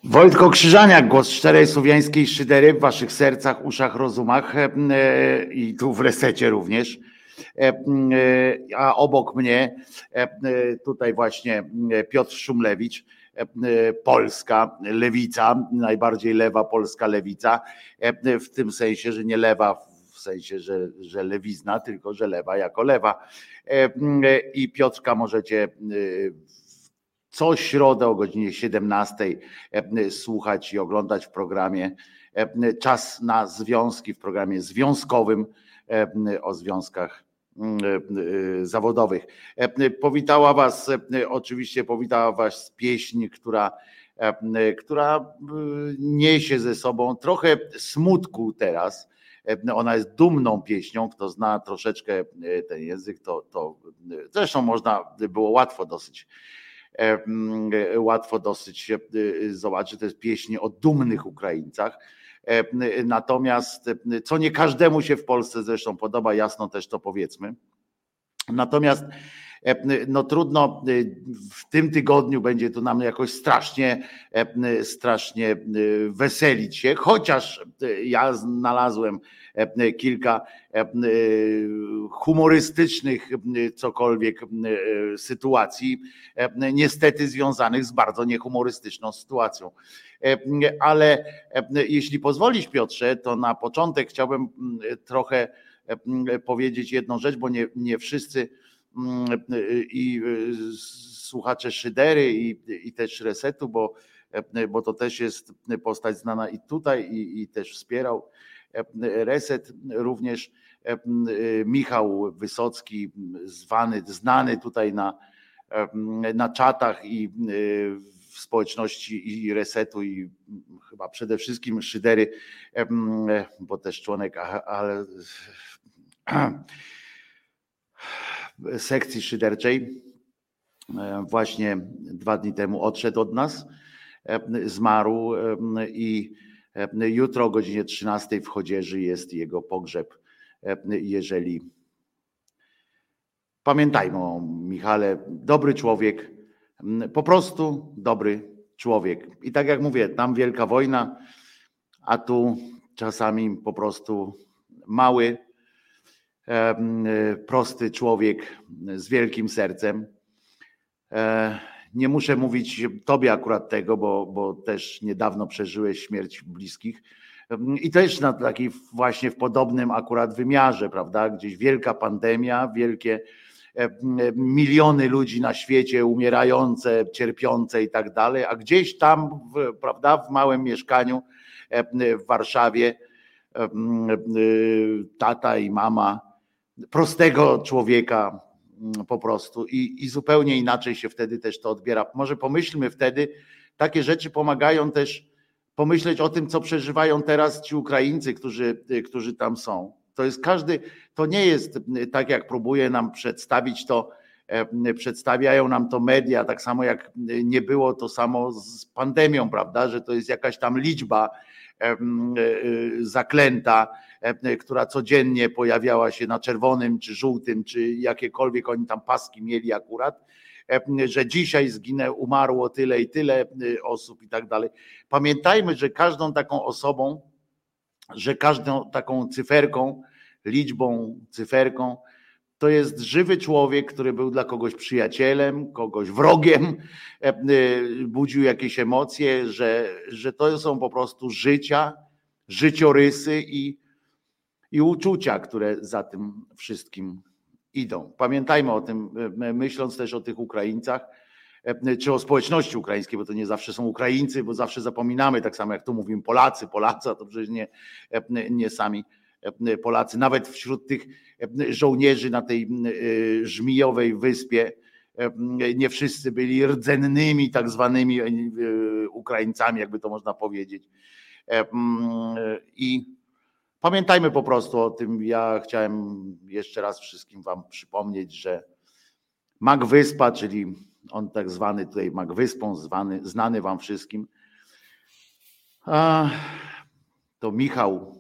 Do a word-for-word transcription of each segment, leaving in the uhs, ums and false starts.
Wojtko Krzyżaniak, głos szczerej słowiańskiej szydery w waszych sercach, uszach, rozumach i tu w resecie również. A obok mnie tutaj właśnie Piotr Szumlewicz, polska lewica, najbardziej lewa polska lewica, w tym sensie, że nie lewa w sensie, że, że lewizna, tylko że lewa jako lewa. I Piotrka możecie co środę o godzinie siedemnastej słuchać i oglądać w programie Czas na Związki, w programie związkowym o związkach zawodowych. Powitała was, oczywiście powitała was pieśń, która, która niesie ze sobą trochę smutku teraz. Ona jest dumną pieśnią, kto zna troszeczkę ten język, to, to zresztą można było łatwo dosyć łatwo dosyć zobaczyć, to jest pieśń o dumnych Ukraińcach. Natomiast, co nie każdemu się w Polsce zresztą podoba, jasno też to powiedzmy. Natomiast no trudno, w tym tygodniu będzie to nam jakoś strasznie, strasznie weselić się, chociaż ja znalazłem kilka humorystycznych cokolwiek sytuacji, niestety związanych z bardzo niehumorystyczną sytuacją. Ale jeśli pozwolisz, Piotrze, to na początek chciałbym trochę powiedzieć jedną rzecz, bo nie, nie wszyscy i słuchacze Szydery i, i też Resetu, bo, bo to też jest postać znana i tutaj i, i też wspierał Reset również Michał Wysocki, zwany, znany tutaj na, na czatach i w społeczności i Resetu i chyba przede wszystkim Szydery, bo też członek ale sekcji szyderczej właśnie dwa dni temu odszedł od nas, zmarł i jutro o godzinie trzynastej w Chodzieży jest jego pogrzeb. Jeżeli pamiętajmy o Michale, dobry człowiek, po prostu dobry człowiek. I tak jak mówię, tam wielka wojna, a tu czasami po prostu mały, prosty człowiek z wielkim sercem. Nie muszę mówić tobie akurat tego, bo, bo też niedawno przeżyłeś śmierć bliskich i też na takiej właśnie w podobnym akurat wymiarze, prawda? Gdzieś wielka pandemia, wielkie miliony ludzi na świecie umierające, cierpiące i tak dalej, a gdzieś tam, prawda, w małym mieszkaniu w Warszawie tata i mama prostego człowieka po prostu i, i zupełnie inaczej się wtedy też to odbiera. Może pomyślmy wtedy, takie rzeczy pomagają też pomyśleć o tym, co przeżywają teraz ci Ukraińcy, którzy, którzy tam są. To jest każdy, to nie jest tak, jak próbuje nam przedstawić to, przedstawiają nam to media, tak samo jak nie było to samo z pandemią, prawda, że to jest jakaś tam liczba zaklęta, która codziennie pojawiała się na czerwonym czy żółtym, czy jakiekolwiek oni tam paski mieli akurat, że dzisiaj zginęło, umarło tyle i tyle osób i tak dalej. Pamiętajmy, że każdą taką osobą, że każdą taką cyferką, liczbą, cyferką, to jest żywy człowiek, który był dla kogoś przyjacielem, kogoś wrogiem, budził jakieś emocje, że, że to są po prostu życia, życiorysy i, i uczucia, które za tym wszystkim idą. Pamiętajmy o tym, myśląc też o tych Ukraińcach, czy o społeczności ukraińskiej, bo to nie zawsze są Ukraińcy, bo zawsze zapominamy, tak samo jak tu mówimy Polacy, Polacy, a to przecież nie, nie sami Polacy, nawet wśród tych żołnierzy na tej żmijowej wyspie nie wszyscy byli rdzennymi tak zwanymi Ukraińcami, jakby to można powiedzieć. I pamiętajmy po prostu o tym. Ja chciałem jeszcze raz wszystkim wam przypomnieć, że Mag Wyspa, czyli on tak zwany tutaj Mag Wyspą, zwany, znany wam wszystkim, to Michał,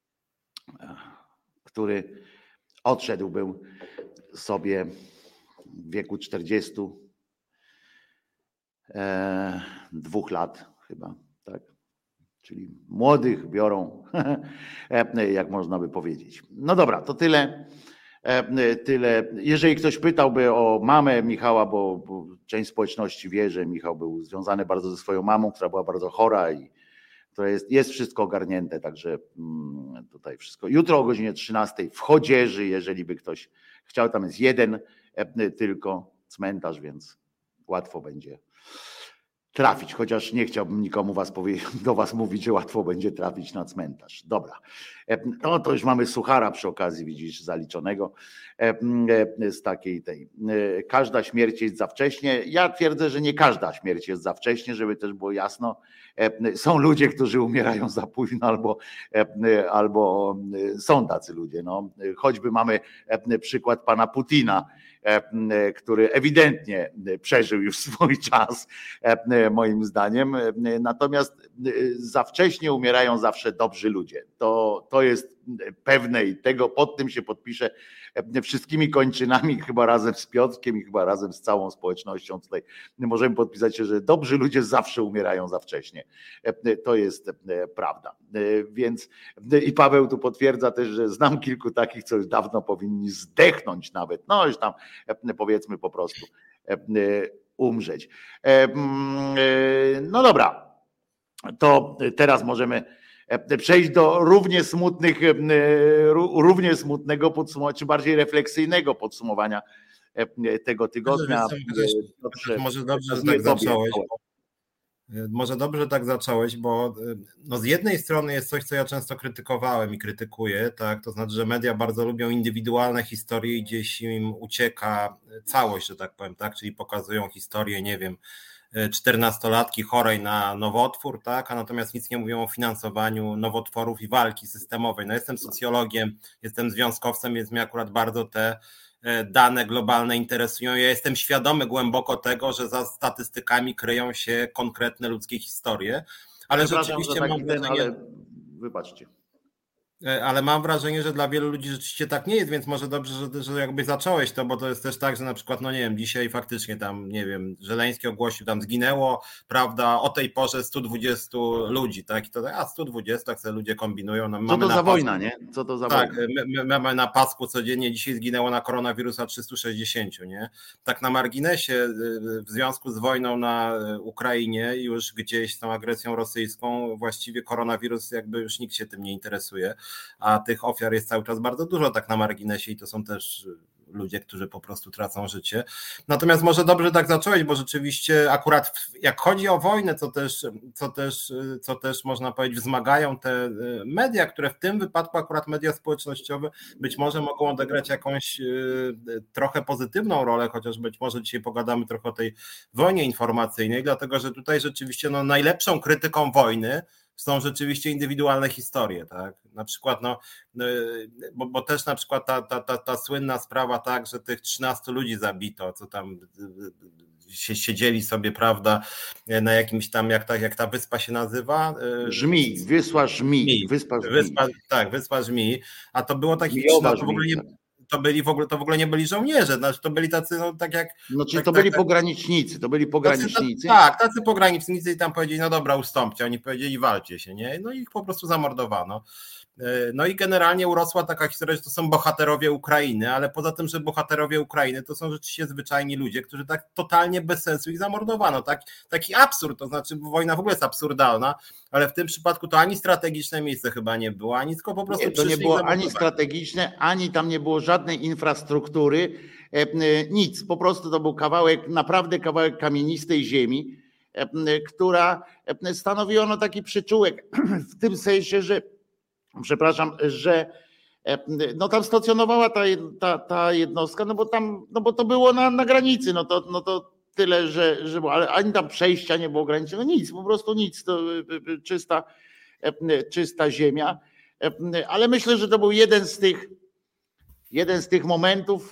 który odszedł był sobie w wieku czterdziestu dwóch lat chyba, tak? Czyli młodych biorą, jak można by powiedzieć. No dobra, to tyle. Tyle. Jeżeli ktoś pytałby o mamę Michała, bo, bo część społeczności wie, że Michał był związany bardzo ze swoją mamą, która była bardzo chora i to jest, jest wszystko ogarnięte, także tutaj wszystko. Jutro o godzinie trzynastej w Chodzieży, jeżeli by ktoś chciał, tam jest jeden tylko cmentarz, więc łatwo będzie trafić, chociaż nie chciałbym nikomu was powie- do was mówić, że łatwo będzie trafić na cmentarz. Dobra, no to już mamy suchara przy okazji, widzisz, zaliczonego z takiej tej. Każda śmierć jest za wcześnie. Ja twierdzę, że nie każda śmierć jest za wcześnie, żeby też było jasno. Są ludzie, którzy umierają za późno, albo, albo są tacy ludzie. No, choćby mamy przykład pana Putina, który ewidentnie przeżył już swój czas, moim zdaniem. Natomiast za wcześnie umierają zawsze dobrzy ludzie. To, to jest pewne i tego pod tym się podpiszę wszystkimi kończynami, chyba razem z Piotrkiem i chyba razem z całą społecznością tutaj możemy podpisać się, że dobrzy ludzie zawsze umierają za wcześnie. To jest prawda. Więc i Paweł tu potwierdza też, że znam kilku takich, co już dawno powinni zdechnąć nawet, no już tam powiedzmy po prostu umrzeć. No dobra, to teraz możemy przejść do równie smutnych, równie smutnego podsumowania, czy bardziej refleksyjnego podsumowania tego tygodnia. Dobrze, może dobrze, że tak zacząłeś. Może dobrze, że tak zacząłeś, bo no z jednej strony jest coś, co ja często krytykowałem i krytykuję, tak, to znaczy, że media bardzo lubią indywidualne historie i gdzieś im ucieka całość, że tak powiem, tak, czyli pokazują historię, nie wiem, czternastolatki chorej na nowotwór, tak, a natomiast nic nie mówią o finansowaniu nowotworów i walki systemowej. No jestem socjologiem, jestem związkowcem, więc mnie akurat bardzo te dane globalne interesują. Ja jestem świadomy głęboko tego, że za statystykami kryją się konkretne ludzkie historie, ale rzeczywiście mam wrażenie, ale wybaczcie. Ale mam wrażenie, że dla wielu ludzi rzeczywiście tak nie jest, więc może dobrze, że, że jakby zacząłeś to, bo to jest też tak, że na przykład, no nie wiem, dzisiaj faktycznie tam, nie wiem, Żeleński ogłosił, tam zginęło, prawda, o tej porze stu dwudziestu ludzi, tak, i to, a stu dwudziestu, tak sobie ludzie kombinują. No, Co to za pasku, wojna, nie? Co to za tak, wojna? My, my mamy na pasku codziennie, dzisiaj zginęło na koronawirusa trzysta sześćdziesiąt, nie? Tak na marginesie, w związku z wojną na Ukrainie, już gdzieś z tą agresją rosyjską, właściwie koronawirus jakby już nikt się tym nie interesuje, a tych ofiar jest cały czas bardzo dużo tak na marginesie i to są też ludzie, którzy po prostu tracą życie. Natomiast może dobrze tak zacząłeś, bo rzeczywiście akurat jak chodzi o wojnę, co też, co też, co też można powiedzieć wzmagają te media, które w tym wypadku akurat media społecznościowe być może mogą odegrać jakąś trochę pozytywną rolę, chociaż być może dzisiaj pogadamy trochę o tej wojnie informacyjnej, dlatego że tutaj rzeczywiście no, najlepszą krytyką wojny są rzeczywiście indywidualne historie, tak? Na przykład, no, bo, bo też na przykład ta, ta, ta, ta słynna sprawa, tak, że tych trzynastu ludzi zabito, co tam się siedzieli sobie, prawda, na jakimś tam, jak ta, jak ta wyspa się nazywa? Żmi, wyspa Żmi. Żmi. Wyspa Żmi. Wyspa, tak, wyspa Żmi, a to było takich trzynastu, w ogóle nie, to byli w ogóle, to w ogóle nie byli żołnierze, znaczy to byli tacy, no tak jak... No czyli tak, to tak, byli tak, pogranicznicy, to byli pogranicznicy. Tacy, tak, tacy pogranicznicy i tam powiedzieli, no dobra, ustąpcie, oni powiedzieli, walcie się, nie? No i ich po prostu zamordowano. No i generalnie urosła taka historia, że to są bohaterowie Ukrainy, ale poza tym, że bohaterowie Ukrainy to są rzeczywiście zwyczajni ludzie, którzy tak totalnie bez sensu ich zamordowano. Tak, taki absurd, to znaczy wojna w ogóle jest absurdalna, ale w tym przypadku to ani strategiczne miejsce chyba nie było, ani tylko po prostu nie, to nie było ani strategiczne, ani tam nie było żadnej infrastruktury, nic, po prostu to był kawałek, naprawdę kawałek kamienistej ziemi, która stanowiła no taki przyczółek w tym sensie, że przepraszam, że no tam stacjonowała ta, ta, ta jednostka, no bo tam, no bo to było na, na granicy, no to, no to tyle, że, że ale ani tam przejścia nie było granicy, no nic, po prostu nic, to czysta, czysta ziemia, ale myślę, że to był jeden z tych, jeden z tych momentów,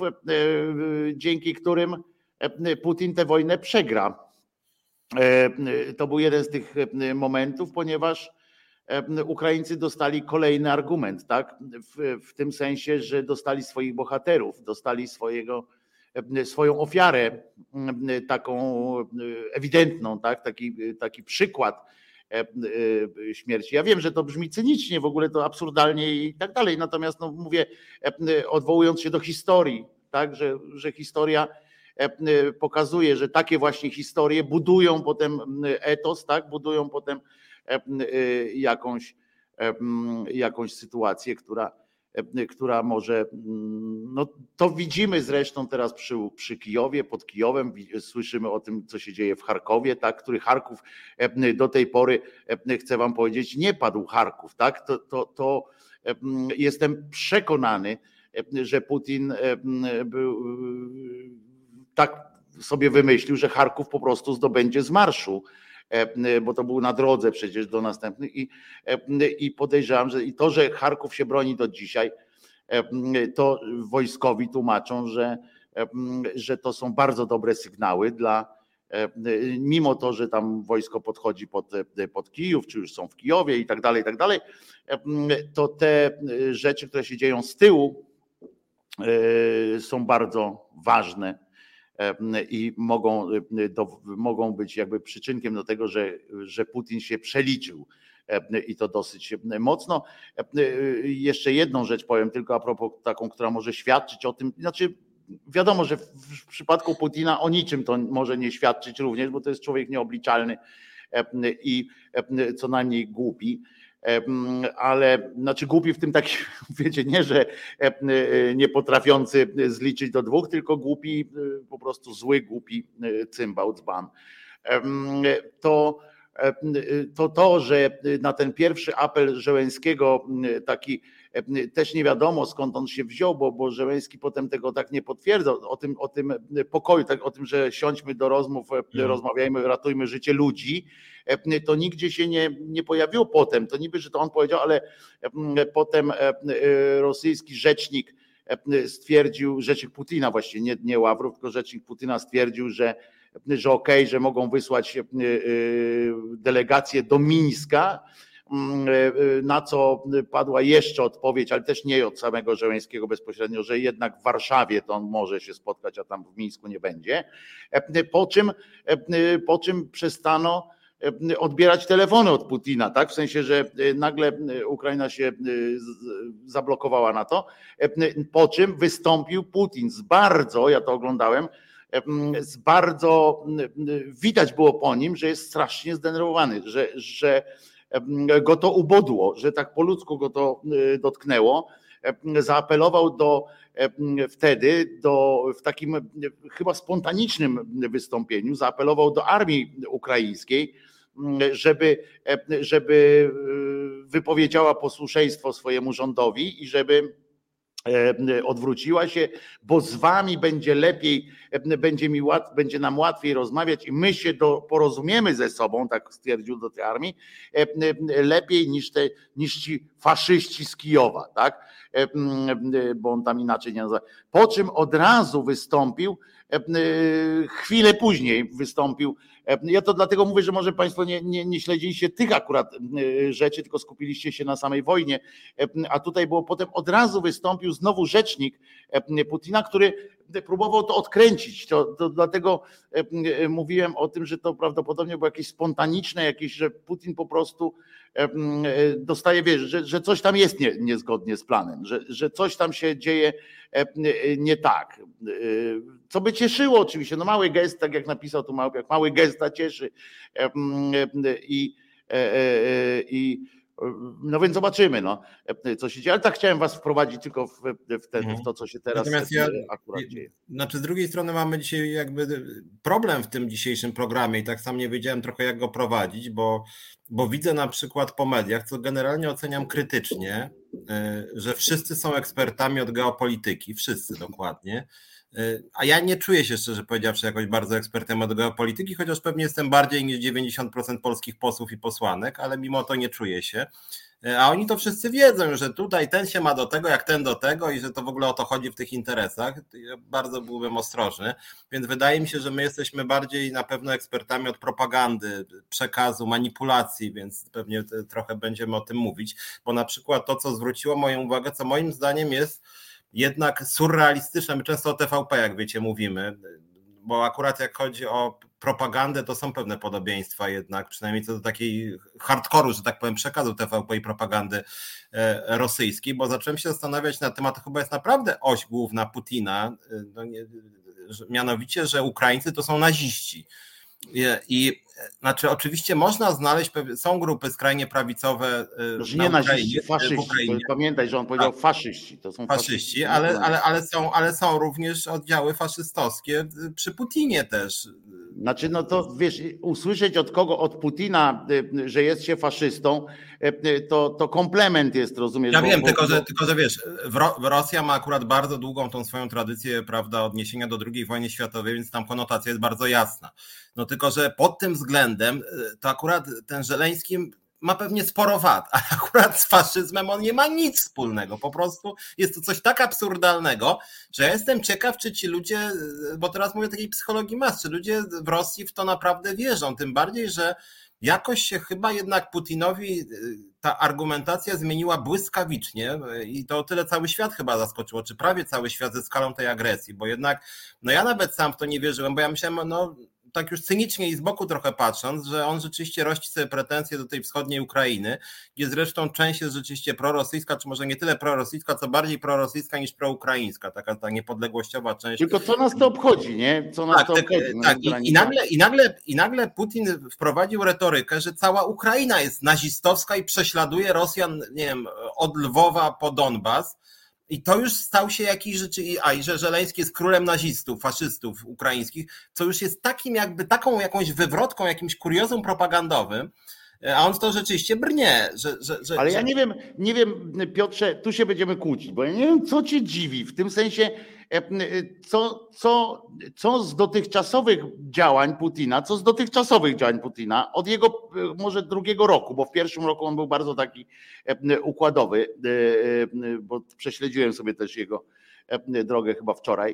dzięki którym Putin tę wojnę przegra. To był jeden z tych momentów, ponieważ Ukraińcy dostali kolejny argument, tak? W, w tym sensie, że dostali swoich bohaterów, dostali swojego, swoją ofiarę, taką ewidentną, tak? taki, taki przykład śmierci. Ja wiem, że to brzmi cynicznie, w ogóle to absurdalnie i tak dalej, natomiast no mówię, odwołując się do historii, tak, że, że historia pokazuje, że takie właśnie historie budują potem etos, tak, budują potem jakąś, jakąś sytuację, która, która może, no to widzimy zresztą teraz przy, przy Kijowie, pod Kijowem, słyszymy o tym, co się dzieje w Charkowie, tak, który Charków do tej pory, chcę wam powiedzieć, nie padł Charków, tak, to, to, to jestem przekonany, że Putin był, tak sobie wymyślił, że Charków po prostu zdobędzie z marszu, bo to był na drodze przecież do następnych i, i podejrzewam, że i to, że Charków się broni do dzisiaj, to wojskowi tłumaczą, że, że to są bardzo dobre sygnały dla, mimo to, że tam wojsko podchodzi pod, pod Kijów, czy już są w Kijowie i tak dalej, i tak dalej, to te rzeczy, które się dzieją z tyłu, są bardzo ważne i mogą, do, mogą być jakby przyczynkiem do tego, że, że Putin się przeliczył i to dosyć mocno. Jeszcze jedną rzecz powiem tylko a propos taką, która może świadczyć o tym, znaczy wiadomo, że w przypadku Putina o niczym to może nie świadczyć również, bo to jest człowiek nieobliczalny i co najmniej głupi, ale znaczy głupi w tym takim, wiecie, nie, że nie potrafiący zliczyć do dwóch, tylko głupi, po prostu zły, głupi cymbał, dzban. To to, to, że na ten pierwszy apel Zełenskiego taki też nie wiadomo skąd on się wziął, bo, bo Zełenski potem tego tak nie potwierdzał, o tym, o tym pokoju, tak, o tym, że siądźmy do rozmów, no. rozmawiajmy, ratujmy życie ludzi, to nigdzie się nie, nie pojawiło potem, to niby, że to on powiedział, ale potem rosyjski rzecznik stwierdził, rzecznik Putina właściwie, nie, nie Ławrów, tylko rzecznik Putina stwierdził, że że okej, okay, że mogą wysłać delegację do Mińska, na co padła jeszcze odpowiedź, ale też nie od samego Zełenskiego bezpośrednio, że jednak w Warszawie to on może się spotkać, a tam w Mińsku nie będzie. Po czym, po czym przestano odbierać telefony od Putina, tak? W sensie, że nagle Ukraina się zablokowała na to, po czym wystąpił Putin z bardzo, ja to oglądałem, z bardzo, widać było po nim, że jest strasznie zdenerwowany, że, że go to ubodło, że tak po ludzku go to dotknęło. Zaapelował do wtedy, do, w takim chyba spontanicznym wystąpieniu, zaapelował do armii ukraińskiej, żeby, żeby wypowiedziała posłuszeństwo swojemu rządowi i żeby odwróciła się, bo z wami będzie lepiej, będzie, mi łat, będzie nam łatwiej rozmawiać i my się do, porozumiemy ze sobą, tak stwierdził do tej armii, lepiej niż, te, niż ci faszyści z Kijowa, tak? Bo on tam inaczej nie nazywa. Po czym od razu wystąpił, chwilę później wystąpił. Ja to dlatego mówię, że może Państwo nie, nie, nie śledziliście tych akurat rzeczy, tylko skupiliście się na samej wojnie, a tutaj było potem od razu wystąpił znowu rzecznik Putina, który próbował to odkręcić. To, to dlatego mówiłem o tym, że to prawdopodobnie było jakieś spontaniczne, jakieś, że Putin po prostu dostaje, wiesz, że, że coś tam jest nie, niezgodnie z planem, że, że coś tam się dzieje nie tak. Co by cieszyło oczywiście, no mały gest, tak jak napisał tu Małpiak, mały gest ta cieszy i, i no więc zobaczymy, no, co się dzieje. Ale tak chciałem was wprowadzić tylko w, w, ten, w to, co się teraz Natomiast ja, akurat dzieje. Znaczy z drugiej strony mamy dzisiaj jakby problem w tym dzisiejszym programie i tak sam nie wiedziałem trochę jak go prowadzić, bo, bo widzę na przykład po mediach, co generalnie oceniam krytycznie, że wszyscy są ekspertami od geopolityki, wszyscy dokładnie. A ja nie czuję się, szczerze powiedziawszy, jakoś bardzo ekspertem od geopolityki, chociaż pewnie jestem bardziej niż dziewięćdziesiąt procent polskich posłów i posłanek, ale mimo to nie czuję się. A oni to wszyscy wiedzą, że tutaj ten się ma do tego, jak ten do tego i że to w ogóle o to chodzi w tych interesach. Ja bardzo byłbym ostrożny, więc wydaje mi się, że my jesteśmy bardziej na pewno ekspertami od propagandy, przekazu, manipulacji, więc pewnie trochę będziemy o tym mówić, bo na przykład to, co zwróciło moją uwagę, co moim zdaniem jest jednak surrealistyczne, my często o T V P, jak wiecie, mówimy, bo akurat jak chodzi o propagandę, to są pewne podobieństwa jednak, przynajmniej co do takiej hardkoru, że tak powiem, przekazu T V P i propagandy rosyjskiej, bo zacząłem się zastanawiać na temat, to chyba jest naprawdę oś główna Putina, no nie, mianowicie, że Ukraińcy to są naziści. I, i znaczy oczywiście można znaleźć, są grupy skrajnie prawicowe na nie naziści, faszyści. Pamiętaj, że on powiedział tak, faszyści. To są faszyści, faszyści ale, ale, ale, są, ale są również oddziały faszystowskie przy Putinie też. Znaczy, no to wiesz, usłyszeć od kogo, od Putina, że jest się faszystą, to, to komplement jest, rozumiesz? Ja bo, wiem, bo, tylko, bo... że, tylko że wiesz, Ro- Rosja ma akurat bardzo długą tą swoją tradycję, prawda, odniesienia do drugiej wojny światowej, więc tam konotacja jest bardzo jasna. No tylko, że pod tym względem to akurat ten Żeleński ma pewnie sporo wad, a akurat z faszyzmem on nie ma nic wspólnego. Po prostu jest to coś tak absurdalnego, że ja jestem ciekaw, czy ci ludzie, bo teraz mówię o takiej psychologii mas, czy ludzie w Rosji w to naprawdę wierzą, tym bardziej, że jakoś się chyba jednak Putinowi ta argumentacja zmieniła błyskawicznie i to o tyle cały świat chyba zaskoczyło, czy prawie cały świat ze skalą tej agresji, bo jednak, no ja nawet sam w to nie wierzyłem, bo ja myślałem, no tak już cynicznie i z boku trochę patrząc, że on rzeczywiście rości sobie pretensje do tej wschodniej Ukrainy, gdzie zresztą część jest rzeczywiście prorosyjska, czy może nie tyle prorosyjska, co bardziej prorosyjska niż proukraińska, taka ta niepodległościowa część. Tylko co nas to obchodzi, nie? Co nas tak, to tak, obchodzi? Tak, i, i, nagle, i, nagle, i nagle Putin wprowadził retorykę, że cała Ukraina jest nazistowska i prześladuje Rosjan, nie wiem, od Lwowa po Donbas. I to już stał się jakiś rzeczy, a i że Żeleński jest królem nazistów, faszystów ukraińskich, co już jest takim jakby taką jakąś wywrotką, jakimś kuriozum propagandowym, a on w to rzeczywiście brnie. Że, że, że, Ale że... ja nie wiem, nie wiem, Piotrze, tu się będziemy kłócić, bo ja nie wiem, co cię dziwi, w tym sensie, co, co, co z dotychczasowych działań Putina, co z dotychczasowych działań Putina, od jego może drugiego roku, bo w pierwszym roku on był bardzo taki układowy, bo prześledziłem sobie też jego drogę chyba wczoraj,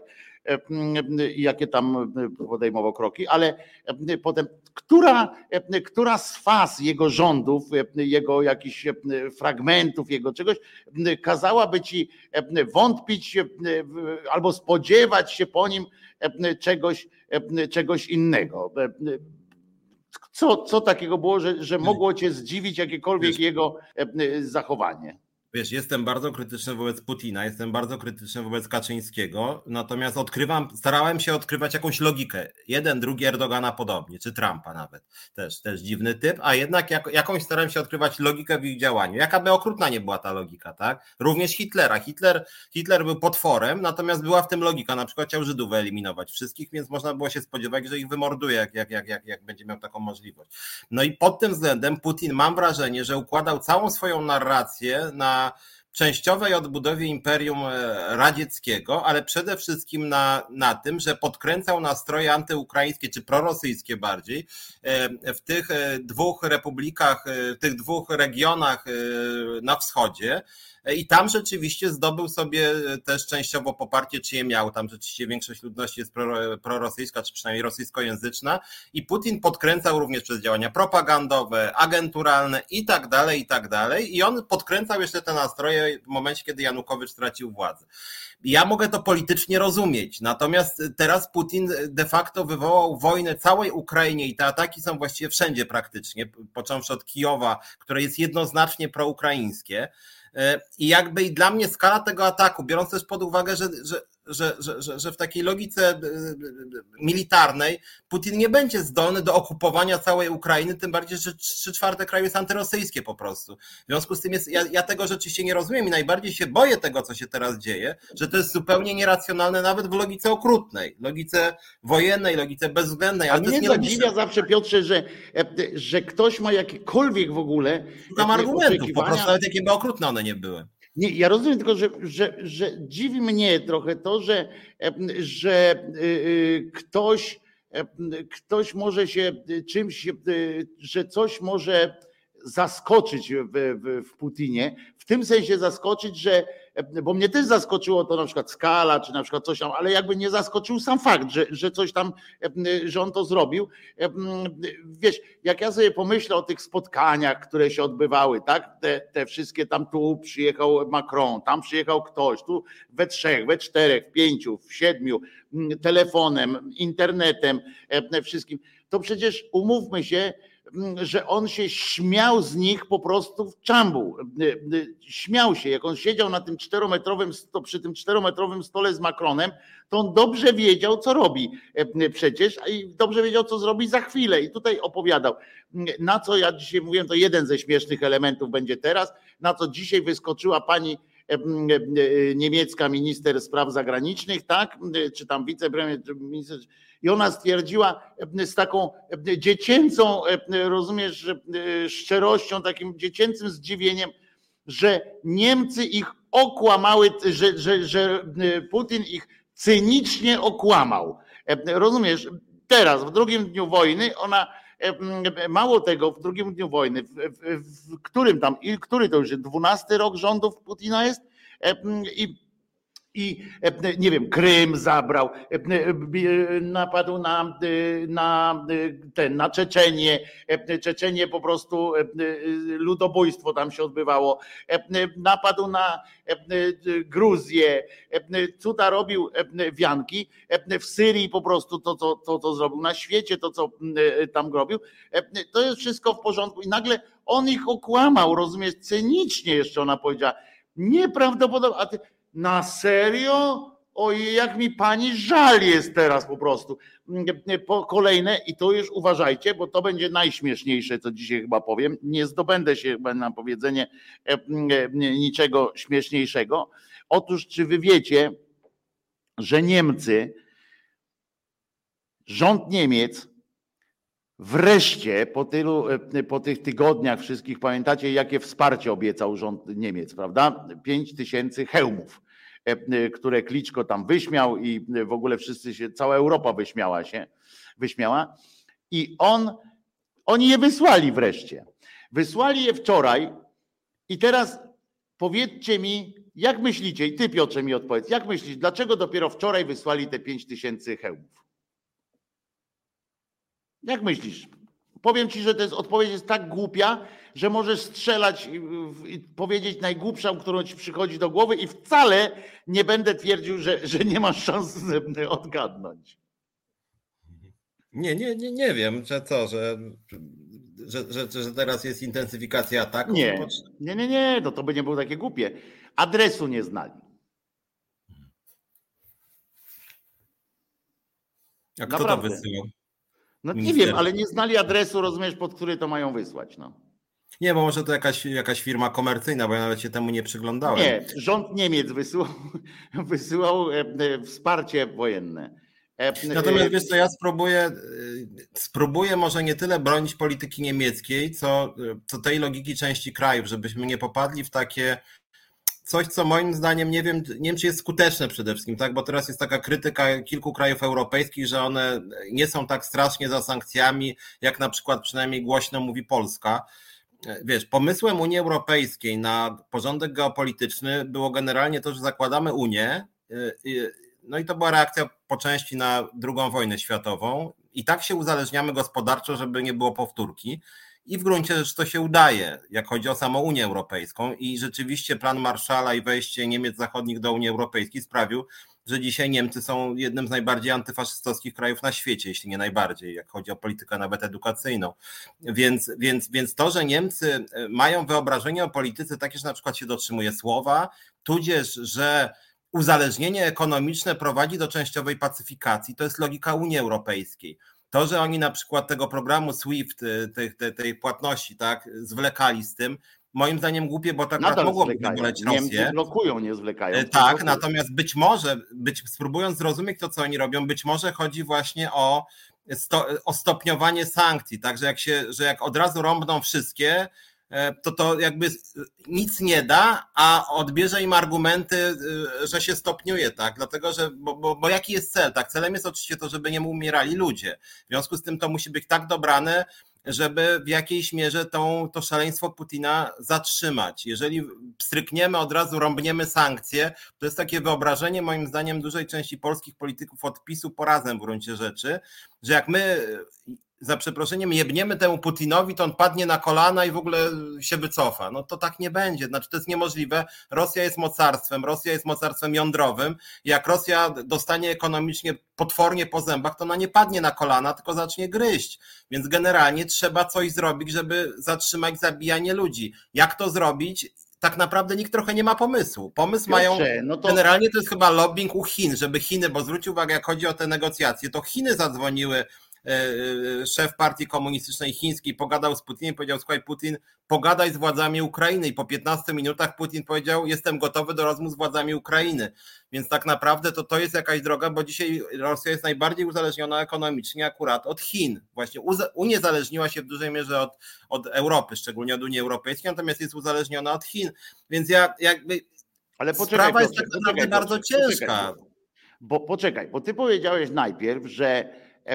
jakie tam podejmował kroki, ale potem, która, która z faz jego rządów, jego jakichś fragmentów, jego czegoś kazałaby ci wątpić albo spodziewać się po nim czegoś, czegoś innego. Co, co takiego było, że, że mogło cię zdziwić jakiekolwiek jego zachowanie? Wiesz, jestem bardzo krytyczny wobec Putina, jestem bardzo krytyczny wobec Kaczyńskiego, natomiast odkrywam, starałem się odkrywać jakąś logikę. Jeden, drugi Erdogana podobnie, czy Trumpa nawet. Też, też dziwny typ, a jednak jak, jakąś starałem się odkrywać logikę w ich działaniu. Jaka by okrutna nie była ta logika, tak? Również Hitlera. Hitler, Hitler był potworem, natomiast była w tym logika. Na przykład chciał Żydów wyeliminować wszystkich, więc można było się spodziewać, że ich wymorduje, jak, jak, jak, jak, jak będzie miał taką możliwość. No i pod tym względem Putin, mam wrażenie, że układał całą swoją narrację na częściowej odbudowie Imperium Radzieckiego, ale przede wszystkim na, na tym, że podkręcał nastroje antyukraińskie czy prorosyjskie bardziej w tych dwóch republikach, w tych dwóch regionach na wschodzie. I tam rzeczywiście zdobył sobie też częściowo poparcie, czy je miał. Tam rzeczywiście większość ludności jest prorosyjska, czy przynajmniej rosyjskojęzyczna. I Putin podkręcał również przez działania propagandowe, agenturalne i tak dalej, i tak dalej. I on podkręcał jeszcze te nastroje w momencie, kiedy Janukowycz stracił władzę. Ja mogę to politycznie rozumieć, natomiast teraz Putin de facto wywołał wojnę całej Ukrainie i te ataki są właściwie wszędzie praktycznie, począwszy od Kijowa, które jest jednoznacznie proukraińskie. I jakby i dla mnie skala tego ataku, biorąc też pod uwagę, że, że, że, że, że w takiej logice militarnej Putin nie będzie zdolny do okupowania całej Ukrainy, tym bardziej, że trzy czwarte kraju jest antyrosyjskie po prostu. W związku z tym jest, ja, ja tego rzeczywiście nie rozumiem i najbardziej się boję tego, co się teraz dzieje, że to jest zupełnie nieracjonalne nawet w logice okrutnej, logice wojennej, logice bezwzględnej. Ale, ale mnie zadziwia zawsze, Piotrze, że, że ktoś ma jakiekolwiek w ogóle Szukam argumentów, po prostu nawet jakie by okrutne one nie były. Nie, ja rozumiem tylko, że, że, że dziwi mnie trochę to, że, że ktoś, ktoś może się czymś, że coś może zaskoczyć w, w, w Putinie, w tym sensie zaskoczyć, że, bo mnie też zaskoczyło to na przykład skala, czy na przykład coś tam, ale jakby nie zaskoczył sam fakt, że, że coś tam, że on to zrobił. Wiesz, jak ja sobie pomyślę o tych spotkaniach, które się odbywały, tak, te, te wszystkie tam, tu przyjechał Macron, tam przyjechał ktoś, tu we trzech, we czterech, w pięciu, w siedmiu, telefonem, internetem, wszystkim, to przecież umówmy się, że on się śmiał z nich po prostu w czambu. Śmiał się, jak on siedział na tym czterometrowym, przy tym czterometrowym stole z Macronem, to on dobrze wiedział, co robi przecież i dobrze wiedział, co zrobi za chwilę. I tutaj opowiadał, na co ja dzisiaj mówiłem, to jeden ze śmiesznych elementów będzie teraz, na co dzisiaj wyskoczyła pani niemiecka minister spraw zagranicznych, tak, czy tam wicepremier, minister, i ona stwierdziła z taką dziecięcą, rozumiesz, szczerością, takim dziecięcym zdziwieniem, że Niemcy ich okłamały, że, że, że Putin ich cynicznie okłamał. Rozumiesz, teraz w drugim dniu wojny ona, mało tego, w drugim dniu wojny, w, w, w którym tam, i który to już jest, dwunasty rok rządów Putina jest, i I nie wiem, Krym zabrał, napadł na, na ten, na Czeczenię, Czeczenię po prostu ludobójstwo tam się odbywało, napadł na Gruzję, cuda robił wianki, w Syrii po prostu to, co to, to zrobił, na świecie to, co tam robił, to jest wszystko w porządku i nagle on ich okłamał, rozumiesz, cynicznie jeszcze ona powiedziała, nieprawdopodobne, a ty na serio? Ojej, jak mi pani żal jest teraz po prostu. Po kolejne, i to już uważajcie, bo to będzie najśmieszniejsze, co dzisiaj chyba powiem. Nie zdobędę się chyba na powiedzenie niczego śmieszniejszego. Otóż, czy wy wiecie, że Niemcy, rząd Niemiec wreszcie po tylu, po tych tygodniach wszystkich, pamiętacie, jakie wsparcie obiecał rząd Niemiec, prawda? Pięć tysięcy hełmów, które Kliczko tam wyśmiał i w ogóle wszyscy się, cała Europa wyśmiała się, wyśmiała. I on, oni je wysłali wreszcie. Wysłali je wczoraj i teraz powiedzcie mi, jak myślicie, i ty Piotrze mi odpowiedz, jak myślisz, dlaczego dopiero wczoraj wysłali te pięć tysięcy hełmów? Jak myślisz? Powiem ci, że to jest, odpowiedź jest tak głupia, że możesz strzelać i powiedzieć najgłupszą, którą ci przychodzi do głowy i wcale nie będę twierdził, że, że nie masz szans odgadnąć. Nie, nie, nie, nie wiem, że co, że, że, że, że teraz jest intensyfikacja ataków. Nie, nie, nie, nie, no to by nie było takie głupie. Adresu nie znali. A kto to wysyłał? No nie wiem, ale nie znali adresu, rozumiesz, pod który to mają wysłać. No. Nie, bo może to jakaś, jakaś firma komercyjna, bo ja nawet się temu nie przyglądałem. Nie, rząd Niemiec wysyłał, wysyłał wsparcie wojenne. Natomiast wiesz co, ja spróbuję, spróbuję może nie tyle bronić polityki niemieckiej, co, co tej logiki części krajów, żebyśmy nie popadli w takie coś, co moim zdaniem, nie wiem, nie wiem, czy jest skuteczne przede wszystkim, tak? Bo teraz jest taka krytyka kilku krajów europejskich, że one nie są tak strasznie za sankcjami, jak na przykład przynajmniej głośno mówi Polska. Wiesz, pomysłem Unii Europejskiej na porządek geopolityczny było generalnie to, że zakładamy Unię, no i to była reakcja po części na drugą wojnę światową i tak się uzależniamy gospodarczo, żeby nie było powtórki. I w gruncie rzeczy to się udaje, jak chodzi o samą Unię Europejską i rzeczywiście plan Marshalla i wejście Niemiec Zachodnich do Unii Europejskiej sprawił, że dzisiaj Niemcy są jednym z najbardziej antyfaszystowskich krajów na świecie, jeśli nie najbardziej, jak chodzi o politykę nawet edukacyjną. Więc, więc, więc to, że Niemcy mają wyobrażenie o polityce takie, że na przykład się dotrzymuje słowa, tudzież, że uzależnienie ekonomiczne prowadzi do częściowej pacyfikacji, to jest logika Unii Europejskiej. To, że oni na przykład tego programu SWIFT, tej, tej, tej płatności, tak, zwlekali z tym, moim zdaniem głupie, bo tak naprawdę mogłoby wyboleć Rosję. Niemcy blokują, nie zwlekają. Tak, blokują. Natomiast być może, być, spróbując zrozumieć to, co oni robią, być może chodzi właśnie o, sto, o stopniowanie sankcji, tak, że jak się, że jak od razu rąbną wszystkie, to to jakby nic nie da, a odbierze im argumenty, że się stopniuje, tak, dlatego, że, bo, bo, bo jaki jest cel, tak, celem jest oczywiście to, żeby nie umierali ludzie, w związku z tym to musi być tak dobrane, żeby w jakiejś mierze tą, to szaleństwo Putina zatrzymać. Jeżeli pstrykniemy, od razu rąbniemy sankcje, to jest takie wyobrażenie moim zdaniem dużej części polskich polityków od PiSu porazem w gruncie rzeczy, że jak my za przeproszeniem jebniemy temu Putinowi, to on padnie na kolana i w ogóle się wycofa. No to tak nie będzie, znaczy to jest niemożliwe. Rosja jest mocarstwem, Rosja jest mocarstwem jądrowym. Jak Rosja dostanie ekonomicznie potwornie po zębach, to ona nie padnie na kolana, tylko zacznie gryźć. Więc generalnie trzeba coś zrobić, żeby zatrzymać zabijanie ludzi. Jak to zrobić? Tak naprawdę nikt trochę nie ma pomysłu. Pomysł Piotrze, mają, no to... generalnie to jest chyba lobbying u Chin, żeby Chiny, bo zwróć uwagę, jak chodzi o te negocjacje, to Chiny zadzwoniły, szef partii komunistycznej chińskiej pogadał z Putinem, powiedział: słuchaj Putin, pogadaj z władzami Ukrainy, i po piętnastu minutach Putin powiedział: jestem gotowy do rozmów z władzami Ukrainy. Więc tak naprawdę to to jest jakaś droga, bo dzisiaj Rosja jest najbardziej uzależniona ekonomicznie akurat od Chin. Właśnie uniezależniła się w dużej mierze od, od Europy, szczególnie od Unii Europejskiej, natomiast jest uzależniona od Chin. Więc ja jakby Ale poczekaj, sprawa jest Piotrze, tak naprawdę poczekaj, bardzo Piotrze, ciężka. Poczekaj, bo poczekaj, bo ty powiedziałeś najpierw, że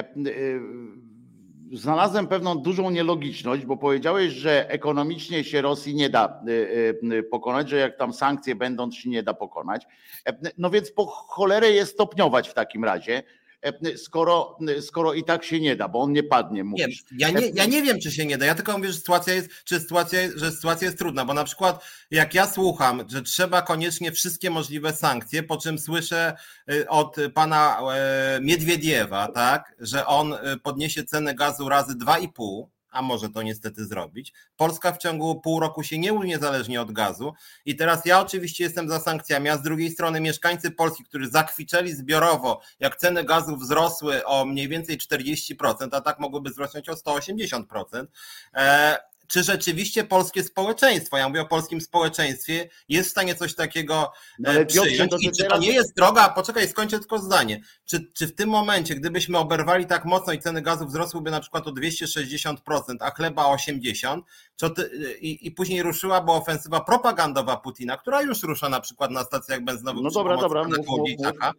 znalazłem pewną dużą nielogiczność, bo powiedziałeś, że ekonomicznie się Rosji nie da pokonać, że jak tam sankcje będą, się nie da pokonać. No więc po cholerę je stopniować w takim razie, skoro, skoro i tak się nie da, bo on nie padnie, mówisz. Nie, ja, nie, ja nie wiem, czy się nie da. Ja tylko mówię, że sytuacja jest, czy sytuacja, że sytuacja jest trudna, bo na przykład jak ja słucham, że trzeba koniecznie wszystkie możliwe sankcje, po czym słyszę od pana Miedwiediewa, tak, że on podniesie cenę gazu razy dwa i pół, a może to niestety zrobić. Polska w ciągu pół roku się nie uniezależni od gazu i teraz ja oczywiście jestem za sankcjami, a z drugiej strony mieszkańcy Polski, którzy zakwiczeli zbiorowo, jak ceny gazu wzrosły o mniej więcej czterdzieści procent, a tak mogłyby wzrosnąć o sto osiemdziesiąt procent, e, czy rzeczywiście polskie społeczeństwo, ja mówię o polskim społeczeństwie, jest w stanie coś takiego no, przyjąć i czy to nie jest droga, poczekaj, skończę tylko zdanie, czy, czy w tym momencie, gdybyśmy oberwali tak mocno i ceny gazu wzrosłyby na przykład o dwieście sześćdziesiąt procent, a chleba o osiemdziesiąt procent, to ty, i, i później ruszyłaby ofensywa propagandowa Putina, która już rusza na przykład na stacjach benzynowych, no dobra, dobra, mów, mów, mów.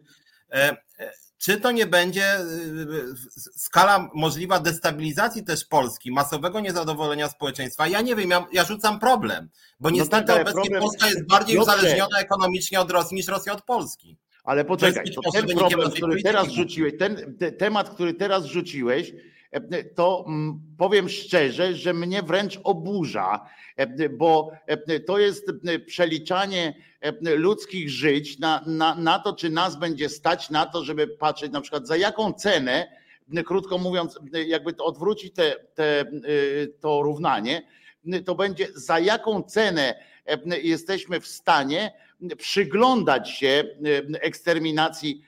Czy to nie będzie skala możliwa destabilizacji też Polski, masowego niezadowolenia społeczeństwa? Ja nie wiem, ja, ja rzucam problem, bo niestety no tak, obecnie problem... Polska jest bardziej Piotrze. uzależniona ekonomicznie od Rosji niż Rosja od Polski. Ale poczekaj, to ten problem, który teraz rzuciłeś, ten te, temat, który teraz rzuciłeś, to powiem szczerze, że mnie wręcz oburza, bo to jest przeliczanie ludzkich żyć na, na, na to, czy nas będzie stać na to, żeby patrzeć na przykład za jaką cenę, krótko mówiąc, jakby to odwrócić te, te, to równanie, to będzie za jaką cenę jesteśmy w stanie przyglądać się eksterminacji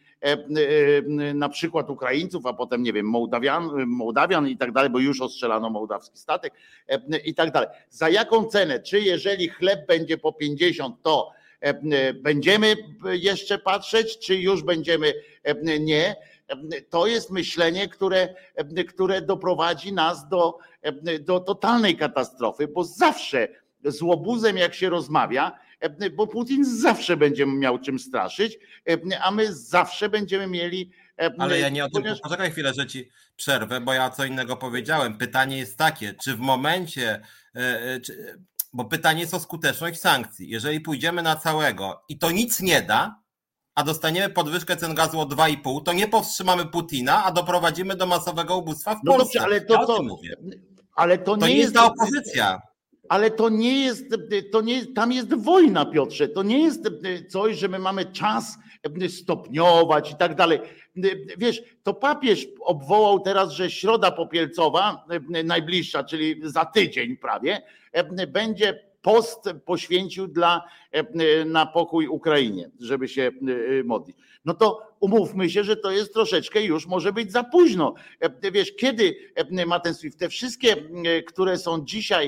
na przykład Ukraińców, a potem nie wiem, Mołdawian, Mołdawian i tak dalej, bo już ostrzelano mołdawski statek i tak dalej. Za jaką cenę? Czy jeżeli chleb będzie po pięćdziesiąt, to będziemy jeszcze patrzeć, czy już będziemy nie? To jest myślenie, które, które doprowadzi nas do, do totalnej katastrofy, bo zawsze z łobuzem jak się rozmawia, bo Putin zawsze będzie miał czym straszyć, a my zawsze będziemy mieli... Ale ja nie o tym, ponieważ... poczekaj chwilę, że ci przerwę, bo ja co innego powiedziałem. Pytanie jest takie, czy w momencie, czy, bo pytanie jest o skuteczność sankcji. Jeżeli pójdziemy na całego i to nic nie da, a dostaniemy podwyżkę cen gazu o dwa i pół, to nie powstrzymamy Putina, a doprowadzimy do masowego ubóstwa w no Polsce. Dobrze, ale to, ja to, ale to, to nie nie jest ta opozycja. Ale to nie jest, to nie, tam jest wojna, Piotrze, to nie jest coś, że my mamy czas stopniować i tak dalej. Wiesz, to papież obwołał teraz, że Środa Popielcowa, najbliższa, czyli za tydzień prawie, będzie post poświęcił dla, na pokój Ukrainie, żeby się modlić. No to umówmy się, że to jest troszeczkę już może być za późno. Wiesz, kiedy ma ten SWIFT? Te wszystkie, które są dzisiaj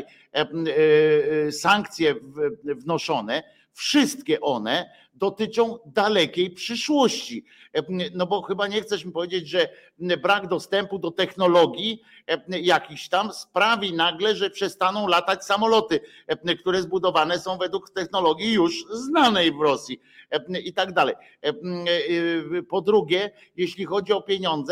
sankcje wnoszone, wszystkie one dotyczą dalekiej przyszłości. No bo chyba nie chcesz mi powiedzieć, że brak dostępu do technologii jakiś tam sprawi nagle, że przestaną latać samoloty, które zbudowane są według technologii już znanej w Rosji i tak dalej. Po drugie, jeśli chodzi o pieniądze,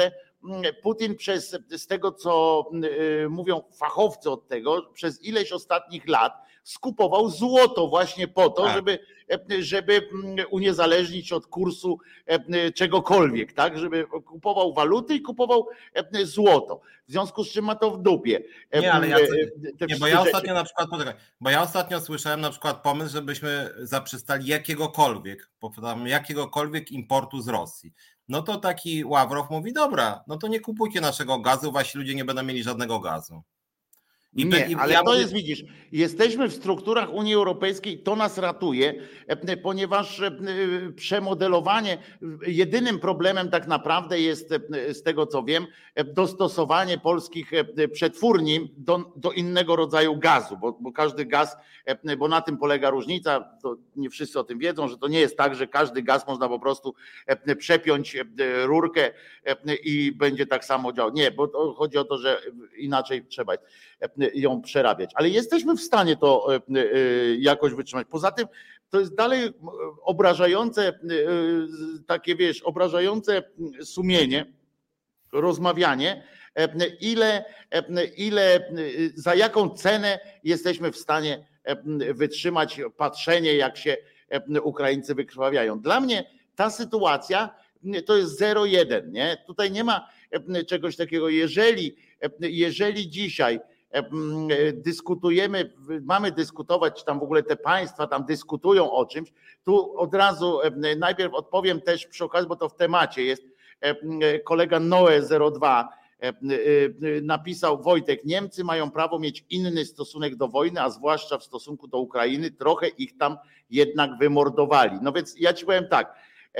Putin przez, z tego co mówią fachowcy od tego, przez ileś ostatnich lat skupował złoto właśnie po to, Tak. żeby, żeby uniezależnić od kursu czegokolwiek, tak? Żeby kupował waluty i kupował złoto. W związku z czym ma to w dupie. Nie, ale ja, Te nie, bo ja rzeczy. ostatnio na przykład, poczekaj, bo ja ostatnio słyszałem na przykład pomysł, żebyśmy zaprzestali jakiegokolwiek, powtarzam, jakiegokolwiek importu z Rosji. No to taki Ławrow mówi, dobra, no to nie kupujcie naszego gazu, wasi ludzie nie będą mieli żadnego gazu. I nie, i ale ja to mówię... jest, widzisz, jesteśmy w strukturach Unii Europejskiej, to nas ratuje, ponieważ przemodelowanie, jedynym problemem tak naprawdę jest, z tego co wiem, dostosowanie polskich przetwórni do, do innego rodzaju gazu, bo, bo każdy gaz, bo na tym polega różnica, to nie wszyscy o tym wiedzą, że to nie jest tak, że każdy gaz można po prostu przepiąć rurkę i będzie tak samo działał. Nie, bo to chodzi o to, że inaczej trzeba ją przerabiać, ale jesteśmy w stanie to jakoś wytrzymać. Poza tym to jest dalej obrażające, takie wiesz, obrażające sumienie, rozmawianie, ile, ile, za jaką cenę jesteśmy w stanie wytrzymać patrzenie, jak się Ukraińcy wykrwawiają. Dla mnie ta sytuacja to jest zero jeden, nie? Tutaj nie ma czegoś takiego. Jeżeli, jeżeli dzisiaj dyskutujemy, mamy dyskutować, czy tam w ogóle te państwa tam dyskutują o czymś, tu od razu najpierw odpowiem też przy okazji, bo to w temacie jest, kolega Noe zero dwa napisał: Wojtek, Niemcy mają prawo mieć inny stosunek do wojny, a zwłaszcza w stosunku do Ukrainy, trochę ich tam jednak wymordowali. No więc ja ci powiem tak,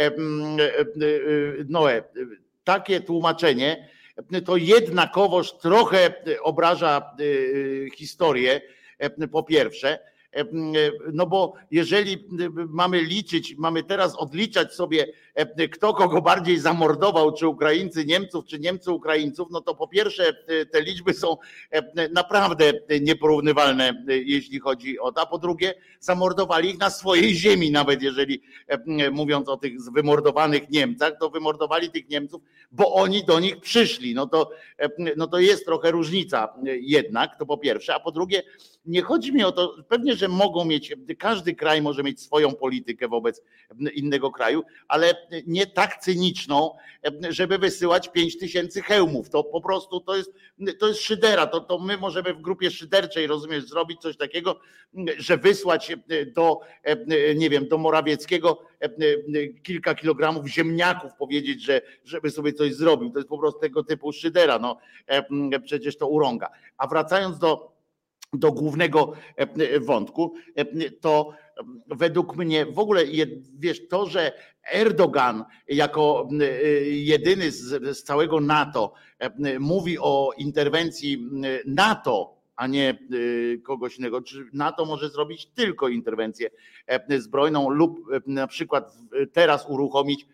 Noe, takie tłumaczenie to jednakowoż trochę obraża historię, po pierwsze, no bo jeżeli mamy liczyć, mamy teraz odliczać sobie, kto kogo bardziej zamordował, czy Ukraińcy Niemców, czy Niemcy Ukraińców, no to po pierwsze te liczby są naprawdę nieporównywalne, jeśli chodzi o to, a po drugie zamordowali ich na swojej ziemi, nawet jeżeli mówiąc o tych wymordowanych Niemcach, to wymordowali tych Niemców, bo oni do nich przyszli, no to, no to jest trochę różnica jednak, to po pierwsze, a po drugie nie chodzi mi o to, pewnie, że mogą mieć, każdy kraj może mieć swoją politykę wobec innego kraju, ale nie tak cyniczną, żeby wysyłać pięć tysięcy hełmów. To po prostu to jest, to jest szydera. To, to my możemy w grupie szyderczej, rozumiesz, zrobić coś takiego, że wysłać do, nie wiem, do Morawieckiego kilka kilogramów ziemniaków, powiedzieć, że żeby sobie coś zrobił. To jest po prostu tego typu szydera. No, przecież to urąga. A wracając do do głównego wątku, to według mnie w ogóle, wiesz, to, że Erdogan jako jedyny z, z całego NATO mówi o interwencji NATO, a nie kogoś innego. Czy NATO może zrobić tylko interwencję zbrojną lub na przykład teraz uruchomić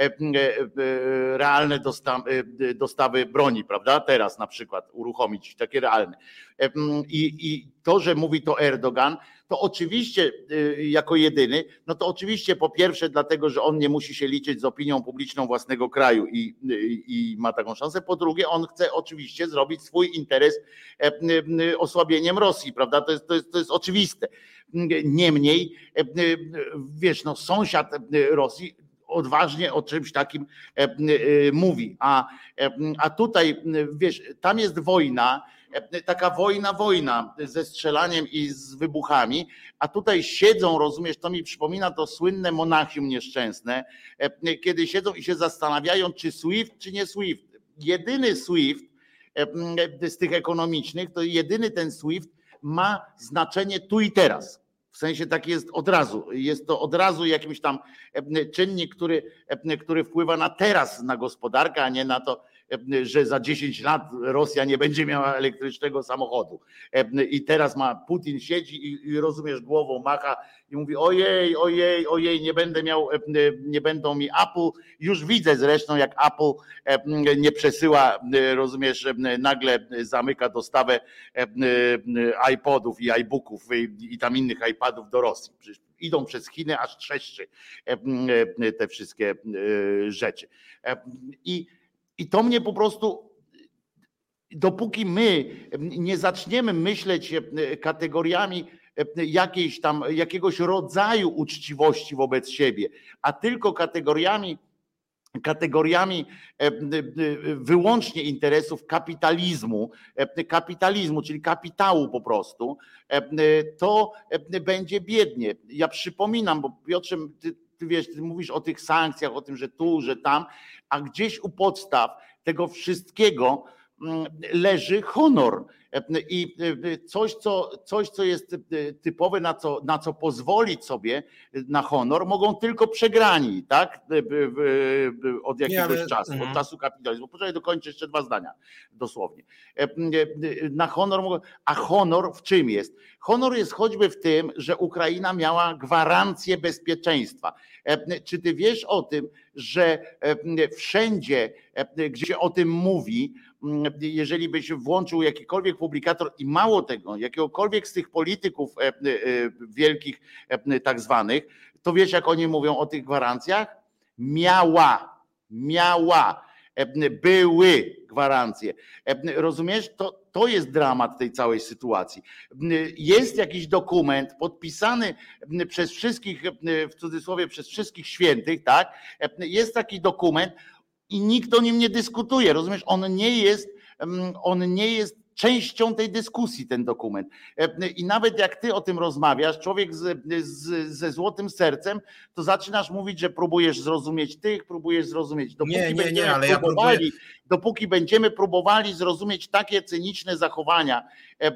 realne dostawy, dostawy broni, prawda? Teraz na przykład uruchomić takie realne. I, I to, że mówi to Erdogan, to oczywiście jako jedyny, no to oczywiście po pierwsze dlatego, że on nie musi się liczyć z opinią publiczną własnego kraju i, i, i ma taką szansę. Po drugie, on chce oczywiście zrobić swój interes osłabieniem Rosji, prawda? To jest, to jest, to jest oczywiste. Niemniej, wiesz, no sąsiad Rosji odważnie o czymś takim mówi, a, a tutaj, wiesz, tam jest wojna, taka wojna, wojna ze strzelaniem i z wybuchami, a tutaj siedzą, rozumiesz, to mi przypomina to słynne Monachium nieszczęsne, kiedy siedzą i się zastanawiają, czy SWIFT, czy nie SWIFT. Jedyny SWIFT z tych ekonomicznych, to jedyny ten SWIFT ma znaczenie tu i teraz. W sensie tak jest od razu. Jest to od razu jakimś tam czynnik, który, który wpływa na teraz na gospodarkę, a nie na to, że za dziesięć lat Rosja nie będzie miała elektrycznego samochodu. I teraz ma Putin siedzi i, i rozumiesz, głową macha i mówi: ojej, ojej, ojej, nie będę miał, nie będą mi Apple. Już widzę zresztą, jak Apple nie przesyła, rozumiesz, nagle zamyka dostawę iPodów i iBooków i, i tam innych iPadów do Rosji. Przecież idą przez Chiny, aż trzeszczy te wszystkie rzeczy. I I to mnie po prostu, dopóki my nie zaczniemy myśleć kategoriami jakiejś tam, jakiegoś rodzaju uczciwości wobec siebie, a tylko kategoriami kategoriami wyłącznie interesów kapitalizmu, kapitalizmu, czyli kapitału po prostu, to będzie biednie. Ja przypominam, bo Piotrze, ty, ty wiesz, ty mówisz o tych sankcjach, o tym, że tu, że tam, a gdzieś u podstaw tego wszystkiego leży honor i coś, co, coś, co jest typowe, na co, na co pozwolić sobie na honor, mogą tylko przegrani, tak? Od jakiegoś Nie, czasu, uh-huh. od czasu kapitalizmu. Poczekaj, dokończę jeszcze dwa zdania, dosłownie. Na honor, a honor w czym jest? Honor jest choćby w tym, że Ukraina miała gwarancję bezpieczeństwa. Czy ty wiesz o tym, że wszędzie, gdzie się o tym mówi, jeżeli byś włączył jakikolwiek publikator i mało tego, jakiegokolwiek z tych polityków wielkich tak zwanych, to wiesz, jak oni mówią o tych gwarancjach? Miała, miała, były gwarancje. Rozumiesz? To, to jest dramat tej całej sytuacji. Jest jakiś dokument podpisany przez wszystkich, w cudzysłowie przez wszystkich świętych, tak? Jest taki dokument i nikt o nim nie dyskutuje. Rozumiesz? On nie jest, on nie jest częścią tej dyskusji, ten dokument. I nawet jak ty o tym rozmawiasz, człowiek z, z, ze złotym sercem, to zaczynasz mówić, że próbujesz zrozumieć tych, próbujesz zrozumieć. Dopóki nie, nie, nie, ale próbowali, ja próbuję... Dopóki będziemy próbowali zrozumieć takie cyniczne zachowania,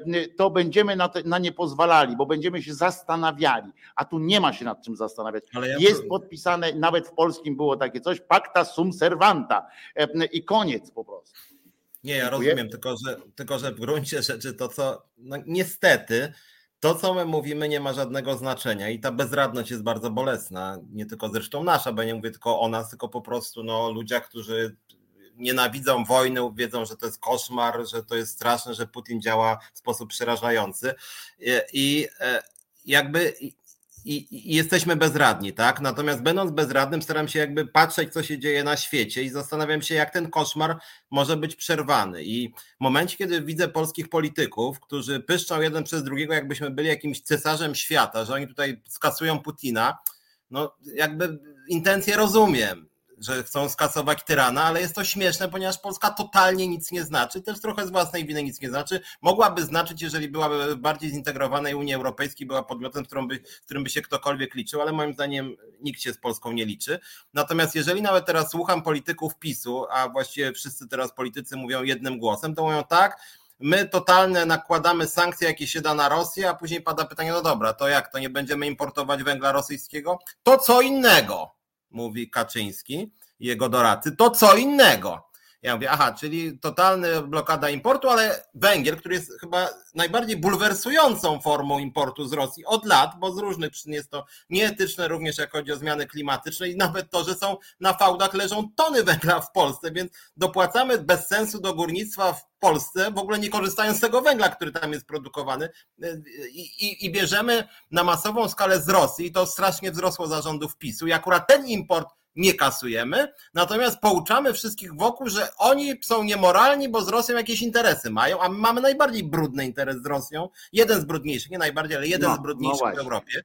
to będziemy na, te, na nie pozwalali, bo będziemy się zastanawiali. A tu nie ma się nad czym zastanawiać. Ja jest prób... podpisane, nawet w polskim było takie coś, pacta sum servanta i koniec po prostu. Nie, ja Dziękuję. rozumiem, tylko że, tylko że w gruncie rzeczy to, co no niestety, to co my mówimy nie ma żadnego znaczenia i ta bezradność jest bardzo bolesna, nie tylko zresztą nasza, bo ja nie mówię tylko o nas, tylko po prostu no, ludziach, którzy nienawidzą wojny, wiedzą, że to jest koszmar, że to jest straszne, że Putin działa w sposób przerażający i, i jakby... I, I jesteśmy bezradni, tak? Natomiast będąc bezradnym, staram się jakby patrzeć, co się dzieje na świecie i zastanawiam się, jak ten koszmar może być przerwany. I w momencie, kiedy widzę polskich polityków, którzy pyszczą jeden przez drugiego, jakbyśmy byli jakimś cesarzem świata, że oni tutaj skasują Putina, no jakby intencje rozumiem, że chcą skasować tyrana, ale jest to śmieszne, ponieważ Polska totalnie nic nie znaczy, też trochę z własnej winy nic nie znaczy. Mogłaby znaczyć, jeżeli byłaby w bardziej zintegrowanej Unii Europejskiej, była podmiotem, w którym by, w którym by się ktokolwiek liczył, ale moim zdaniem nikt się z Polską nie liczy. Natomiast jeżeli nawet teraz słucham polityków PiSu, a właściwie wszyscy teraz politycy mówią jednym głosem, to mówią tak, my totalne nakładamy sankcje, jakie się da na Rosję, a później pada pytanie, no dobra, to jak, to nie będziemy importować węgla rosyjskiego? To co innego, mówi Kaczyński i jego doradcy, to co innego. Ja mówię, aha, czyli totalna blokada importu, ale węgiel, który jest chyba najbardziej bulwersującą formą importu z Rosji od lat, bo z różnych przyczyn jest to nieetyczne, również jak chodzi o zmiany klimatyczne i nawet to, że są na fałdach leżą tony węgla w Polsce, więc dopłacamy bez sensu do górnictwa w Polsce, w ogóle nie korzystając z tego węgla, który tam jest produkowany i, i, i bierzemy na masową skalę z Rosji i to strasznie wzrosło za rządów PiSu i akurat ten import nie kasujemy, natomiast pouczamy wszystkich wokół, że oni są niemoralni, bo z Rosją jakieś interesy mają, a my mamy najbardziej brudny interes z Rosją, jeden z brudniejszych, nie najbardziej, ale jeden no, z brudniejszych no w Europie.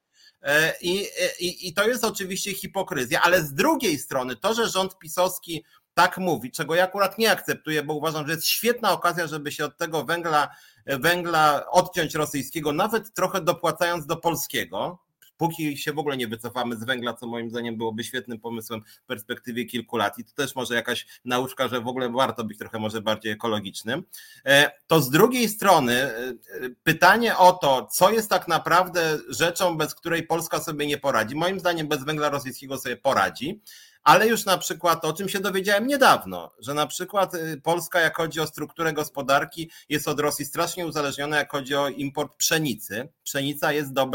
I, i, I to jest oczywiście hipokryzja, ale z drugiej strony to, że rząd pisowski tak mówi, czego ja akurat nie akceptuję, bo uważam, że jest świetna okazja, żeby się od tego węgla, węgla odciąć rosyjskiego, nawet trochę dopłacając do polskiego, póki się w ogóle nie wycofamy z węgla, co moim zdaniem byłoby świetnym pomysłem w perspektywie kilku lat i to też może jakaś nauczka, że w ogóle warto być trochę może bardziej ekologicznym, to z drugiej strony pytanie o to, co jest tak naprawdę rzeczą, bez której Polska sobie nie poradzi, moim zdaniem bez węgla rosyjskiego sobie poradzi, ale już na przykład, o czym się dowiedziałem niedawno, że na przykład Polska, jak chodzi o strukturę gospodarki, jest od Rosji strasznie uzależniona, jak chodzi o import pszenicy. Pszenica jest dobrem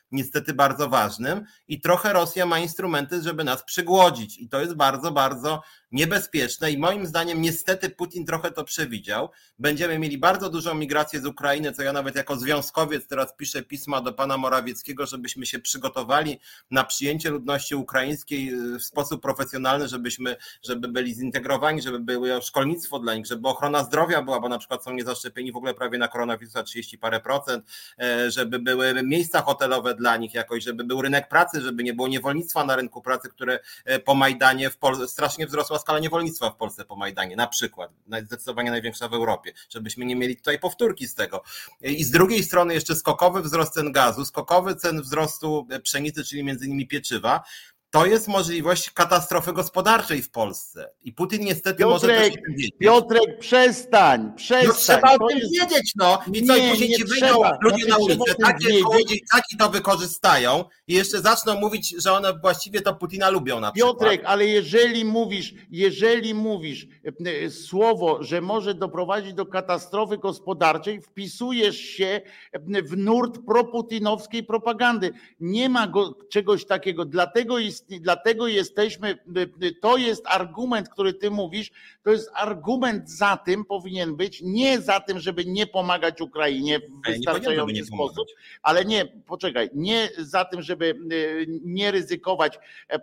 niestety bardzo ważnym i trochę Rosja ma instrumenty, żeby nas przygłodzić i to jest bardzo, bardzo niebezpieczne i moim zdaniem niestety Putin trochę to przewidział. Będziemy mieli bardzo dużą migrację z Ukrainy, co ja nawet jako związkowiec teraz piszę pisma do pana Morawieckiego, żebyśmy się przygotowali na przyjęcie ludności ukraińskiej w sposób profesjonalny, żebyśmy, żeby byli zintegrowani, żeby było szkolnictwo dla nich, żeby ochrona zdrowia była, bo na przykład są niezaszczepieni w ogóle prawie na koronawirusa trzydzieści parę procent, żeby były miejsca hotelowe dla nich jakoś, żeby był rynek pracy, żeby nie było niewolnictwa na rynku pracy, które po Majdanie w Polsce strasznie wzrosła skala niewolnictwa w Polsce po Majdanie, na przykład, zdecydowanie największa w Europie, żebyśmy nie mieli tutaj powtórki z tego. I z drugiej strony jeszcze skokowy wzrost cen gazu, skokowy cen wzrostu pszenicy, czyli między innymi pieczywa, to jest możliwość katastrofy gospodarczej w Polsce. I Putin niestety Piotrek, może też o tym wiedzieć. Piotrek, przestań, przestań. No trzeba o To tym jest... wiedzieć, no. I co, Nie, i później nie ci trzeba. wyjdą ludzie Znaczy, na trzeba ulicę, o tym takie wiedzieć. kołodziejczaki to wykorzystają i jeszcze zaczną mówić, że one właściwie to Putina lubią na przykład. Piotrek, ale jeżeli mówisz, jeżeli mówisz e, słowo, że może doprowadzić do katastrofy gospodarczej, wpisujesz się w nurt proputinowskiej propagandy. Nie ma go, czegoś takiego, dlatego, jest, dlatego jesteśmy, to jest argument, który ty mówisz, to jest argument za tym powinien być, nie za tym, żeby nie pomagać Ukrainie w wystarczający sposób, ale nie, poczekaj, nie za tym, żeby nie ryzykować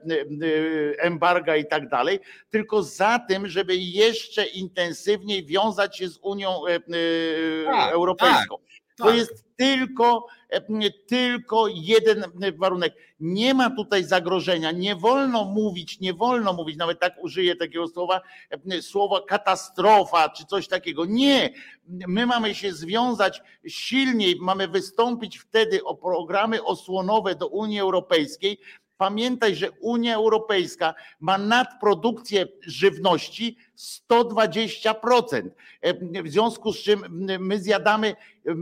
embarga i tak dalej, tylko za tym, żeby jeszcze intensywniej wiązać się z Unią tak, Europejską. Tak, to tak. jest tylko, tylko jeden warunek. Nie ma tutaj zagrożenia. Nie wolno mówić, nie wolno mówić, nawet tak użyję takiego słowa, słowa katastrofa czy coś takiego. Nie. My mamy się związać silniej, mamy wystąpić wtedy o programy osłonowe do Unii Europejskiej. Pamiętaj, że Unia Europejska ma nadprodukcję żywności sto dwadzieścia procent. W związku z czym my zjadamy,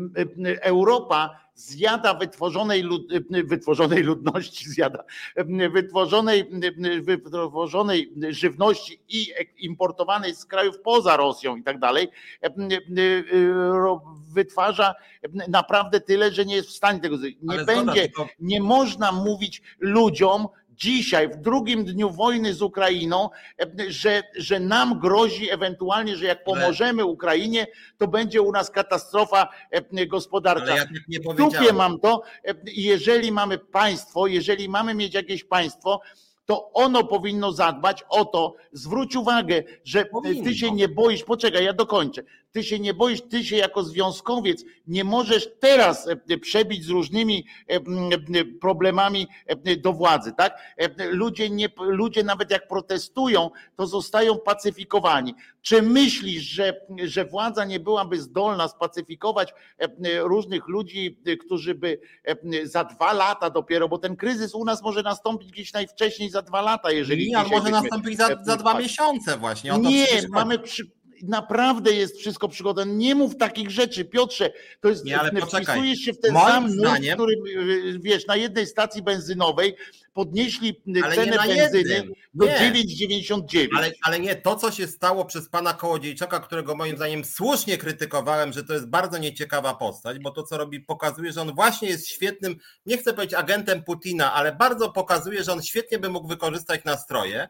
Europa zjada wytworzonej, lud, wytworzonej ludności, zjada wytworzonej, wytworzonej żywności i importowanej z krajów poza Rosją i tak dalej, wytwarza naprawdę tyle, że nie jest w stanie tego zrobić. Nie Ale będzie, zgoda, to... nie można mówić ludziom dzisiaj, w drugim dniu wojny z Ukrainą, że, że nam grozi ewentualnie, że jak pomożemy Ukrainie, to będzie u nas katastrofa gospodarcza. Ale ja tak nie w dupie mam to, jeżeli mamy państwo, jeżeli mamy mieć jakieś państwo, to ono powinno zadbać o to, zwróć uwagę, że powinno. Ty się nie boisz, poczekaj, ja dokończę, ty się nie boisz, ty się jako związkowiec nie możesz teraz przebić z różnymi problemami do władzy, tak? Ludzie, nie, ludzie nawet jak protestują, to zostają pacyfikowani. Czy myślisz, że, że władza nie byłaby zdolna spacyfikować różnych ludzi, którzy by za dwa lata dopiero, bo ten kryzys u nas może nastąpić gdzieś najwcześniej za dwa lata, jeżeli... Nie, on może nastąpić za, za dwa miesiące właśnie. O to nie, mamy... Przy... Naprawdę jest wszystko przygotowane. Nie mów takich rzeczy, Piotrze. To jest, nie, ale wpisujesz się w ten Moim sam zdaniem... nurt, który, wiesz, na jednej stacji benzynowej podnieśli ale cenę benzyny jednym. do dziewięć dziewięćdziesiąt dziewięć. Ale, ale nie, to co się stało przez pana Kołodziejczaka, którego moim zdaniem słusznie krytykowałem, że to jest bardzo nieciekawa postać, bo to co robi pokazuje, że on właśnie jest świetnym, nie chcę powiedzieć agentem Putina, ale bardzo pokazuje, że on świetnie by mógł wykorzystać nastroje.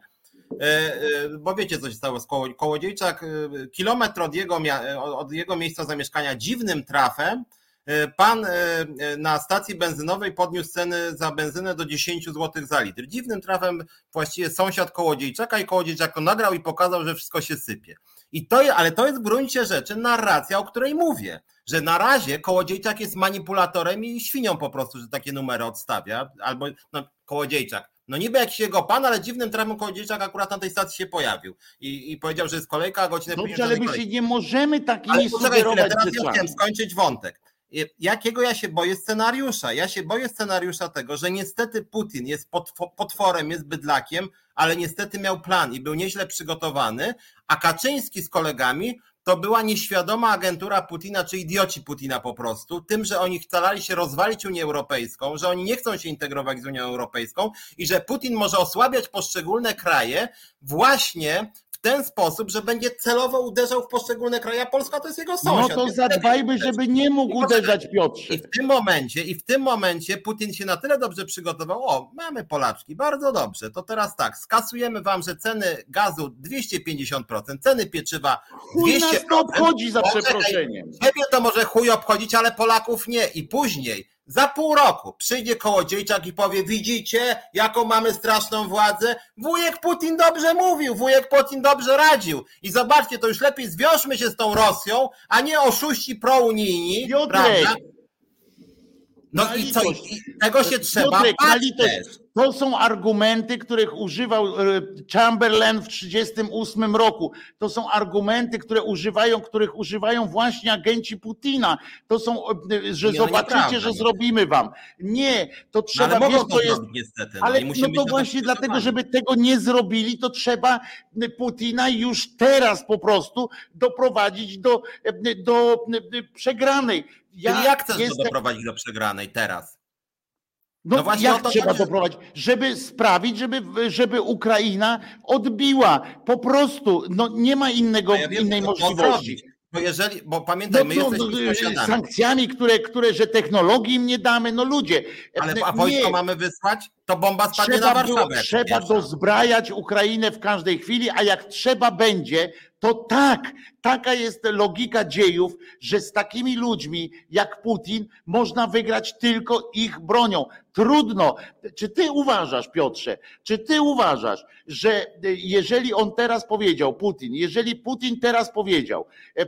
Bo wiecie, co się stało z Kołodziejczak, kilometr od jego, od jego miejsca zamieszkania dziwnym trafem pan na stacji benzynowej podniósł ceny za benzynę do dziesięć złotych za litr. Dziwnym trafem właściwie sąsiad Kołodziejczaka i Kołodziejczak to nagrał i pokazał, że wszystko się sypie. I to, ale to jest w gruncie rzeczy narracja, o której mówię, że na razie Kołodziejczak jest manipulatorem i świnią po prostu, że takie numery odstawia, albo no, Kołodziejczak. No niby jakiś jego pan, ale dziwnym trafem Kołodziejczak akurat na tej stacji się pojawił i, i powiedział, że jest kolejka, a godzinę Dobrze, później... ale my się nie możemy takimi ale sugerować teraz rzeczami. Ja chciałem skończyć wątek. Jakiego ja się boję scenariusza? Ja się boję scenariusza tego, że niestety Putin jest potworem, jest bydlakiem, ale niestety miał plan i był nieźle przygotowany, a Kaczyński z kolegami to była nieświadoma agentura Putina, czy idioci Putina po prostu, tym, że oni starali się rozwalić Unię Europejską, że oni nie chcą się integrować z Unią Europejską i że Putin może osłabiać poszczególne kraje właśnie w w ten sposób, że będzie celowo uderzał w poszczególne kraje, a Polska to jest jego sąsiad. No to zadbajmy, żeby nie mógł uderzać, Piotrze. I w tym momencie, i w tym momencie Putin się na tyle dobrze przygotował, o, mamy Polaczki, bardzo dobrze, to teraz tak, skasujemy wam, że ceny gazu dwieście pięćdziesiąt procent, ceny pieczywa dwieście procent. Chuj nas to obchodzi, za przeproszeniem. Ciebie to może chuj obchodzić, ale Polaków nie. I później, za pół roku przyjdzie Kołodziejczak i powie, widzicie, jaką mamy straszną władzę? Wujek Putin dobrze mówił, wujek Putin dobrze radził. I zobaczcie, to już lepiej zwiążmy się z tą Rosją, a nie oszuści prounijni, prawda? No i co? I tego się trzeba Piotrek, bać też. To są argumenty, których używał Chamberlain w trzydziestym ósmym roku. To są argumenty, które używają, których używają właśnie agenci Putina. To są, że nie, zobaczycie, no że zrobimy wam. Nie, to trzeba, no, ale wiesz, to jest. Zrobić, niestety, no. Ale no to właśnie dlatego, żeby tego nie zrobili, to trzeba Putina już teraz po prostu doprowadzić do, do przegranej. Ja Czyli jak chcesz jestem... to doprowadzić do przegranej teraz? No, no właśnie jak trzeba doprowadzić? Żeby sprawić, żeby, żeby Ukraina odbiła. Po prostu, no nie ma innego, no ja wiem, innej możliwości. Bo jeżeli, bo pamiętaj, no, my no, jesteśmy sąsiadami. Sankcjami, które, które, że technologii im nie damy, no ludzie. Ale a wojsko nie. mamy wysłać? To bomba spadnie trzeba na Warszawę. Było, trzeba dozbrajać Ukrainę w każdej chwili, a jak trzeba będzie, to tak, taka jest logika dziejów, że z takimi ludźmi jak Putin można wygrać tylko ich bronią. Trudno. Czy ty uważasz, Piotrze, czy ty uważasz, że jeżeli on teraz powiedział, Putin, jeżeli Putin teraz powiedział,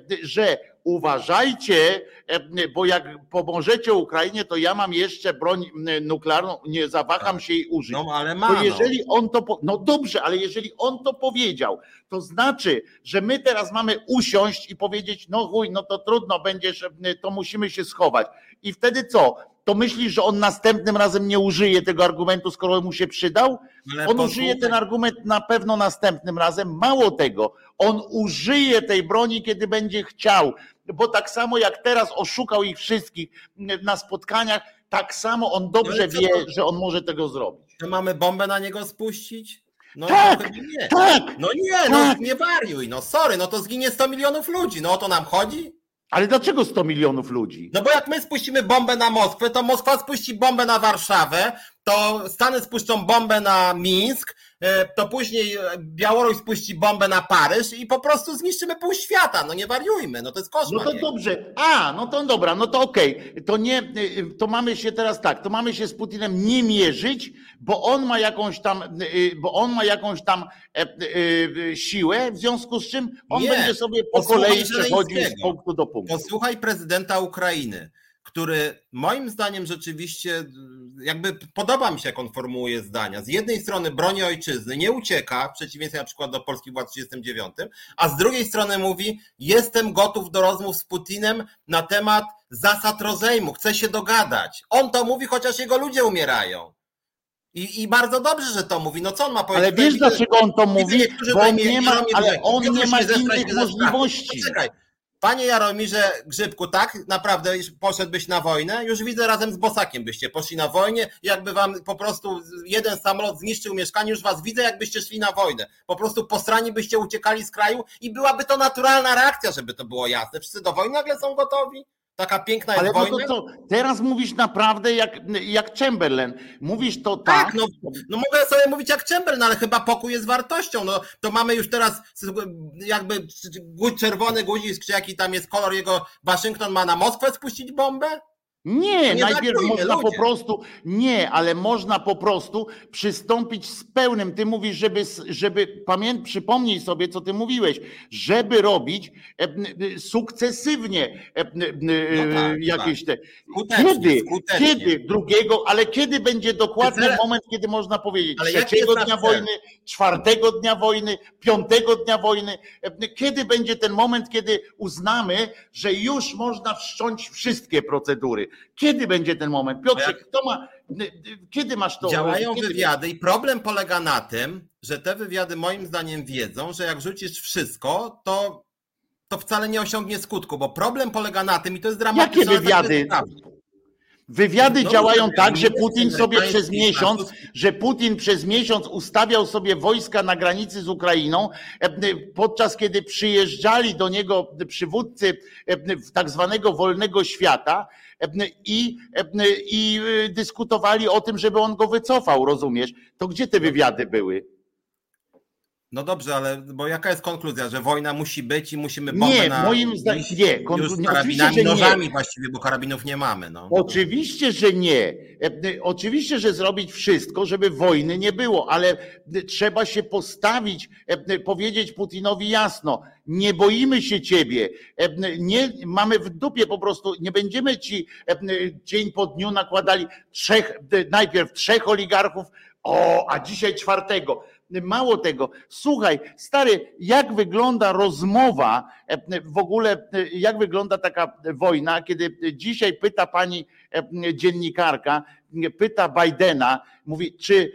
że uważajcie, bo jak pomożecie Ukrainie, to ja mam jeszcze broń nuklearną, nie zawaham się jej użyć. No, ale ma, to jeżeli on to, no dobrze, ale jeżeli on to powiedział, to znaczy, że my teraz mamy usiąść i powiedzieć, no chuj, no to trudno będziesz, to musimy się schować. I wtedy co? To myślisz, że on następnym razem nie użyje tego argumentu, skoro mu się przydał? Ale on posłuchaj. użyje ten argument na pewno następnym razem. Mało tego, on użyje tej broni, kiedy będzie chciał. Bo tak samo jak teraz oszukał ich wszystkich na spotkaniach, tak samo on dobrze wie, to, że on może tego zrobić. To mamy bombę na niego spuścić? No, tak, no nie. tak. No nie, tak. no nie wariuj, no sorry, no to zginie sto milionów ludzi, no o to nam chodzi? Ale dlaczego sto milionów ludzi? No bo jak my spuścimy bombę na Moskwę, to Moskwa spuści bombę na Warszawę, to Stany spuszczą bombę na Mińsk, to później Białoruś spuści bombę na Paryż i po prostu zniszczymy pół świata. No nie wariujmy, no to jest koszmar. No to dobrze. A, no to dobra, no to okej. Okay. To nie, to mamy się teraz tak, to mamy się z Putinem nie mierzyć, bo on ma jakąś tam, bo on ma jakąś tam siłę, w związku z czym on nie. będzie sobie po Posłuchaj kolei przechodził z punktu do punktu. Posłuchaj prezydenta Ukrainy, który moim zdaniem rzeczywiście jakby podoba mi się, jak on formułuje zdania. Z jednej strony broni ojczyzny, nie ucieka, w przeciwieństwie na przykład do polskich władz w trzydziestym dziewiątym, a z drugiej strony mówi, jestem gotów do rozmów z Putinem na temat zasad rozejmu, chcę się dogadać. On to mówi, chociaż jego ludzie umierają. I, I bardzo dobrze, że to mówi. No co on ma powiedzieć? Ale wiesz, dlaczego on to mówi? Bo on nie ma, ale on nie ma innych możliwości. Poczekaj. Panie Jaromirze Grzybku, tak naprawdę poszedłbyś na wojnę? Już widzę, razem z Bosakiem byście poszli na wojnę, jakby wam po prostu jeden samolot zniszczył mieszkanie, już was widzę, jakbyście szli na wojnę. Po prostu posrani byście uciekali z kraju i byłaby to naturalna reakcja, żeby to było jasne. Wszyscy do wojny nagle są gotowi? Taka piękna jest Ale wojna. No to co? Teraz mówisz naprawdę jak, jak Chamberlain. Mówisz to tak. Tak, no, no mogę sobie mówić jak Chamberlain, ale chyba pokój jest wartością. No to mamy już teraz jakby czerwony guzik, czy jaki tam jest kolor jego, Waszyngton ma na Moskwę spuścić bombę? Nie, nie najpierw można ludzie. po prostu, nie, ale można po prostu przystąpić z pełnym, ty mówisz, żeby, żeby pamięt, przypomnij sobie, co ty mówiłeś, żeby robić e, sukcesywnie e, no tak, jakieś tak. te, skutecznie, kiedy, skutecznie. kiedy drugiego, ale kiedy będzie dokładny Cezary... moment, kiedy można powiedzieć, ale trzeciego dnia wojny, czwartego dnia wojny, piątego dnia wojny, e, kiedy będzie ten moment, kiedy uznamy, że już można wszcząć wszystkie procedury. Kiedy będzie ten moment? Piotrze, kto ma, kiedy masz to? Działają kiedy... wywiady i problem polega na tym, że te wywiady moim zdaniem wiedzą, że jak rzucisz wszystko, to, to wcale nie osiągnie skutku, bo problem polega na tym i to jest dramatyczne. Jakie wywiady? Wywiady No, działają no, tak, że nie Putin jest sobie amerykański, przez miesiąc, francuski. że Putin przez miesiąc ustawiał sobie wojska na granicy z Ukrainą, podczas kiedy przyjeżdżali do niego przywódcy tak zwanego wolnego świata i, i dyskutowali o tym, żeby on go wycofał, rozumiesz? To gdzie te wywiady były? No dobrze, ale bo jaka jest konkluzja, że wojna musi być i musimy bombę Nie, na moim zdaniem nie. już z Nie, karabinami, oczywiście, że nożami nie. właściwie, bo karabinów nie mamy. No. Oczywiście, że nie. Oczywiście, że zrobić wszystko, żeby wojny nie było, ale trzeba się postawić, powiedzieć Putinowi jasno, nie boimy się ciebie, nie mamy w dupie po prostu, nie będziemy ci dzień po dniu nakładali trzech, najpierw trzech oligarchów, o, a dzisiaj czwartego. Mało tego, słuchaj, stary, jak wygląda rozmowa, w ogóle jak wygląda taka wojna, kiedy dzisiaj pyta pani dziennikarka, pyta Bidena, mówi, czy,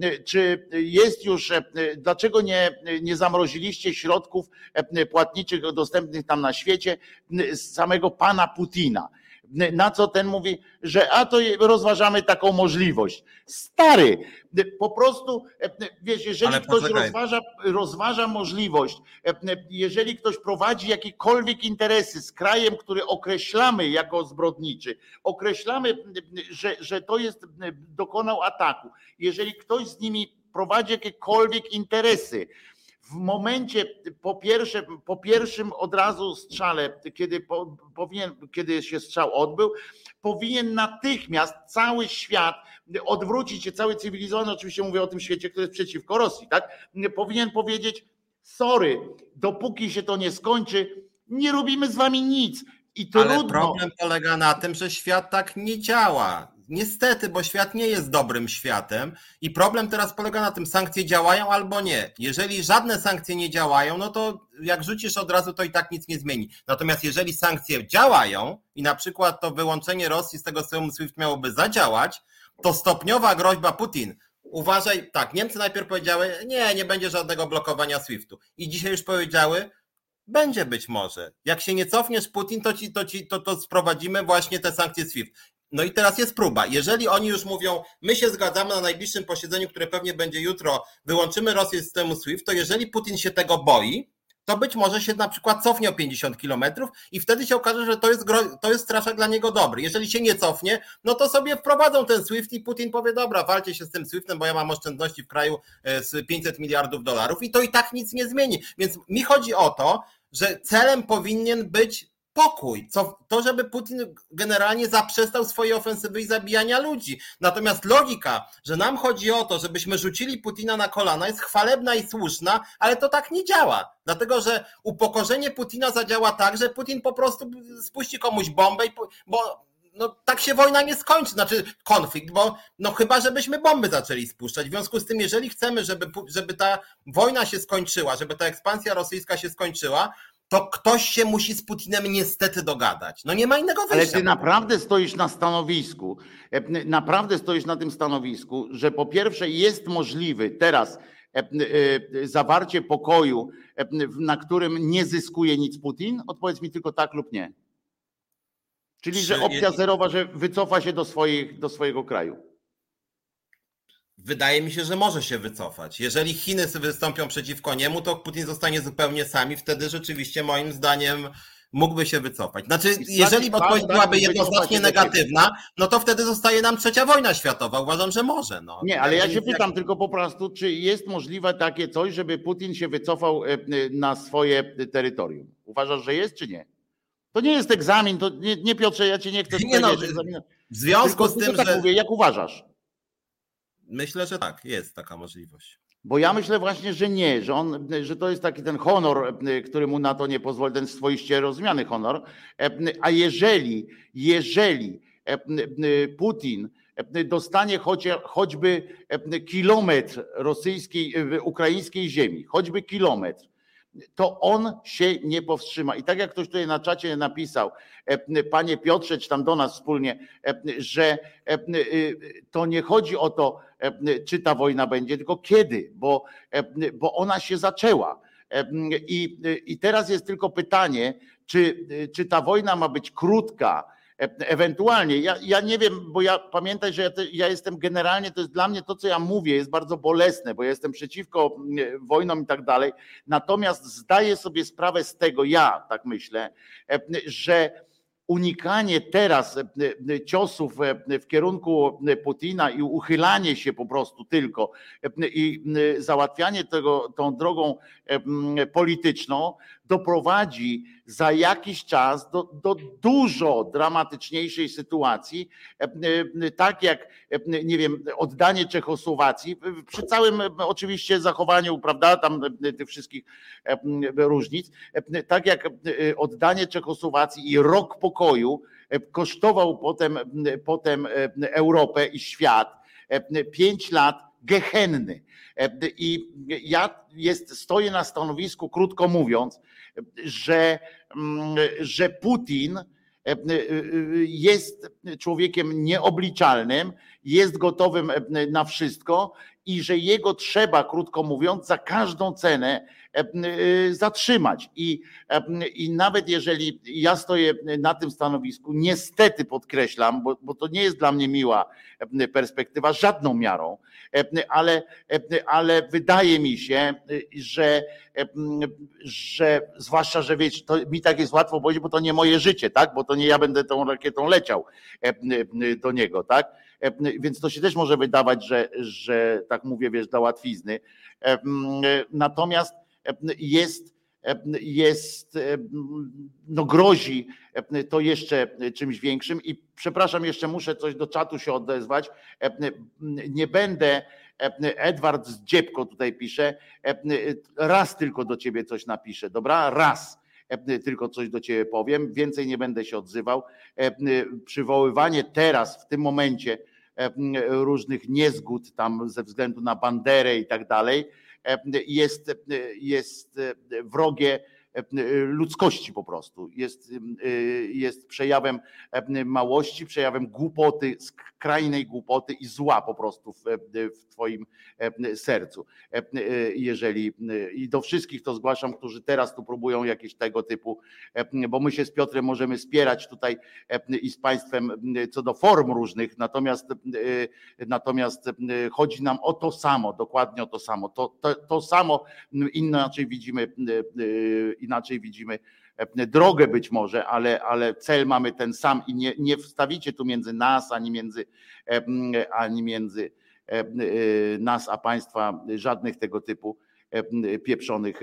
czy jest już, dlaczego nie, nie zamroziliście środków płatniczych dostępnych tam na świecie z samego pana Putina. Na co ten mówi, że a to rozważamy taką możliwość. Stary, po prostu, wiesz, jeżeli Ale ktoś poczekaj. rozważa, rozważa możliwość, jeżeli ktoś prowadzi jakiekolwiek interesy z krajem, który określamy jako zbrodniczy, określamy, że, że to jest, dokonał ataku, jeżeli ktoś z nimi prowadzi jakiekolwiek interesy, w momencie, po pierwsze, po pierwszym od razu strzale, kiedy, po, powinien, kiedy się strzał odbył, powinien natychmiast cały świat odwrócić się, cały cywilizowany, oczywiście mówię o tym świecie, który jest przeciwko Rosji, tak? Powinien powiedzieć, sorry, dopóki się to nie skończy, nie robimy z wami nic. I trudno. Ale problem polega na tym, że świat tak nie działa. Niestety, bo świat nie jest dobrym światem i problem teraz polega na tym, sankcje działają albo nie. Jeżeli żadne sankcje nie działają, no to jak rzucisz od razu, to i tak nic nie zmieni. Natomiast jeżeli sankcje działają i na przykład to wyłączenie Rosji z tego systemu SWIFT miałoby zadziałać, to stopniowa groźba Putin. Uważaj, tak, Niemcy najpierw powiedziały, nie, nie będzie żadnego blokowania SWIFT-u. I dzisiaj już powiedziały, będzie być może. Jak się nie cofniesz Putin, to, ci, to, ci, to, to sprowadzimy właśnie te sankcje SWIFT. No i teraz jest próba. Jeżeli oni już mówią, my się zgadzamy na najbliższym posiedzeniu, które pewnie będzie jutro, wyłączymy Rosję z systemu SWIFT, to jeżeli Putin się tego boi, to być może się na przykład cofnie o pięćdziesiąt kilometrów i wtedy się okaże, że to jest, to jest straszak dla niego dobry. Jeżeli się nie cofnie, no to sobie wprowadzą ten SWIFT i Putin powie, dobra, walcie się z tym SWIFTem, bo ja mam oszczędności w kraju z pięćset miliardów dolarów i to i tak nic nie zmieni. Więc mi chodzi o to, że celem powinien być pokój, co, to żeby Putin generalnie zaprzestał swojej ofensywy i zabijania ludzi. Natomiast logika, że nam chodzi o to, żebyśmy rzucili Putina na kolana, jest chwalebna i słuszna, ale to tak nie działa. Dlatego, że upokorzenie Putina zadziała tak, że Putin po prostu spuści komuś bombę, i, bo no, tak się wojna nie skończy, znaczy konflikt, bo no chyba, żebyśmy bomby zaczęli spuszczać. W związku z tym, jeżeli chcemy, żeby, żeby ta wojna się skończyła, żeby ta ekspansja rosyjska się skończyła, to ktoś się musi z Putinem niestety dogadać. No nie ma innego wyjścia. Ale ty naprawdę stoisz na stanowisku, naprawdę stoisz na tym stanowisku, że po pierwsze jest możliwy teraz zawarcie pokoju, na którym nie zyskuje nic Putin? Odpowiedz mi tylko tak lub nie. Czyli, że opcja zerowa, że wycofa się do, swoich, do swojego kraju. Wydaje mi się, że może się wycofać. Jeżeli Chiny wystąpią przeciwko niemu, to Putin zostanie zupełnie sami. Wtedy rzeczywiście moim zdaniem mógłby się wycofać. Znaczy, jeżeli odpowiedź byłaby jednoznacznie negatywna, no to wtedy zostaje nam trzecia wojna światowa. Uważam, że może. No. Nie, ale ja się pytam tylko po prostu, czy jest możliwe takie coś, żeby Putin się wycofał na swoje terytorium? Uważasz, że jest, czy nie? To nie jest egzamin, to nie, nie Piotrze, ja cię nie chcę nie no, w związku tylko, z tym, tak że... mówię, jak uważasz? Myślę, że tak, jest taka możliwość. Bo ja myślę właśnie, że nie, że, on, że to jest taki ten honor, który mu na to nie pozwoli, ten swoiście rozumiany honor. A jeżeli, jeżeli Putin dostanie choćby kilometr rosyjskiej, ukraińskiej ziemi, choćby kilometr, to on się nie powstrzyma. I tak jak ktoś tutaj na czacie napisał, panie Piotrze, czy tam do nas wspólnie, że to nie chodzi o to, czy ta wojna będzie, tylko kiedy, bo, bo ona się zaczęła. I, I teraz jest tylko pytanie, czy, czy ta wojna ma być krótka Ewentualnie, ja, ja nie wiem, bo ja pamiętaj, że ja, te, ja jestem generalnie, to jest dla mnie to, co ja mówię, jest bardzo bolesne, bo ja jestem przeciwko wojnom i tak dalej. Natomiast zdaję sobie sprawę z tego, ja tak myślę, że unikanie teraz ciosów w kierunku Putina i uchylanie się po prostu tylko i załatwianie tego tą drogą polityczną doprowadzi za jakiś czas do, do dużo dramatyczniejszej sytuacji, tak jak, nie wiem, oddanie Czechosłowacji, przy całym oczywiście zachowaniu, prawda, tam tych wszystkich różnic, tak jak oddanie Czechosłowacji i rok pokoju kosztował potem, potem Europę i świat, pięć lat gehenny. I ja jest, stoję na stanowisku, krótko mówiąc, że, że Putin jest człowiekiem nieobliczalnym, jest gotowym na wszystko i że jego trzeba, krótko mówiąc, za każdą cenę zatrzymać. I, i nawet jeżeli ja stoję na tym stanowisku, niestety podkreślam, bo, bo to nie jest dla mnie miła perspektywa żadną miarą, ale, ale wydaje mi się, że, że zwłaszcza, że wiecie, to mi tak jest łatwo powiedzieć, bo to nie moje życie, tak? Bo to nie ja będę tą rakietą leciał do niego, tak? Więc to się też może wydawać, że, że tak mówię, wiesz, dla łatwizny. Natomiast jest, jest, no grozi to jeszcze czymś większym i przepraszam, jeszcze muszę coś do czatu się odezwać. Nie będę, Edward z Dziebko tutaj pisze, raz tylko do ciebie coś napiszę, dobra? Raz. Tylko coś do ciebie powiem, więcej nie będę się odzywał. Przywoływanie teraz, w tym momencie różnych niezgód tam ze względu na Banderę i tak dalej, jest, jest wrogie ludzkości po prostu. Jest, jest przejawem małości, przejawem głupoty, skrajnej głupoty i zła po prostu w, w twoim sercu. Jeżeli i do wszystkich to zgłaszam, którzy teraz tu próbują jakieś tego typu, bo my się z Piotrem możemy spierać tutaj i z państwem co do form różnych, natomiast natomiast chodzi nam o to samo, dokładnie o to samo. To, to, to samo inaczej widzimy inaczej widzimy drogę być może, ale, ale cel mamy ten sam i nie, nie wstawicie tu między nas, ani między, ani między nas a państwa żadnych tego typu pieprzonych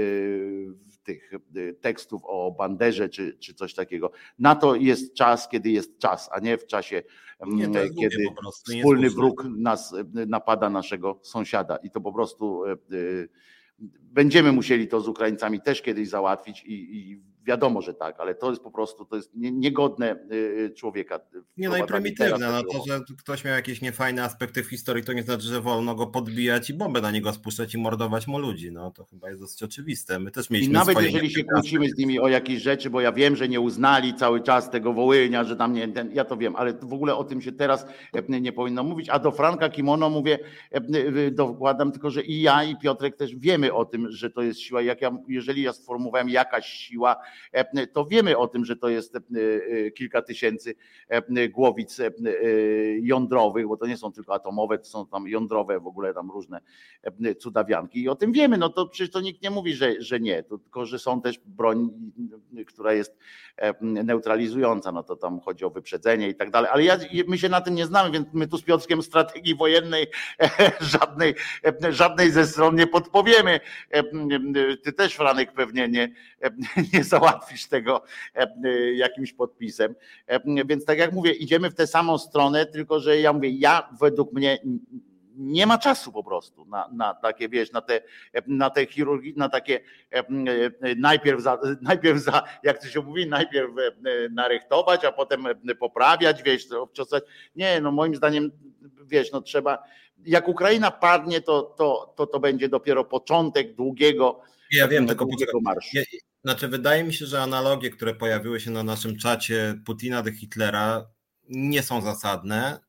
tych tekstów o Banderze czy, czy coś takiego. Na to jest czas, kiedy jest czas, a nie w czasie, nie, kiedy wspólny wróg nas napada naszego sąsiada i to po prostu będziemy musieli to z Ukraińcami też kiedyś załatwić i, i wiadomo, że tak, ale to jest po prostu, to jest niegodne człowieka. Nie, no i prymitywne, no to, że ktoś miał jakieś niefajne aspekty w historii, to nie znaczy, że wolno go podbijać i bombę na niego spuszczać i mordować mu ludzi, no to chyba jest dosyć oczywiste. My też mieliśmy I nawet jeżeli się kłócimy z nimi o jakieś rzeczy, bo ja wiem, że nie uznali cały czas tego Wołynia, że tam nie, ten, ja to wiem, ale w ogóle o tym się teraz nie powinno mówić, a do Franka Kimono mówię, dokładam tylko, że i ja i Piotrek też wiemy o tym, że to jest siła, jak ja, jeżeli ja sformułowałem jakaś siła, to wiemy o tym, że to jest kilka tysięcy głowic jądrowych, bo to nie są tylko atomowe, to są tam jądrowe, w ogóle tam różne cudawianki i o tym wiemy, no to przecież to nikt nie mówi, że, że nie, to tylko, że są też broń, która jest neutralizująca, no to tam chodzi o wyprzedzenie i tak dalej, ale ja, my się na tym nie znamy, więc my tu z Piotrkiem strategii wojennej żadnej, żadnej ze stron nie podpowiemy. Ty też, Franek, pewnie nie, nie załatwisz tego jakimś podpisem. Więc tak jak mówię, idziemy w tę samą stronę, tylko że ja mówię, ja według mnie nie ma czasu po prostu na, na takie, wiesz, na te, na te chirurgii, na takie najpierw za, najpierw za, jak to się mówi, najpierw narechtować, a potem poprawiać, wiesz, obczesać. Nie, no moim zdaniem, wiesz, no trzeba, jak Ukraina padnie, to to, to, to będzie dopiero początek długiego, ja wiem, tylko długiego marszu. Znaczy, wydaje mi się, że analogie, które pojawiły się na naszym czacie Putina do Hitlera nie są zasadne,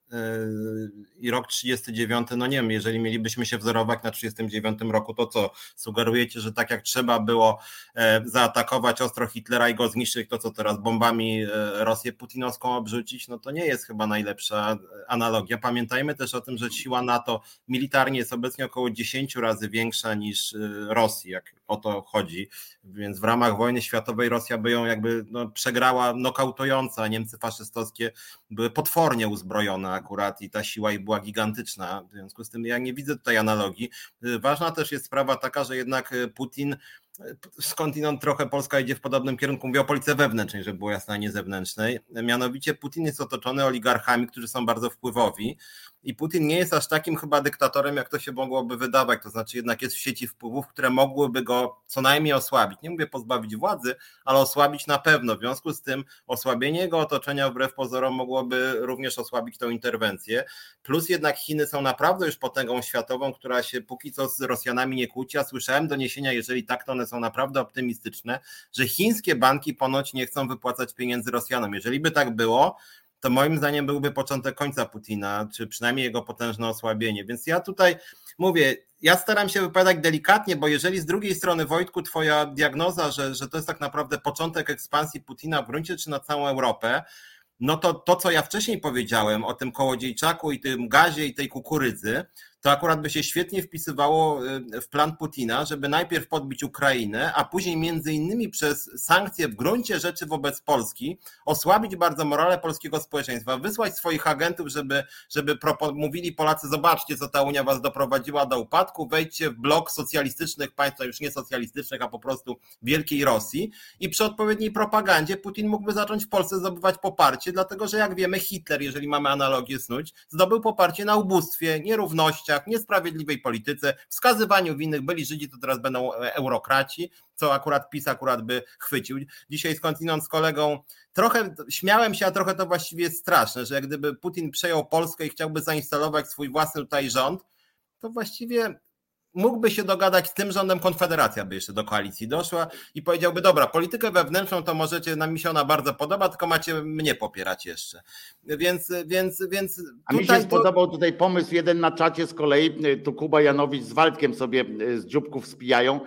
i rok trzydziesty dziewiąty, no nie wiem, jeżeli mielibyśmy się wzorować na trzydziestym dziewiątym roku, to co? Sugerujecie, że tak jak trzeba było zaatakować ostro Hitlera i go zniszczyć, to co teraz bombami Rosję putinowską obrzucić, no to nie jest chyba najlepsza analogia. Pamiętajmy też o tym, że siła NATO militarnie jest obecnie około dziesięć razy większa niż Rosji, jak o to chodzi, więc w ramach wojny światowej Rosja by ją jakby no, przegrała nokautująco, a Niemcy faszystowskie były potwornie uzbrojone akurat i ta siła ich była gigantyczna, w związku z tym ja nie widzę tutaj analogii. Ważna też jest sprawa taka, że jednak Putin, skądinąd trochę Polska idzie w podobnym kierunku, mówię o polityce wewnętrznej, żeby było jasne, a nie zewnętrznej, mianowicie Putin jest otoczony oligarchami, którzy są bardzo wpływowi i Putin nie jest aż takim chyba dyktatorem, jak to się mogłoby wydawać, to znaczy jednak jest w sieci wpływów, które mogłyby go co najmniej osłabić, nie mówię pozbawić władzy, ale osłabić na pewno, w związku z tym osłabienie jego otoczenia wbrew pozorom mogłoby również osłabić tą interwencję, plus jednak Chiny są naprawdę już potęgą światową, która się póki co z Rosjanami nie kłóci, a słyszałem doniesienia, jeżeli tak, to one są naprawdę optymistyczne, że chińskie banki ponoć nie chcą wypłacać pieniędzy Rosjanom. Jeżeli by tak było, to moim zdaniem byłby początek końca Putina, czy przynajmniej jego potężne osłabienie. Więc ja tutaj mówię, ja staram się wypowiadać delikatnie, bo jeżeli z drugiej strony, Wojtku, twoja diagnoza, że, że to jest tak naprawdę początek ekspansji Putina w gruncie czy na całą Europę, no to to, co ja wcześniej powiedziałem o tym kołodziejczaku i tym gazie i tej kukurydzy, to akurat by się świetnie wpisywało w plan Putina, żeby najpierw podbić Ukrainę, a później między innymi przez sankcje w gruncie rzeczy wobec Polski osłabić bardzo morale polskiego społeczeństwa, wysłać swoich agentów, żeby, żeby mówili Polacy, zobaczcie, co ta Unia was doprowadziła do upadku, wejdźcie w blok socjalistycznych państw, już nie socjalistycznych, a po prostu wielkiej Rosji i przy odpowiedniej propagandzie Putin mógłby zacząć w Polsce zdobywać poparcie, dlatego że jak wiemy Hitler, jeżeli mamy analogię snuć, zdobył poparcie na ubóstwie, nierównościach, niesprawiedliwej polityce, wskazywaniu winnych, byli Żydzi, to teraz będą eurokraci, co akurat PiS akurat by chwycił. Dzisiaj skądinąd z kolegą trochę śmiałem się, a trochę to właściwie jest straszne, że jak gdyby Putin przejął Polskę i chciałby zainstalować swój własny tutaj rząd, to właściwie mógłby się dogadać z tym rządem, Konfederacja by jeszcze do koalicji doszła i powiedziałby, dobra, politykę wewnętrzną to możecie, nam mi się ona bardzo podoba, tylko macie mnie popierać jeszcze. Więc, więc, więc A mi się spodobał tutaj pomysł jeden na czacie z kolei, tu Kuba Janowicz z Waldkiem sobie z dzióbków spijają,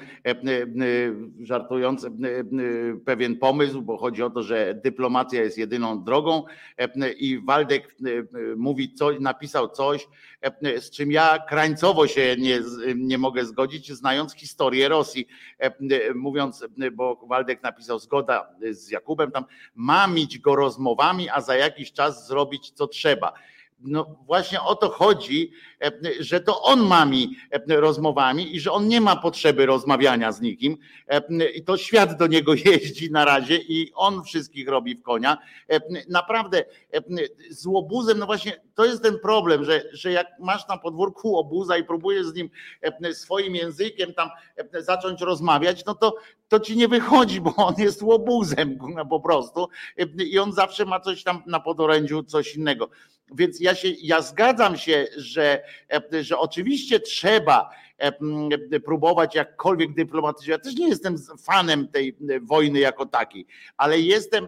żartując, pewien pomysł, bo chodzi o to, że dyplomacja jest jedyną drogą i Waldek mówi, co, napisał coś, z czym ja krańcowo się nie, nie mogę zgodzić, znając historię Rosji, mówiąc, bo Waldek napisał zgoda z Jakubem, tam mamić go rozmowami, a za jakiś czas zrobić co trzeba. No właśnie o to chodzi, że to on mami rozmowami i że on nie ma potrzeby rozmawiania z nikim i to świat do niego jeździ na razie i on wszystkich robi w konia. Naprawdę z łobuzem, no właśnie to jest ten problem, że, że jak masz na podwórku łobuza i próbujesz z nim swoim językiem tam zacząć rozmawiać, no to to ci nie wychodzi, bo on jest łobuzem po prostu i on zawsze ma coś tam na podorędziu, coś innego. Więc ja się, ja zgadzam się, że, że oczywiście trzeba próbować jakkolwiek dyplomatycznie. Ja też nie jestem fanem tej wojny jako takiej, ale jestem,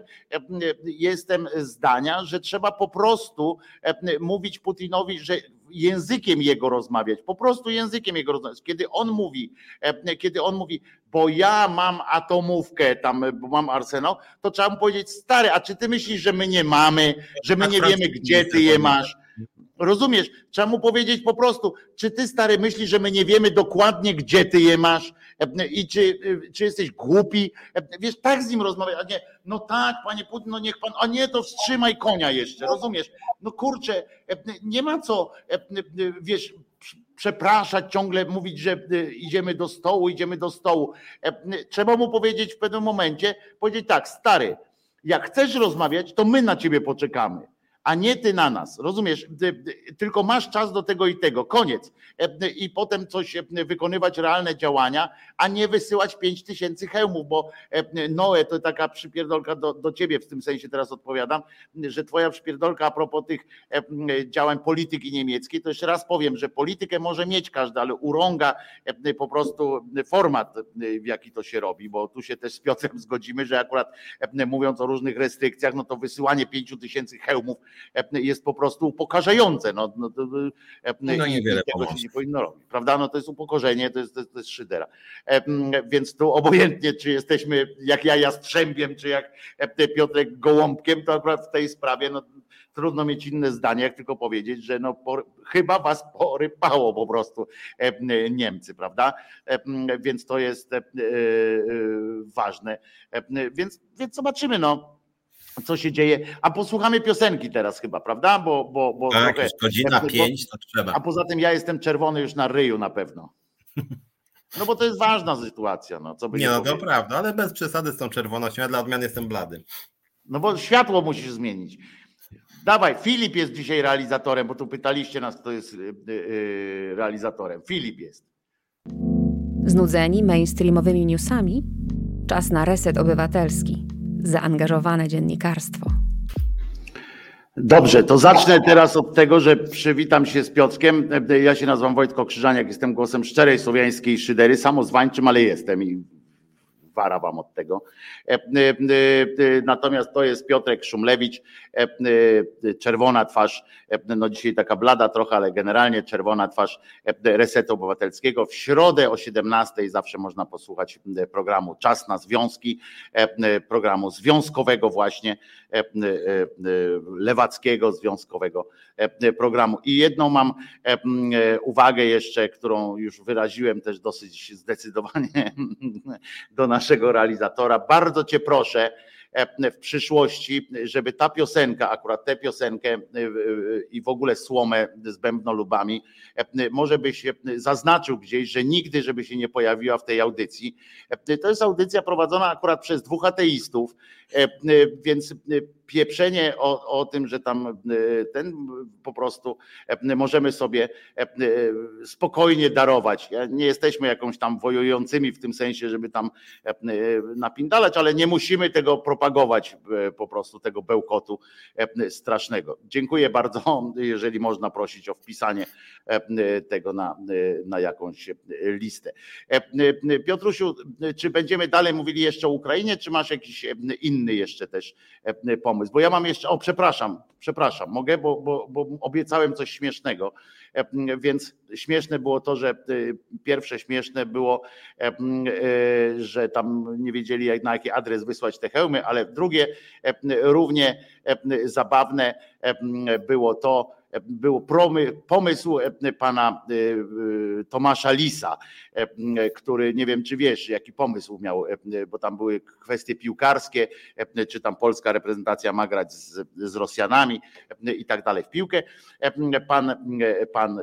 jestem zdania, że trzeba po prostu mówić Putinowi, że językiem jego rozmawiać, po prostu językiem jego rozmawiać. Kiedy on mówi, kiedy on mówi, bo ja mam atomówkę, tam bo mam arsenał, to trzeba mu powiedzieć, stary, a czy ty myślisz, że my nie mamy, że my nie wiemy, gdzie ty je masz? Rozumiesz? Trzeba mu powiedzieć po prostu, czy ty, stary, myślisz, że my nie wiemy dokładnie, gdzie ty je masz i czy, czy jesteś głupi? Wiesz, tak z nim rozmawiać, a nie, no tak, panie Putin, no niech pan, a nie, to wstrzymaj konia jeszcze, rozumiesz? No kurczę, nie ma co, wiesz, przepraszać, ciągle mówić, że idziemy do stołu, idziemy do stołu. Trzeba mu powiedzieć w pewnym momencie, powiedzieć tak, stary, jak chcesz rozmawiać, to my na ciebie poczekamy, a nie ty na nas, rozumiesz? Tylko masz czas do tego i tego, koniec. I potem coś wykonywać realne działania, a nie wysyłać pięć tysięcy hełmów, bo Noe to taka przypierdolka do, do ciebie w tym sensie teraz odpowiadam, że twoja przypierdolka a propos tych działań polityki niemieckiej, to jeszcze raz powiem, że politykę może mieć każdy, ale urąga po prostu format, w jaki to się robi, bo tu się też z Piotrem zgodzimy, że akurat mówiąc o różnych restrykcjach, no to wysyłanie pięciu tysięcy hełmów jest po prostu upokarzające. No, no, no niewiele tego się nie powinno robić, prawda? No to jest upokorzenie, to jest, to jest, to jest szydera. Więc tu obojętnie, czy jesteśmy jak ja Jastrzębiem, czy jak Piotrek Gołąbkiem, to akurat w tej sprawie no, trudno mieć inne zdanie, jak tylko powiedzieć, że no, por, chyba was porypało po prostu Niemcy, prawda? Więc to jest ważne. Więc, więc zobaczymy, no, co się dzieje. A posłuchamy piosenki teraz chyba, prawda? Bo, bo, bo tak, trochę, już godzina pięć, to trzeba. A poza tym ja jestem czerwony już na ryju na pewno. No bo to jest ważna sytuacja. No, co by nie, nie no powiedzieć. to prawda, ale bez przesady z tą czerwonością. Ja dla odmiany jestem blady. No bo światło musisz zmienić. Dawaj, Filip jest dzisiaj realizatorem, bo tu pytaliście nas, kto jest realizatorem. Filip jest. Znudzeni mainstreamowymi newsami? Czas na reset obywatelski. Zaangażowane dziennikarstwo. Dobrze, to zacznę teraz od tego, że przywitam się z Piotrkiem. Ja się nazywam Wojtko Krzyżaniak, jestem głosem szczerej słowiańskiej szydery, samozwańczym, ale jestem i wara wam od tego. Natomiast to jest Piotrek Szumlewicz, czerwona twarz, no dzisiaj taka blada trochę, ale generalnie czerwona twarz Resetu Obywatelskiego. W środę o siedemnastej zawsze można posłuchać programu Czas na Związki, programu związkowego właśnie, lewackiego związkowego programu. I jedną mam uwagę jeszcze, którą już wyraziłem też dosyć zdecydowanie do naszego realizatora. Bardzo cię proszę w przyszłości, żeby ta piosenka, akurat tę piosenkę i w ogóle Słomę z bębnolubami, może byś zaznaczył gdzieś, że nigdy, żeby się nie pojawiła w tej audycji. To jest audycja prowadzona akurat przez dwóch ateistów, więc pieprzenie o, o tym, że tam ten po prostu możemy sobie spokojnie darować. Nie jesteśmy jakąś tam wojującymi w tym sensie, żeby tam napindalać, ale nie musimy tego propagować po prostu, tego bełkotu strasznego. Dziękuję bardzo, jeżeli można prosić o wpisanie tego na, na jakąś listę. Piotrusiu, czy będziemy dalej mówili jeszcze o Ukrainie, czy masz jakiś inny jeszcze też pomysł? Bo ja mam jeszcze, o przepraszam, przepraszam, mogę, bo, bo, bo obiecałem coś śmiesznego, więc śmieszne było to, że pierwsze śmieszne było, że tam nie wiedzieli jak, na jaki adres wysłać te hełmy, ale drugie równie zabawne było to, był pomysł pana Tomasza Lisa, który nie wiem, czy wiesz, jaki pomysł miał, bo tam były kwestie piłkarskie, czy tam polska reprezentacja ma grać z, z Rosjanami i tak dalej w piłkę. Pan, pan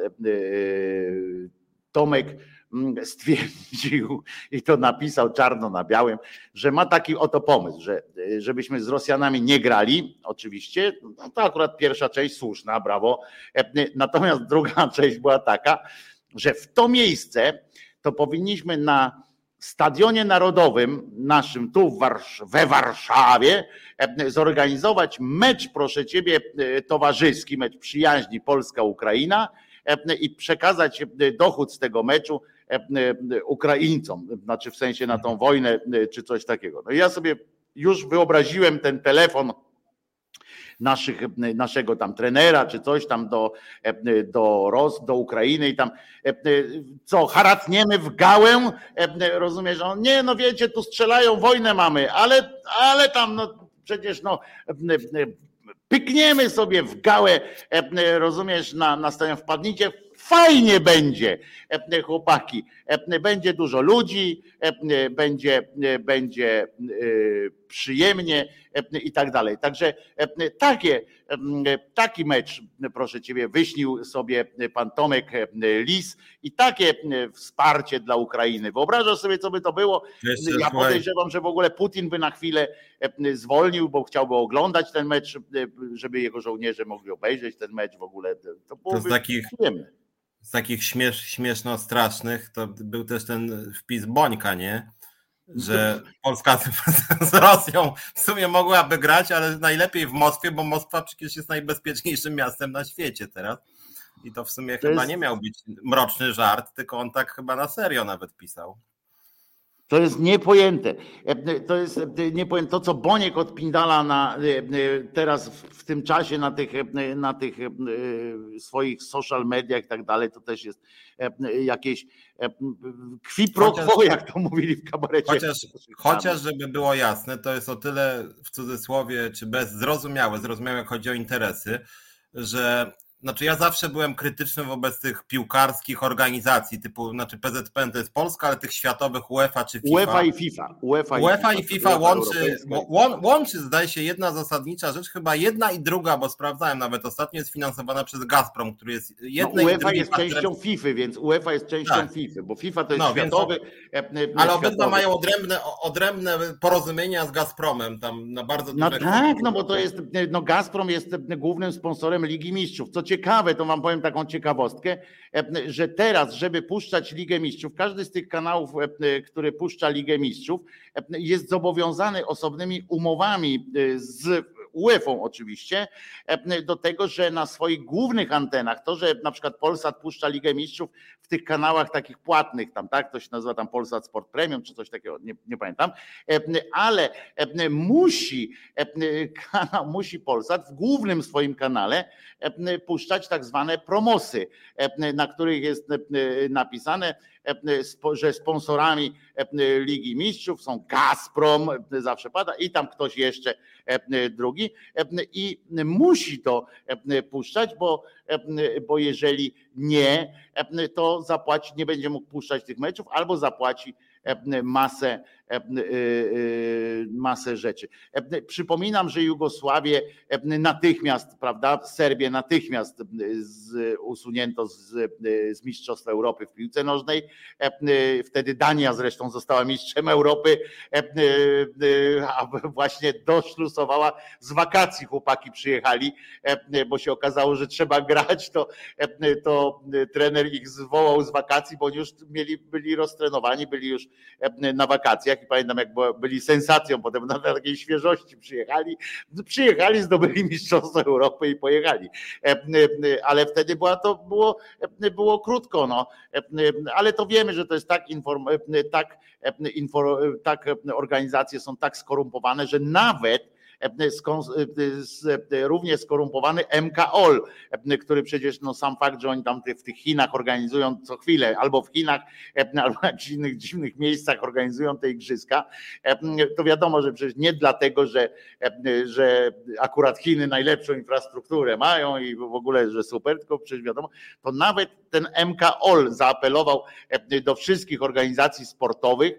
Tomek stwierdził i to napisał czarno na białym, że ma taki oto pomysł, że żebyśmy z Rosjanami nie grali, oczywiście, no to akurat pierwsza część słuszna, brawo, natomiast druga część była taka, że w to miejsce to powinniśmy na Stadionie Narodowym naszym tu w Warsz- we Warszawie zorganizować mecz, proszę ciebie, towarzyski, mecz przyjaźni Polska-Ukraina i przekazać dochód z tego meczu Ukraińcom, znaczy w sensie na tą wojnę czy coś takiego. No ja sobie już wyobraziłem ten telefon naszych, naszego tam trenera czy coś tam do, do Ros, do Ukrainy i tam co, haratniemy w gałę, rozumiesz, on nie, no wiecie, tu strzelają, wojnę mamy, ale, ale tam no przecież no pykniemy sobie w gałę, rozumiesz, na, na stadion, wpadnijcie, fajnie będzie, chłopaki, będzie dużo ludzi, będzie, będzie przyjemnie i tak dalej. Także takie, taki mecz, proszę ciebie, wyśnił sobie pan Tomek Lis i takie wsparcie dla Ukrainy. Wyobrażasz sobie, co by to było? Ja podejrzewam, że w ogóle Putin by na chwilę zwolnił, bo chciałby oglądać ten mecz, żeby jego żołnierze mogli obejrzeć ten mecz w ogóle. To byłoby to z takich, przyjemne. Z takich śmiesz, śmieszno-strasznych to był też ten wpis Bońka, nie? Że Polska z Rosją w sumie mogłaby grać, ale najlepiej w Moskwie, bo Moskwa przecież jest najbezpieczniejszym miastem na świecie teraz. I to w sumie to chyba jest... nie miał być mroczny żart, tylko on tak chyba na serio nawet pisał. To jest niepojęte. To jest niepojęte. To, co Boniek odpindala na, teraz w tym czasie na tych, na tych swoich social mediach i tak dalej, to też jest jakieś qui pro quo, jak to mówili w kabarecie. Chociaż, chociaż, żeby było jasne, to jest o tyle w cudzysłowie, czy bez zrozumiałe, zrozumiałe jak chodzi o interesy, że znaczy ja zawsze byłem krytyczny wobec tych piłkarskich organizacji typu, znaczy P Z P N to jest Polska, ale tych światowych UEFA czy FIFA. UEFA i FIFA. UEFA, UEFA i FIFA, FIFA łączy, łączy, zdaje się, jedna zasadnicza rzecz, chyba jedna i druga, bo sprawdzałem nawet ostatnio, jest finansowana przez Gazprom, który jest jednej no, i UEFA jest partnerem... częścią FIFA, więc UEFA jest częścią tak. FIFA, bo FIFA to jest no, światowy. Więc... Ale obydwa mają odrębne, odrębne porozumienia z Gazpromem tam na bardzo No tak, no bo to jest, no Gazprom jest głównym sponsorem Ligi Mistrzów. Co ciekawe, to wam powiem taką ciekawostkę, że teraz, żeby puszczać Ligę Mistrzów, każdy z tych kanałów, który puszcza Ligę Mistrzów, jest zobowiązany osobnymi umowami z UEFA oczywiście, do tego, że na swoich głównych antenach, to, że na przykład Polsat puszcza Ligę Mistrzów w tych kanałach takich płatnych, tam tak, to się nazywa tam Polsat Sport Premium, czy coś takiego, nie, nie pamiętam, ale musi, kanał, musi Polsat w głównym swoim kanale puszczać tak zwane promosy, na których jest napisane, że sponsorami Ligi Mistrzów są Gazprom, zawsze pada, i tam ktoś jeszcze drugi i musi to puszczać, bo, bo jeżeli nie, to zapłaci, nie będzie mógł puszczać tych meczów albo zapłaci masę, masę rzeczy. Przypominam, że Jugosławię natychmiast, prawda, Serbię natychmiast z, usunięto z, z Mistrzostw Europy w piłce nożnej. Wtedy Dania zresztą została mistrzem Europy, a właśnie doszlusowała, z wakacji chłopaki przyjechali, bo się okazało, że trzeba grać, to, to trener ich zwołał z wakacji, bo oni już mieli, byli roztrenowani, byli już na wakacjach i pamiętam, jak byli sensacją, potem na takiej świeżości przyjechali, przyjechali, zdobyli Mistrzostwo Europy i pojechali. Ale wtedy była to było, było krótko, no. Ale to wiemy, że to jest tak, inform, tak, inform, tak organizacje są tak skorumpowane, że nawet równie skorumpowany M K O L, który przecież no sam fakt, że oni tam w tych Chinach organizują co chwilę, albo w Chinach, albo w jakichś innych dziwnych miejscach organizują te igrzyska, to wiadomo, że przecież nie dlatego, że, że akurat Chiny najlepszą infrastrukturę mają i w ogóle, że super, tylko przecież wiadomo, to nawet ten M K O L zaapelował do wszystkich organizacji sportowych,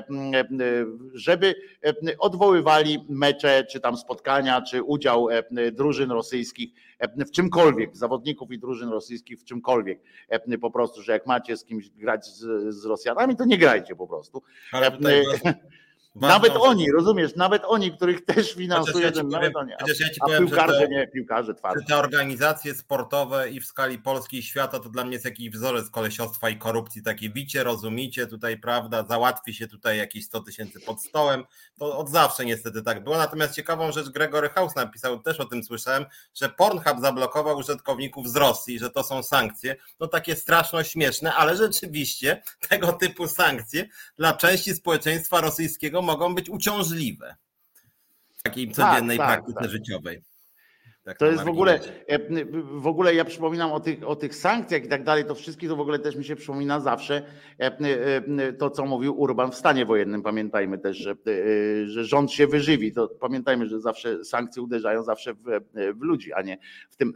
żeby odwoływali mecze, czy tam spotkania, czy udział drużyn rosyjskich w czymkolwiek, zawodników i drużyn rosyjskich w czymkolwiek. Po prostu, że jak macie z kimś grać z, z Rosjanami, to nie grajcie po prostu. Ale tutaj... Nawet ważną, oni, rozumiesz, nawet oni, których też finansuje ja ten, powiem, nawet oni, a, ja ci powiem, a piłkarze te, nie, piłkarze twarde. Te organizacje sportowe i w skali Polski i świata to dla mnie jest jakiś wzorzec kolesiostwa i korupcji, takie wicie, rozumicie, tutaj prawda, załatwi się tutaj jakieś sto tysięcy pod stołem, to od zawsze niestety tak było, natomiast ciekawą rzecz Gregory House napisał, też o tym słyszałem, że Pornhub zablokował użytkowników z Rosji, że to są sankcje, no takie straszno śmieszne, ale rzeczywiście tego typu sankcje dla części społeczeństwa rosyjskiego mogą być uciążliwe w takiej codziennej tak, praktyce tak, tak. życiowej. Tak to jest w ogóle, w ogóle ja przypominam o tych, o tych sankcjach i tak dalej, to wszystkich to w ogóle też mi się przypomina zawsze to, co mówił Urban w stanie wojennym. Pamiętajmy też, że, że rząd się wyżywi. To pamiętajmy, że zawsze sankcje uderzają zawsze w, w ludzi, a nie w tym.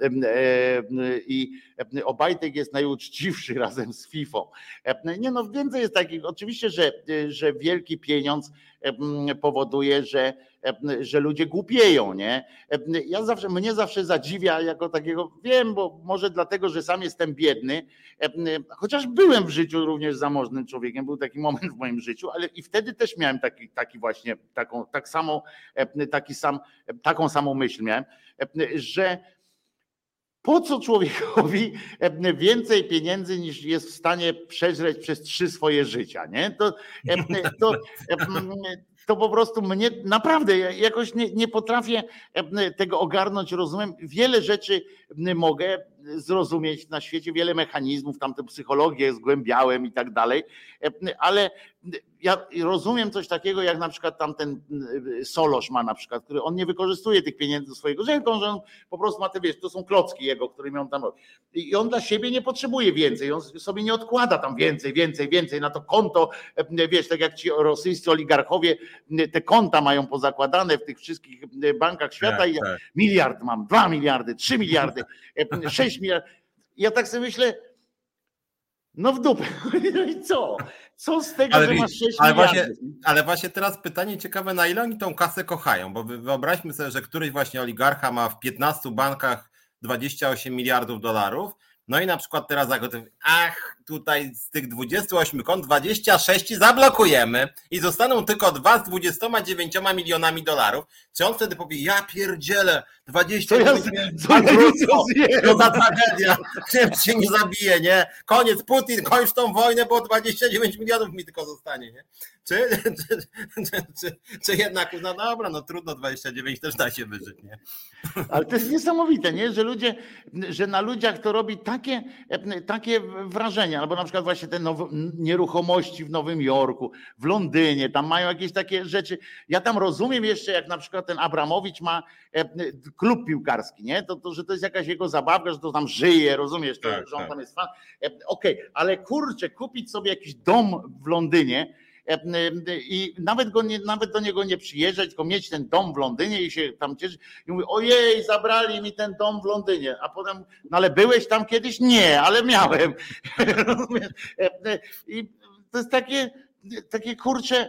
I Obajtek jest najuczciwszy razem z Fifą. Nie no, więcej jest takich, oczywiście, że, że wielki pieniądz powoduje, że, że ludzie głupieją, nie? Ja zawsze, mnie zawsze zadziwia jako takiego, wiem, bo może dlatego, że sam jestem biedny, chociaż byłem w życiu również zamożnym człowiekiem, był taki moment w moim życiu, ale i wtedy też miałem taki, taki właśnie, taką, tak samą, taki sam, taką samą myśl miałem, że po co człowiekowi więcej pieniędzy niż jest w stanie przeżreć przez trzy swoje życia, nie? To, to, to po prostu mnie naprawdę jakoś nie, nie potrafię tego ogarnąć, rozumiem. Wiele rzeczy mogę zrozumieć na świecie, wiele mechanizmów, tam tę psychologię zgłębiałem i tak dalej, ale ja rozumiem coś takiego, jak na przykład tamten Solos ma na przykład, który on nie wykorzystuje tych pieniędzy do swojego życia, że on po prostu ma te, wiesz, to są klocki jego, którymi on tam robi. I on dla siebie nie potrzebuje więcej, on sobie nie odkłada tam więcej, więcej, więcej na to konto, wiesz, tak jak ci rosyjscy oligarchowie te konta mają pozakładane w tych wszystkich bankach świata tak, i tak. miliard mam, dwa miliardy, trzy miliardy, sześć miliardów. Ja tak sobie myślę, no w dupę. I co? Co z tego, ale, że masz sześć ale miliardów? Właśnie, ale właśnie teraz pytanie ciekawe, na ile oni tą kasę kochają, bo wyobraźmy sobie, że któryś właśnie oligarcha ma w piętnastu bankach dwadzieścia osiem miliardów dolarów, no i na przykład teraz ach, tutaj z tych dwudziestu ośmiu kont dwadzieścia sześć zablokujemy i zostaną tylko dwa z dwudziestoma dziewięcioma milionami dolarów. Czy on wtedy powie, ja pierdzielę, dwadzieścia dziewięć to za tragedia, Kreml się nie zabije, nie? Koniec, Putin, kończ tą wojnę, bo dwadzieścia dziewięć milionów mi tylko zostanie, nie? Czy, czy, czy, czy, czy jednak, no dobra, no trudno, dwadzieścia dziewięć też da się wyżyć, nie? Ale to jest niesamowite, nie? Że ludzie, że na ludziach to robi takie, takie wrażenie, albo na przykład właśnie te nowe, nieruchomości w Nowym Jorku, w Londynie, tam mają jakieś takie rzeczy. Ja tam rozumiem jeszcze, jak na przykład ten Abramowicz ma klub piłkarski, nie? To, to, że to jest jakaś jego zabawka, że to tam żyje, rozumiesz, to, tak, że on tak. tam jest fan. Okej, okay, ale kurczę, kupić sobie jakiś dom w Londynie i nawet, go nie, nawet do niego nie przyjeżdżać, tylko mieć ten dom w Londynie i się tam cieszyć i mówi, ojej, zabrali mi ten dom w Londynie, a potem, no ale byłeś tam kiedyś? Nie, ale miałem. I to jest takie, takie kurcze,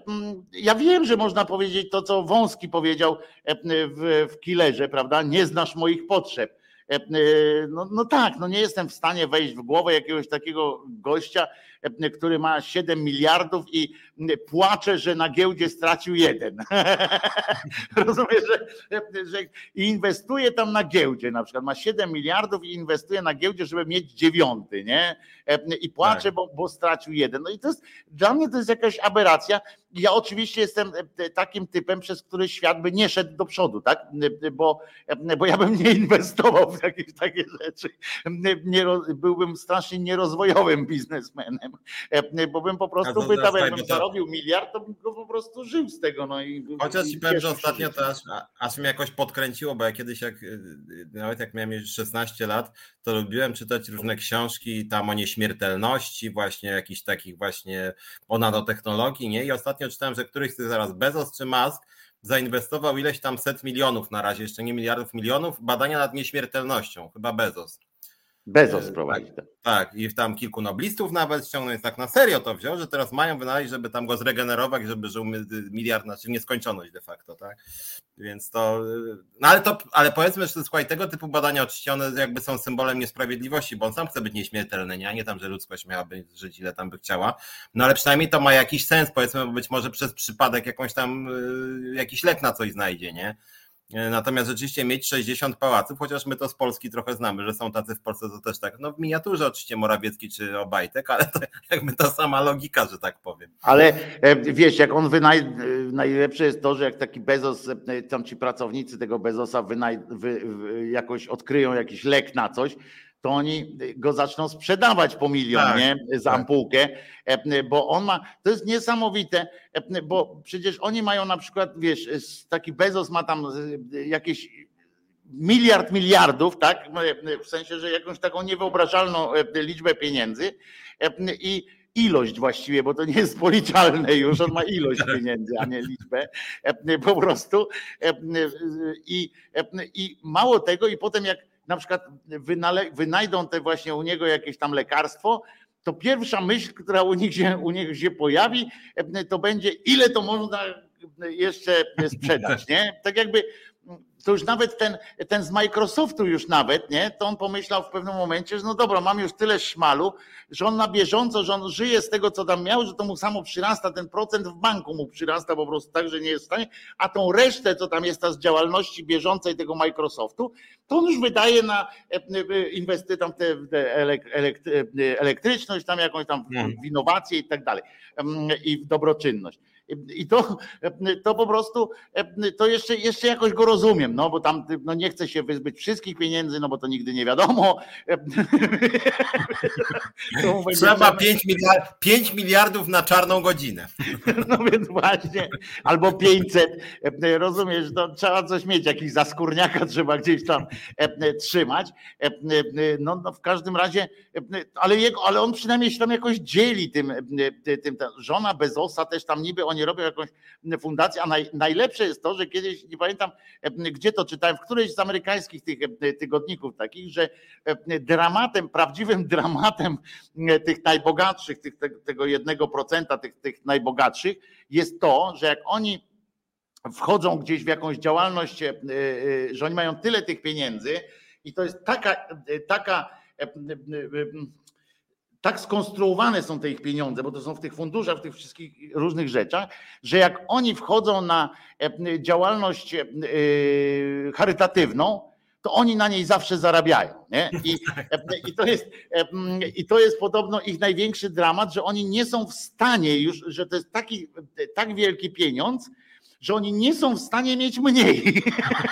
ja wiem, że można powiedzieć to, co Wąski powiedział w, w Killerze, prawda, nie znasz moich potrzeb. No, no tak, no nie jestem w stanie wejść w głowę jakiegoś takiego gościa, który ma siedem miliardów i płacze, że na giełdzie stracił jeden. Rozumiesz, że, że inwestuje tam na giełdzie, na przykład ma siedem miliardów i inwestuje na giełdzie, żeby mieć dziewiąty, nie? I płacze, tak. bo, bo stracił jeden. No i to jest, dla mnie to jest jakaś aberracja. Ja oczywiście jestem takim typem, przez który świat by nie szedł do przodu, tak? Bo, bo ja bym nie inwestował w jakieś takie rzeczy. Nie, byłbym strasznie nierozwojowym biznesmenem, bo bym po prostu pytał, jakbym zarobił miliard, to bym go po prostu żył z tego. No i, Chociaż i ci powiem, że ostatnio to aż, aż mnie jakoś podkręciło, bo ja kiedyś, jak, nawet jak miałem już szesnaście lat, to lubiłem czytać różne książki tam o nieśmiertelności, właśnie jakichś takich właśnie o nanotechnologii, nie? I ostatnio czytałem, że któryś z tych zaraz Bezos czy Musk zainwestował ileś tam set milionów na razie, jeszcze nie miliardów, milionów, badania nad nieśmiertelnością, chyba Bezos. Bezos prowadzi. Tak, tak, i tam kilku noblistów nawet ściągnąć, tak na serio to wziął, że teraz mają wynaleźć, żeby tam go zregenerować, żeby żył miliard, znaczy w nieskończoność de facto, tak? Więc to, no ale to, ale powiedzmy, że słuchaj, tego typu badania oczywiście one jakby są symbolem niesprawiedliwości, bo on sam chce być nieśmiertelny, nie? A nie tam, że ludzkość miałaby żyć ile tam by chciała, no ale przynajmniej to ma jakiś sens, powiedzmy, bo być może przez przypadek jakąś tam, jakiś lek na coś znajdzie, nie? Natomiast rzeczywiście mieć sześćdziesiąt pałaców, chociaż my to z Polski trochę znamy, że są tacy w Polsce, to też tak, no w miniaturze oczywiście Morawiecki czy Obajtek, ale to jakby ta sama logika, że tak powiem. Ale wiesz, jak on wynaj... najlepsze jest to, że jak taki Bezos, tam ci pracownicy tego Bezosa wynaj... wy... jakoś odkryją jakiś lek na coś, to oni go zaczną sprzedawać po milion, tak, nie? Za tak. ampułkę, bo on ma, to jest niesamowite, bo przecież oni mają na przykład, wiesz, taki Bezos ma tam jakieś miliard miliardów, tak? W sensie, że jakąś taką niewyobrażalną liczbę pieniędzy i ilość właściwie, bo to nie jest policzalne już, on ma ilość pieniędzy, a nie liczbę, po prostu. I, i mało tego, i potem jak na przykład wynale- wynajdą te właśnie u niego jakieś tam lekarstwo, to pierwsza myśl, która u nich się, u nich się pojawi, to będzie, ile to można jeszcze sprzedać, nie? Tak jakby to już nawet ten, ten z Microsoftu już nawet, nie? To on pomyślał w pewnym momencie, że no dobra, mam już tyle szmalu, że on na bieżąco, że on żyje z tego, co tam miał, że to mu samo przyrasta, ten procent w banku mu przyrasta po prostu tak, że nie jest w stanie, a tą resztę, co tam jest ta z działalności bieżącej tego Microsoftu, to on już wydaje na inwestycje tam te, te elektryczność, tam jakąś tam w innowacje i tak dalej, i w dobroczynność. I to, to po prostu, to jeszcze, jeszcze jakoś go rozumiem, no bo tam no nie chce się wyzbyć wszystkich pieniędzy, no bo to nigdy nie wiadomo. Trzeba pięć miliardów na czarną godzinę. No więc właśnie, albo pięćset, rozumiesz, no, trzeba coś mieć, jakiś zaskórniaka trzeba gdzieś tam trzymać. No, no w każdym razie, ale, jego, ale on przynajmniej się tam jakoś dzieli tym, tym, ta żona Bezosa też tam niby oni robią jakąś fundację, a naj, najlepsze jest to, że kiedyś, nie pamiętam gdzie to czytałem, w którejś z amerykańskich tych tygodników takich, że dramatem, prawdziwym dramatem tych najbogatszych, tych, tego jednego procenta tych, tych najbogatszych jest to, że jak oni wchodzą gdzieś w jakąś działalność, że oni mają tyle tych pieniędzy i to jest taka, taka tak skonstruowane są te ich pieniądze, bo to są w tych funduszach, w tych wszystkich różnych rzeczach, że jak oni wchodzą na działalność charytatywną, to oni na niej zawsze zarabiają. Nie? I, i, to jest, I to jest podobno ich największy dramat, że oni nie są w stanie już, że to jest taki, tak wielki pieniądz, że oni nie są w stanie mieć mniej.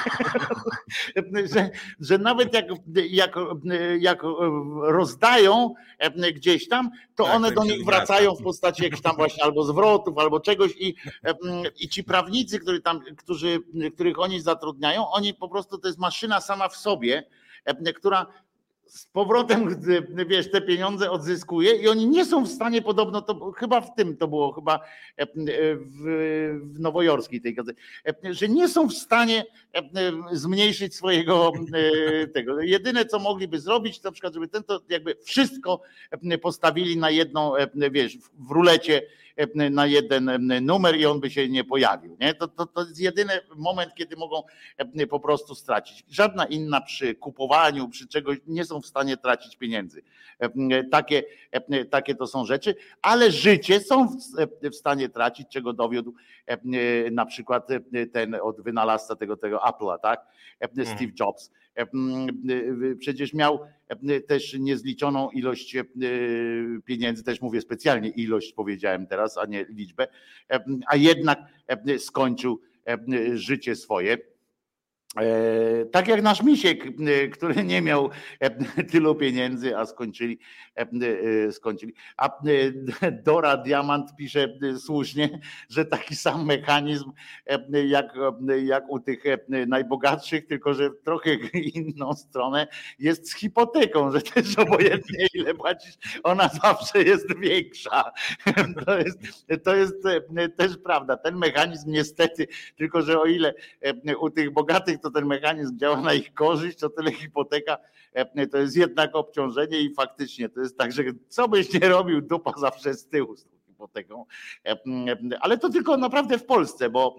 że, że nawet jak, jak, jak rozdają gdzieś tam, to tak, one do nich wracają w postaci jakichś tam właśnie albo zwrotów, albo czegoś i, i ci prawnicy, którzy tam, którzy, których oni zatrudniają, oni po prostu to jest maszyna sama w sobie, która z powrotem, wiesz, te pieniądze odzyskuje i oni nie są w stanie, podobno to chyba w tym to było, chyba w, w nowojorskiej tej gazecie, że nie są w stanie zmniejszyć swojego tego. Jedyne co mogliby zrobić, to na przykład, żeby ten to jakby wszystko postawili na jedną, wiesz, w rulecie na jeden numer i on by się nie pojawił. Nie? To, to, to jest jedyny moment, kiedy mogą po prostu stracić. Żadna inna przy kupowaniu, przy czegoś nie są w stanie tracić pieniędzy. Takie, takie to są rzeczy, ale życie są w stanie tracić, czego dowiódł na przykład ten od wynalazca tego, tego Apple'a, tak? Steve Jobs. Przecież miał też niezliczoną ilość pieniędzy, też mówię specjalnie ilość powiedziałem teraz, a nie liczbę, a jednak skończył życie swoje. Tak jak nasz Misiek, który nie miał tylu pieniędzy, a skończyli, skończyli. A Dora Diamant pisze słusznie, że taki sam mechanizm jak, jak u tych najbogatszych, tylko że w trochę inną stronę jest z hipoteką, że też obojętnie ile płacisz, ona zawsze jest większa. To jest, to jest też prawda. Ten mechanizm niestety, tylko że o ile u tych bogatych to ten mechanizm działa na ich korzyść, to tyle hipoteka to jest jednak obciążenie i faktycznie to jest tak, że co byś nie robił, dupa zawsze z tyłu z tą hipoteką. Ale to tylko naprawdę w Polsce, bo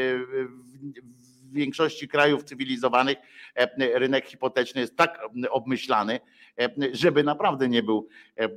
w większości krajów cywilizowanych rynek hipoteczny jest tak obmyślany, żeby naprawdę nie był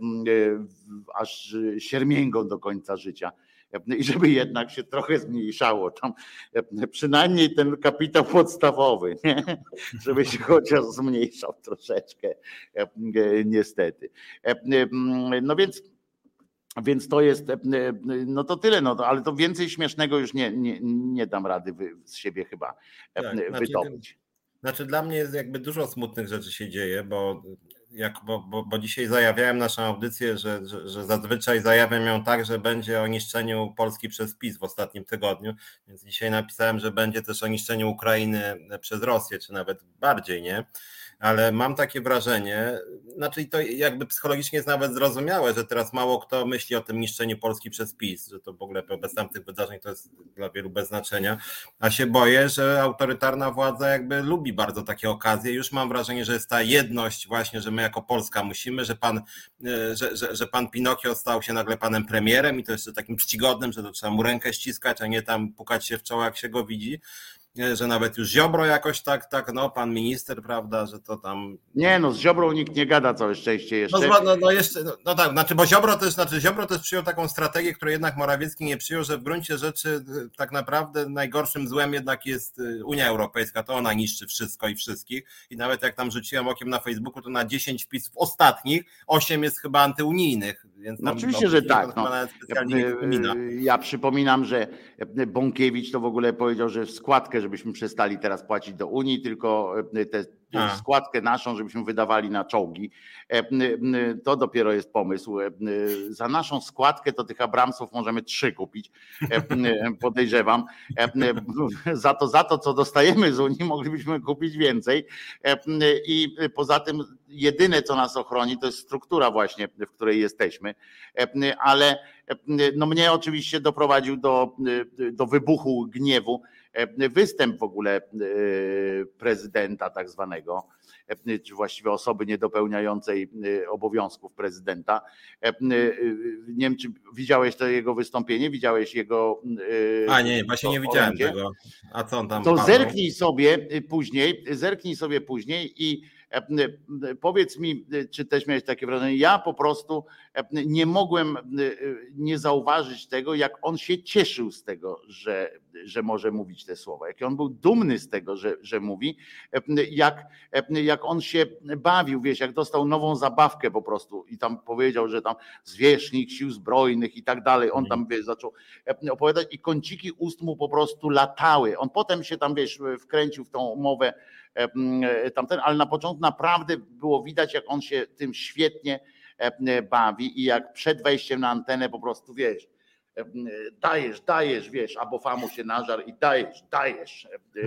aż siermięgą do końca życia. I żeby jednak się trochę zmniejszało tam, przynajmniej ten kapitał podstawowy, nie? Żeby się chociaż zmniejszał troszeczkę, niestety. No więc, więc to jest, no to tyle, no to, ale to więcej śmiesznego już nie, nie, nie dam rady z siebie chyba tak, wydobyć. Znaczy, znaczy dla mnie jest jakby dużo smutnych rzeczy się dzieje, bo Jak, bo, bo, bo dzisiaj zajawiałem naszą audycję, że, że, że zazwyczaj zajawiam ją tak, że będzie o niszczeniu Polski przez PiS w ostatnim tygodniu, więc dzisiaj napisałem, że będzie też o niszczeniu Ukrainy przez Rosję, czy nawet bardziej, nie? Ale mam takie wrażenie, znaczy to jakby psychologicznie jest nawet zrozumiałe, że teraz mało kto myśli o tym niszczeniu Polski przez PiS, że to w ogóle bez tamtych wydarzeń to jest dla wielu bez znaczenia, a się boję, że autorytarna władza jakby lubi bardzo takie okazje. Już mam wrażenie, że jest ta jedność właśnie, że my jako Polska musimy, że pan, że, że, że pan Pinokio stał się nagle panem premierem i to jeszcze takim czcigodnym, że to trzeba mu rękę ściskać, a nie tam pukać się w czoło, jak się go widzi. Że nawet już Ziobro jakoś tak, tak, no pan minister, prawda, że to tam... Nie no, z Ziobrą nikt nie gada, całe szczęście jeszcze. No, no, no jeszcze, no, no tak, znaczy, bo Ziobro też, znaczy Ziobro też przyjął taką strategię, którą jednak Morawiecki nie przyjął, że w gruncie rzeczy tak naprawdę najgorszym złem jednak jest Unia Europejska, to ona niszczy wszystko i wszystkich i nawet jak tam rzuciłem okiem na Facebooku, to na dziesięć wpisów ostatnich, osiem jest chyba antyunijnych, Więc no oczywiście, że tak. No. Ja, ja przypominam, że Bąkiewicz to w ogóle powiedział, że składkę, żebyśmy przestali teraz płacić do Unii, tylko tę składkę naszą, żebyśmy wydawali na czołgi. To dopiero jest pomysł. Za naszą składkę to tych Abramsów możemy trzy kupić, podejrzewam. Za to, za to, co dostajemy z Unii, moglibyśmy kupić więcej. I poza tym jedyne, co nas ochroni, to jest struktura właśnie, w której jesteśmy. Ale no mnie oczywiście doprowadził do, do wybuchu gniewu występ w ogóle prezydenta tak zwanego, czy właściwie osoby niedopełniającej obowiązków prezydenta. Nie wiem, czy widziałeś to jego wystąpienie, widziałeś jego... A nie, właśnie nie widziałem tego. A co on tam To padł? zerknij sobie później, zerknij sobie później i powiedz mi, czy też miałeś takie wrażenie, ja po prostu nie mogłem nie zauważyć tego, jak on się cieszył z tego, że, że może mówić te słowa, jak on był dumny z tego, że, że mówi, jak, jak on się bawił, wiesz, jak dostał nową zabawkę po prostu i tam powiedział, że tam zwierzchnik sił zbrojnych i tak dalej, on tam, wiesz, zaczął opowiadać i kąciki ust mu po prostu latały. On potem się tam, wiesz, wkręcił w tą mowę tamten, ale na początku naprawdę było widać, jak on się tym świetnie bawi i jak przed wejściem na antenę po prostu, wiesz, dajesz, dajesz, wiesz, Abofamu się nażar i dajesz, dajesz,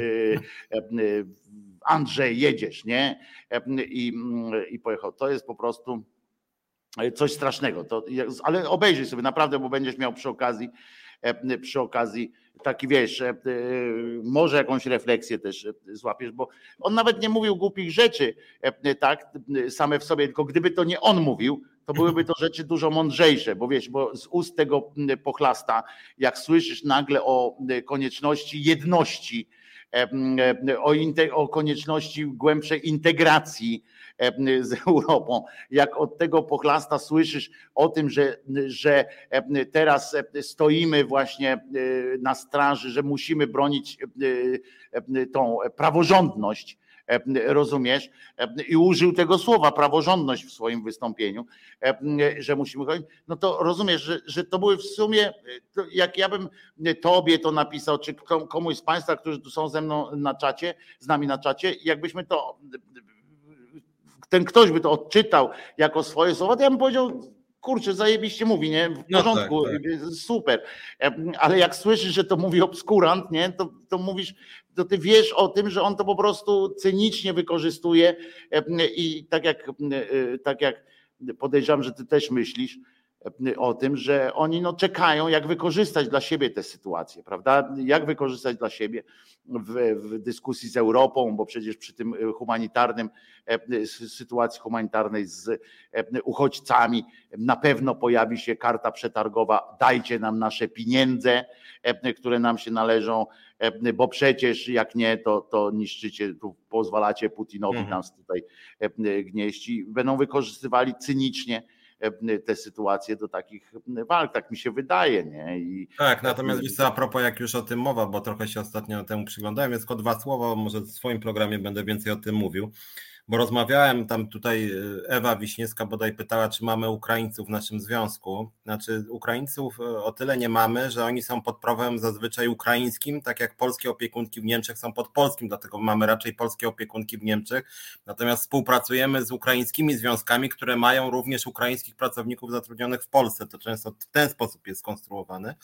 Andrzej, jedziesz, nie? I, i pojechał. To jest po prostu coś strasznego. To, ale obejrzyj sobie naprawdę, bo będziesz miał przy okazji przy okazji taki, wiesz, może jakąś refleksję też złapiesz, bo on nawet nie mówił głupich rzeczy, tak, same w sobie, tylko gdyby to nie on mówił, to byłyby to rzeczy dużo mądrzejsze, bo wiesz, bo z ust tego pochlasta, jak słyszysz nagle o konieczności jedności, o, o konieczności głębszej integracji z Europą. Jak od tego pochlasta słyszysz o tym, że, że teraz stoimy właśnie na straży, że musimy bronić tą praworządność, rozumiesz? I użył tego słowa praworządność w swoim wystąpieniu, że musimy chodzić, no to rozumiesz, że, że to były w sumie, jak ja bym tobie to napisał, czy komuś z państwa, którzy tu są ze mną na czacie, z nami na czacie, jakbyśmy to, ten ktoś by to odczytał jako swoje słowa, to ja bym powiedział, kurczę, zajebiście mówi, nie? W porządku, no tak, tak. Super. Ale jak słyszysz, że to mówi obskurant, nie? To, to mówisz, to ty wiesz o tym, że on to po prostu cynicznie wykorzystuje i tak jak, tak jak podejrzewam, że ty też myślisz o tym, że oni no czekają, jak wykorzystać dla siebie tę sytuację, prawda? Jak wykorzystać dla siebie w, w dyskusji z Europą, bo przecież przy tym humanitarnym, sytuacji humanitarnej z uchodźcami na pewno pojawi się karta przetargowa, dajcie nam nasze pieniądze, które nam się należą, bo przecież jak nie, to, to niszczycie, tu pozwalacie Putinowi mhm. nas tutaj gnieść i będą wykorzystywali cynicznie te sytuacje do takich walk, tak mi się wydaje, nie? I tak, natomiast wiesz co, a propos, jak już o tym mowa, bo trochę się ostatnio temu przyglądałem, więc tylko dwa słowa, może w swoim programie będę więcej o tym mówił, bo rozmawiałem tam tutaj, Ewa Wiśniewska bodaj pytała, czy mamy Ukraińców w naszym związku. Znaczy Ukraińców o tyle nie mamy, że oni są pod prawem zazwyczaj ukraińskim, tak jak polskie opiekunki w Niemczech są pod polskim, dlatego mamy raczej polskie opiekunki w Niemczech, natomiast współpracujemy z ukraińskimi związkami, które mają również ukraińskich pracowników zatrudnionych w Polsce, to często w ten sposób jest skonstruowane.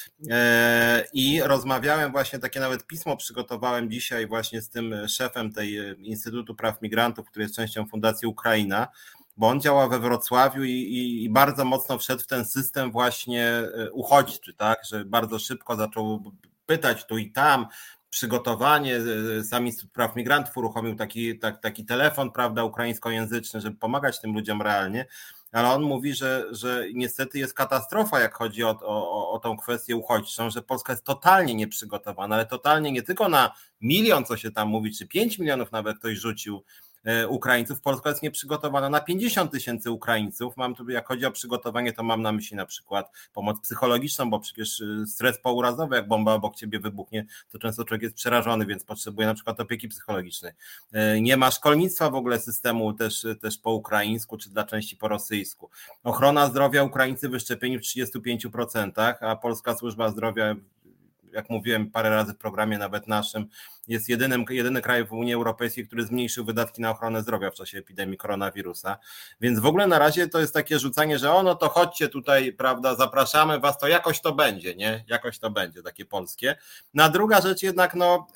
I rozmawiałem właśnie, takie nawet pismo przygotowałem dzisiaj właśnie z tym szefem tej Instytutu Praw Migrantów, który jest częścią Fundacji Ukraina, bo on działa we Wrocławiu i, i, i bardzo mocno wszedł w ten system właśnie uchodźczy, tak, że bardzo szybko zaczął pytać tu i tam, przygotowanie, sam Instytut Praw Migrantów uruchomił taki, tak, taki telefon, prawda, ukraińskojęzyczny, żeby pomagać tym ludziom realnie, ale on mówi, że, że niestety jest katastrofa, jak chodzi o, o, o tą kwestię uchodźczą, że Polska jest totalnie nieprzygotowana, ale totalnie nie tylko na milion, co się tam mówi, czy pięć milionów nawet ktoś rzucił Ukraińców. Polska jest nieprzygotowana na pięćdziesiąt tysięcy Ukraińców. Mam tu, jak chodzi o przygotowanie, to mam na myśli na przykład pomoc psychologiczną, bo przecież stres pourazowy, jak bomba obok ciebie wybuchnie, to często człowiek jest przerażony, więc potrzebuje na przykład opieki psychologicznej. Nie ma szkolnictwa w ogóle systemu też, też po ukraińsku, czy dla części po rosyjsku. Ochrona zdrowia, Ukraińcy wyszczepieni w trzydzieści pięć procent, a Polska Służba Zdrowia, jak mówiłem parę razy w programie, nawet naszym, jest jedynym, jedyny kraj w Unii Europejskiej, który zmniejszył wydatki na ochronę zdrowia w czasie epidemii koronawirusa. Więc w ogóle na razie to jest takie rzucanie, że o, no to chodźcie tutaj, prawda, zapraszamy was, to jakoś to będzie, nie? Jakoś to będzie, takie polskie. No a druga rzecz jednak, no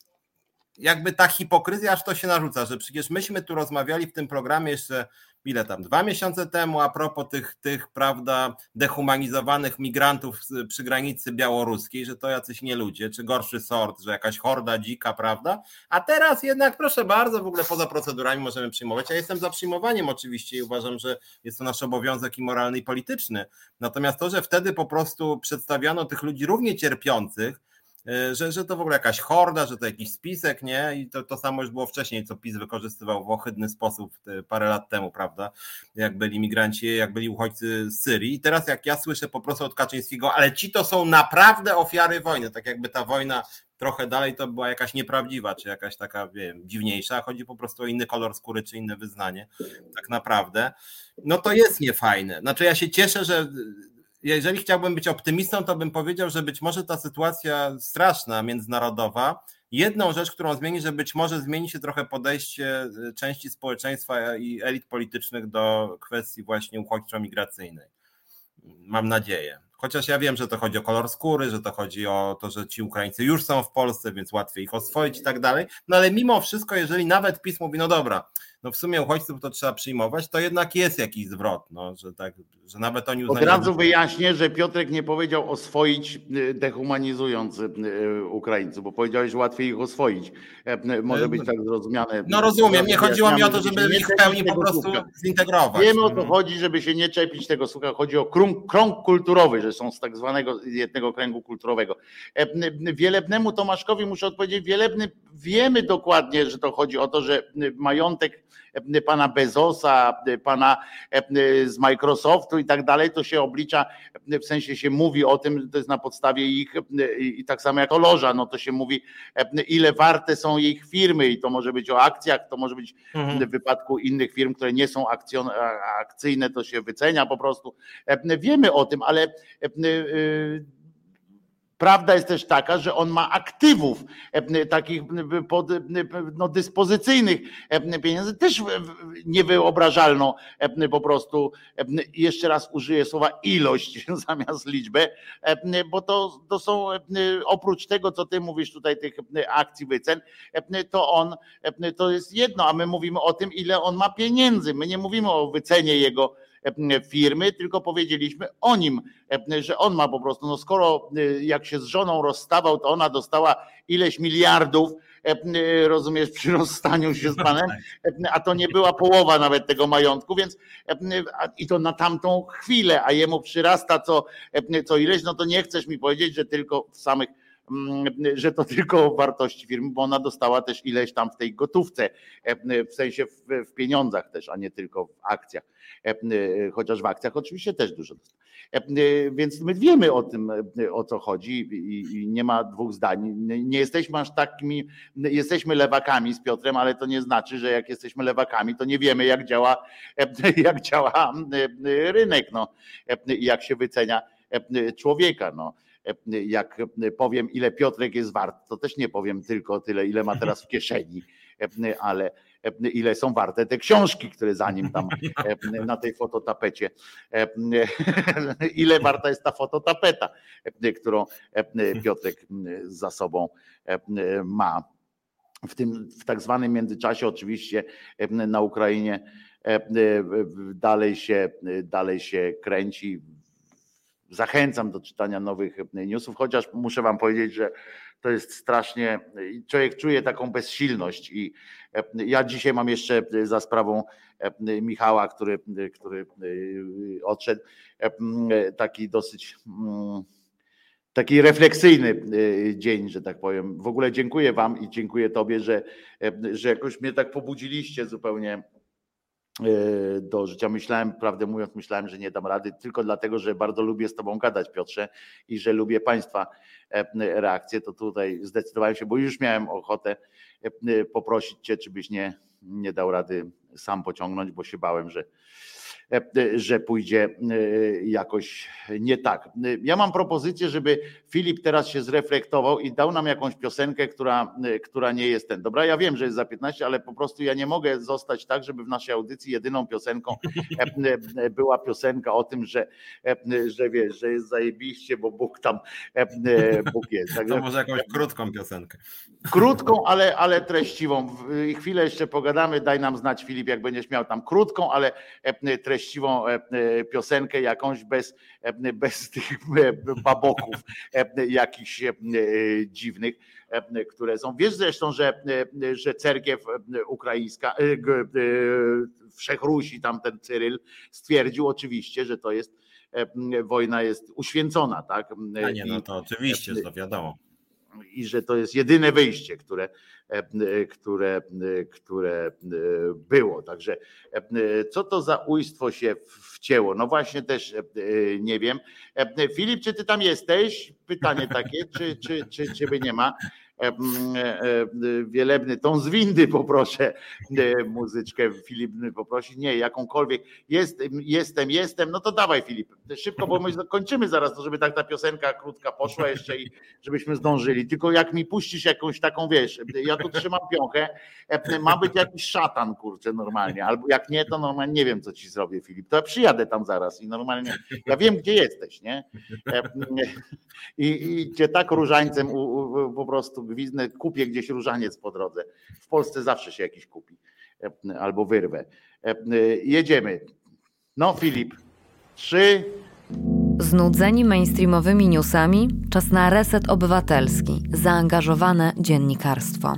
jakby ta hipokryzja aż to się narzuca, że przecież myśmy tu rozmawiali w tym programie jeszcze ile tam, dwa miesiące temu a propos tych, tych prawda, dehumanizowanych migrantów przy granicy białoruskiej, że to jacyś nie ludzie, czy gorszy sort, że jakaś horda dzika, prawda, a teraz jednak proszę bardzo, w ogóle poza procedurami możemy przyjmować. Ja jestem za przyjmowaniem oczywiście i uważam, że jest to nasz obowiązek i moralny i polityczny, natomiast to, że wtedy po prostu przedstawiano tych ludzi równie cierpiących, Że, że to w ogóle jakaś horda, że to jakiś spisek, nie? I to, to samo już było wcześniej, co PiS wykorzystywał w ohydny sposób parę lat temu, prawda? Jak byli migranci, jak byli uchodźcy z Syrii. I teraz jak ja słyszę po prostu od Kaczyńskiego, ale ci to są naprawdę ofiary wojny, tak jakby ta wojna trochę dalej to była jakaś nieprawdziwa, czy jakaś taka, wiem, dziwniejsza, chodzi po prostu o inny kolor skóry, czy inne wyznanie, tak naprawdę. No to jest niefajne. Znaczy ja się cieszę, że jeżeli chciałbym być optymistą, to bym powiedział, że być może ta sytuacja straszna, międzynarodowa, jedną rzecz, którą zmieni, że być może zmieni się trochę podejście części społeczeństwa i elit politycznych do kwestii właśnie uchodźczo-migracyjnej. Mam nadzieję. Chociaż ja wiem, że to chodzi o kolor skóry, że to chodzi o to, że ci Ukraińcy już są w Polsce, więc łatwiej ich oswoić i tak dalej. No ale mimo wszystko, jeżeli nawet PiS mówi, no dobra, no w sumie uchodźców to trzeba przyjmować, to jednak jest jakiś zwrot, no, że tak, że nawet oni uznają. Od razu wyjaśnię, że Piotrek nie powiedział oswoić, dehumanizując Ukraińców, bo powiedziałeś, że łatwiej ich oswoić. Może być tak zrozumiane. No rozumiem, nie chodziło mi o to, żeby ich w pełni po prostu zintegrować. Wiemy, o co chodzi, żeby się nie czepić tego słucha. Chodzi o krąg, krąg kulturowy, że są z tak zwanego jednego kręgu kulturowego. Wielebnemu Tomaszkowi muszę odpowiedzieć, Wielebny, wiemy dokładnie, że to chodzi o to, że majątek pana Bezosa, pana z Microsoftu i tak dalej, to się oblicza, w sensie się mówi o tym, to jest na podstawie ich, i tak samo jak o loża, no to się mówi, ile warte są ich firmy i to może być o akcjach, to może być mhm. w wypadku innych firm, które nie są akcjon, akcyjne, to się wycenia po prostu. Wiemy o tym, ale prawda jest też taka, że on ma aktywów takich pod, no, dyspozycyjnych pieniędzy, też niewyobrażalną po prostu, jeszcze raz użyję słowa ilość zamiast liczbę, bo to, to są oprócz tego, co ty mówisz tutaj, tych akcji wycen, to on, to jest jedno, a my mówimy o tym, ile on ma pieniędzy, my nie mówimy o wycenie jego firmy, tylko powiedzieliśmy o nim, że on ma po prostu, no skoro jak się z żoną rozstawał, to ona dostała ileś miliardów, rozumiesz, przy rozstaniu się z panem, a to nie była połowa nawet tego majątku, więc i to na tamtą chwilę, a jemu przyrasta co, co ileś, no to nie chcesz mi powiedzieć, że tylko w samych że to tylko o wartości firmy, bo ona dostała też ileś tam w tej gotówce, w sensie w, w pieniądzach też, a nie tylko w akcjach, chociaż w akcjach oczywiście też dużo dostała. Więc my wiemy o tym, o co chodzi i, i nie ma dwóch zdań. Nie jesteśmy aż takimi, jesteśmy lewakami z Piotrem, ale to nie znaczy, że jak jesteśmy lewakami, to nie wiemy jak działa, jak działa rynek, no, jak się wycenia człowieka, no. Jak powiem, ile Piotrek jest wart, to też nie powiem tylko tyle, ile ma teraz w kieszeni, ale ile są warte te książki, które za nim tam na tej fototapecie, ile warta jest ta fototapeta, którą Piotrek za sobą ma. W tym w tak zwanym międzyczasie oczywiście na Ukrainie dalej się, dalej się kręci. Zachęcam do czytania nowych newsów, chociaż muszę wam powiedzieć, że to jest strasznie, człowiek czuje taką bezsilność i ja dzisiaj mam jeszcze za sprawą Michała, który, który odszedł, taki dosyć taki refleksyjny dzień, że tak powiem. W ogóle dziękuję wam i dziękuję tobie, że, że jakoś mnie tak pobudziliście zupełnie do życia. Myślałem, prawdę mówiąc, myślałem, że nie dam rady, tylko dlatego, że bardzo lubię z tobą gadać, Piotrze, i że lubię państwa reakcje, to tutaj zdecydowałem się, bo już miałem ochotę poprosić cię, czy byś nie, nie dał rady sam pociągnąć, bo się bałem, że że pójdzie jakoś nie tak. Ja mam propozycję, żeby Filip teraz się zreflektował i dał nam jakąś piosenkę, która, która nie jest ten. Dobra, ja wiem, że jest za piętnaście, ale po prostu ja nie mogę zostać tak, żeby w naszej audycji jedyną piosenką była piosenka o tym, że, że wiesz, że jest zajebiście, bo Bóg tam Bóg jest. Także, to może jakąś krótką piosenkę. Krótką, ale, ale treściwą. Chwilę jeszcze pogadamy, daj nam znać, Filip, jak będziesz miał tam krótką, ale treściwą treściwą piosenkę jakąś bez, bez tych baboków jakichś dziwnych, które są. Wiesz zresztą, że, że cerkiew ukraińska, Wszechrusi, tam ten Cyryl stwierdził oczywiście, że to jest wojna jest uświęcona, tak? A nie, no to oczywiście, to wiadomo. I że to jest jedyne wyjście, które, które, które było. Także co to za ujstwo się wcięło? No właśnie też nie wiem. Filip, czy ty tam jesteś? Pytanie takie, czy, czy, czy ciebie nie ma? Wielebny, tą z windy poproszę muzyczkę, Filip poprosi, nie, jakąkolwiek, jestem, jestem, jestem, no to dawaj Filip, szybko, bo my kończymy zaraz, to żeby tak ta piosenka krótka poszła jeszcze i żebyśmy zdążyli, tylko jak mi puścisz jakąś taką, wiesz, ja tu trzymam piąchę, ma być jakiś szatan, kurczę, normalnie, albo jak nie, to normalnie nie wiem, co ci zrobię, Filip, to ja przyjadę tam zaraz i normalnie, ja wiem, gdzie jesteś, nie? I, i cię tak różańcem u, u, po prostu gwiznę, kupię gdzieś różaniec po drodze. W Polsce zawsze się jakiś kupi. Albo wyrwę. Jedziemy. No Filip. Trzy. Znudzeni mainstreamowymi newsami? Czas na reset obywatelski. Zaangażowane dziennikarstwo.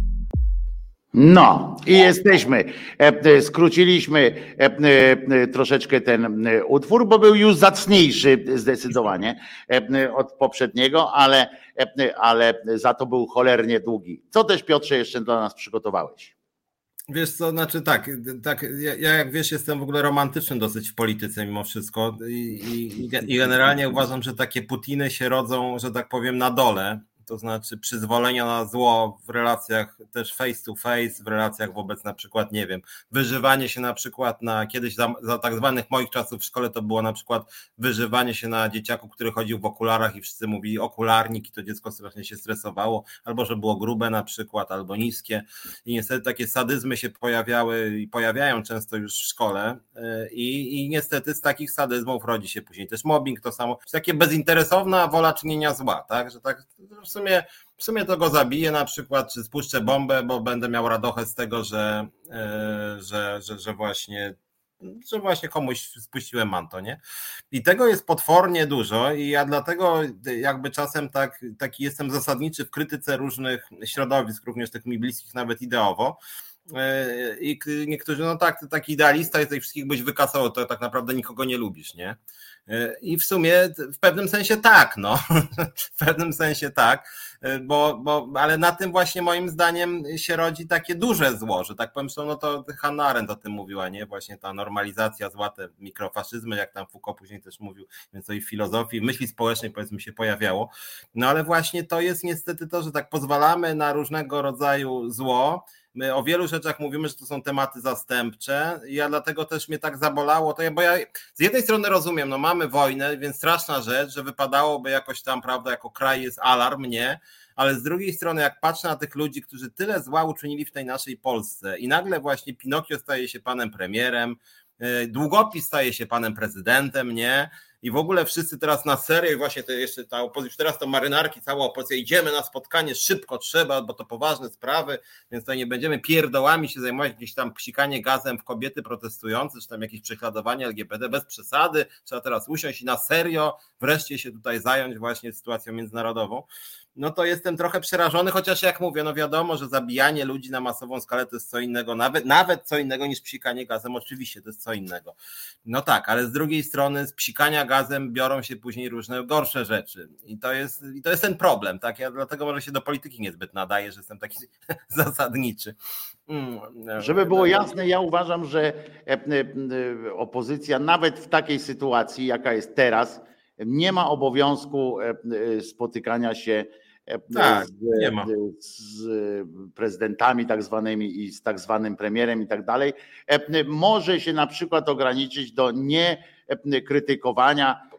No i jesteśmy. Skróciliśmy troszeczkę ten utwór, bo był już zacniejszy zdecydowanie od poprzedniego, ale, ale za to był cholernie długi. Co też, Piotrze, jeszcze dla nas przygotowałeś? Wiesz co, znaczy tak, tak ja, ja jak wiesz jestem w ogóle romantyczny dosyć w polityce mimo wszystko i, i, i generalnie uważam, że takie Putiny się rodzą, że tak powiem, na dole. To znaczy przyzwolenia na zło w relacjach też face to face, w relacjach wobec na przykład, nie wiem, wyżywanie się na przykład na, kiedyś za, za tak zwanych moich czasów w szkole to było na przykład wyżywanie się na dzieciaku, który chodził w okularach i wszyscy mówili okularnik i to dziecko strasznie się stresowało, albo że było grube na przykład, albo niskie i niestety takie sadyzmy się pojawiały i pojawiają często już w szkole i, i niestety z takich sadyzmów rodzi się później też mobbing, to samo, takie bezinteresowna wola czynienia zła, tak, że tak w sumie, w sumie to go zabiję na przykład, czy spuszczę bombę, bo będę miał radochę z tego, że, że, że, że właśnie że właśnie komuś spuściłem manto, nie? I tego jest potwornie dużo i ja dlatego jakby czasem tak, taki jestem zasadniczy w krytyce różnych środowisk, również tych mi bliskich nawet ideowo. I niektórzy, no tak, ty taki idealista jesteś, wszystkich byś wykasował, to tak naprawdę nikogo nie lubisz, nie? I w sumie w pewnym sensie tak, no, w pewnym sensie tak, bo, bo, ale na tym właśnie moim zdaniem się rodzi takie duże zło, że tak powiem, no to Hannah Arendt o tym mówiła, nie, właśnie ta normalizacja zła, te mikrofaszyzmy, jak tam Foucault później też mówił, więc to i w filozofii, myśli społecznej powiedzmy się pojawiało, no ale właśnie to jest niestety to, że tak pozwalamy na różnego rodzaju zło. My o wielu rzeczach mówimy, że to są tematy zastępcze i ja dlatego też mnie tak zabolało, to ja, bo ja z jednej strony rozumiem, no mamy wojnę, więc straszna rzecz, że wypadałoby jakoś tam, prawda, jako kraj jest alarm, nie? Ale z drugiej strony jak patrzę na tych ludzi, którzy tyle zła uczynili w tej naszej Polsce i nagle właśnie Pinokio staje się panem premierem, długopis staje się panem prezydentem, nie? I w ogóle wszyscy teraz na serio, i właśnie to jeszcze ta opozycja, teraz to marynarki, cała opozycja, idziemy na spotkanie, szybko trzeba, bo to poważne sprawy, więc to nie będziemy pierdołami się zajmować, gdzieś tam psikanie gazem w kobiety protestujące, czy tam jakieś prześladowanie L G B T bez przesady, trzeba teraz usiąść i na serio wreszcie się tutaj zająć właśnie sytuacją międzynarodową. no to jestem trochę przerażony, chociaż jak mówię, no wiadomo, że zabijanie ludzi na masową skalę to jest co innego, nawet, nawet co innego niż psikanie gazem, oczywiście to jest co innego. No tak, ale z drugiej strony z psikania gazem biorą się później różne gorsze rzeczy i to jest, i to jest ten problem, tak? Ja dlatego może się do polityki niezbyt nadaję, że jestem taki zasadniczy. Żeby było jasne, ja uważam, że opozycja nawet w takiej sytuacji, jaka jest teraz, nie ma obowiązku spotykania się tak, z, nie ma. z prezydentami tak zwanymi i z tak zwanym premierem i tak dalej. Może się na przykład ograniczyć do niekrytykowania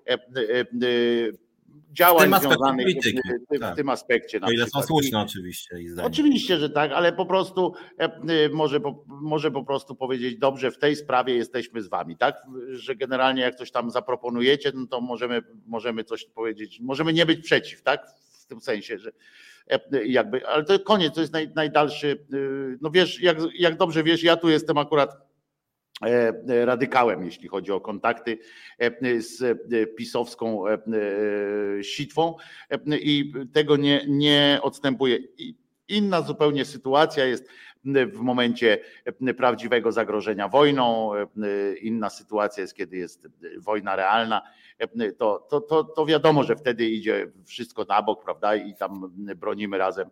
działań związanych w, tak. w tym aspekcie. O ile są słuszne oczywiście. I oczywiście, że tak, ale po prostu może, może po prostu powiedzieć, dobrze, w tej sprawie jesteśmy z wami, tak? Że generalnie jak coś tam zaproponujecie, no to możemy, możemy coś powiedzieć, możemy nie być przeciw, tak? W tym sensie, że jakby, ale to koniec, to jest naj, najdalszy, no wiesz, jak, jak dobrze wiesz, ja tu jestem akurat radykałem, jeśli chodzi o kontakty z pisowską sitwą i tego nie, nie odstępuję. Inna zupełnie sytuacja jest w momencie prawdziwego zagrożenia wojną, inna sytuacja jest, kiedy jest wojna realna, to, to, to, to wiadomo, że wtedy idzie wszystko na bok, prawda, i tam bronimy razem,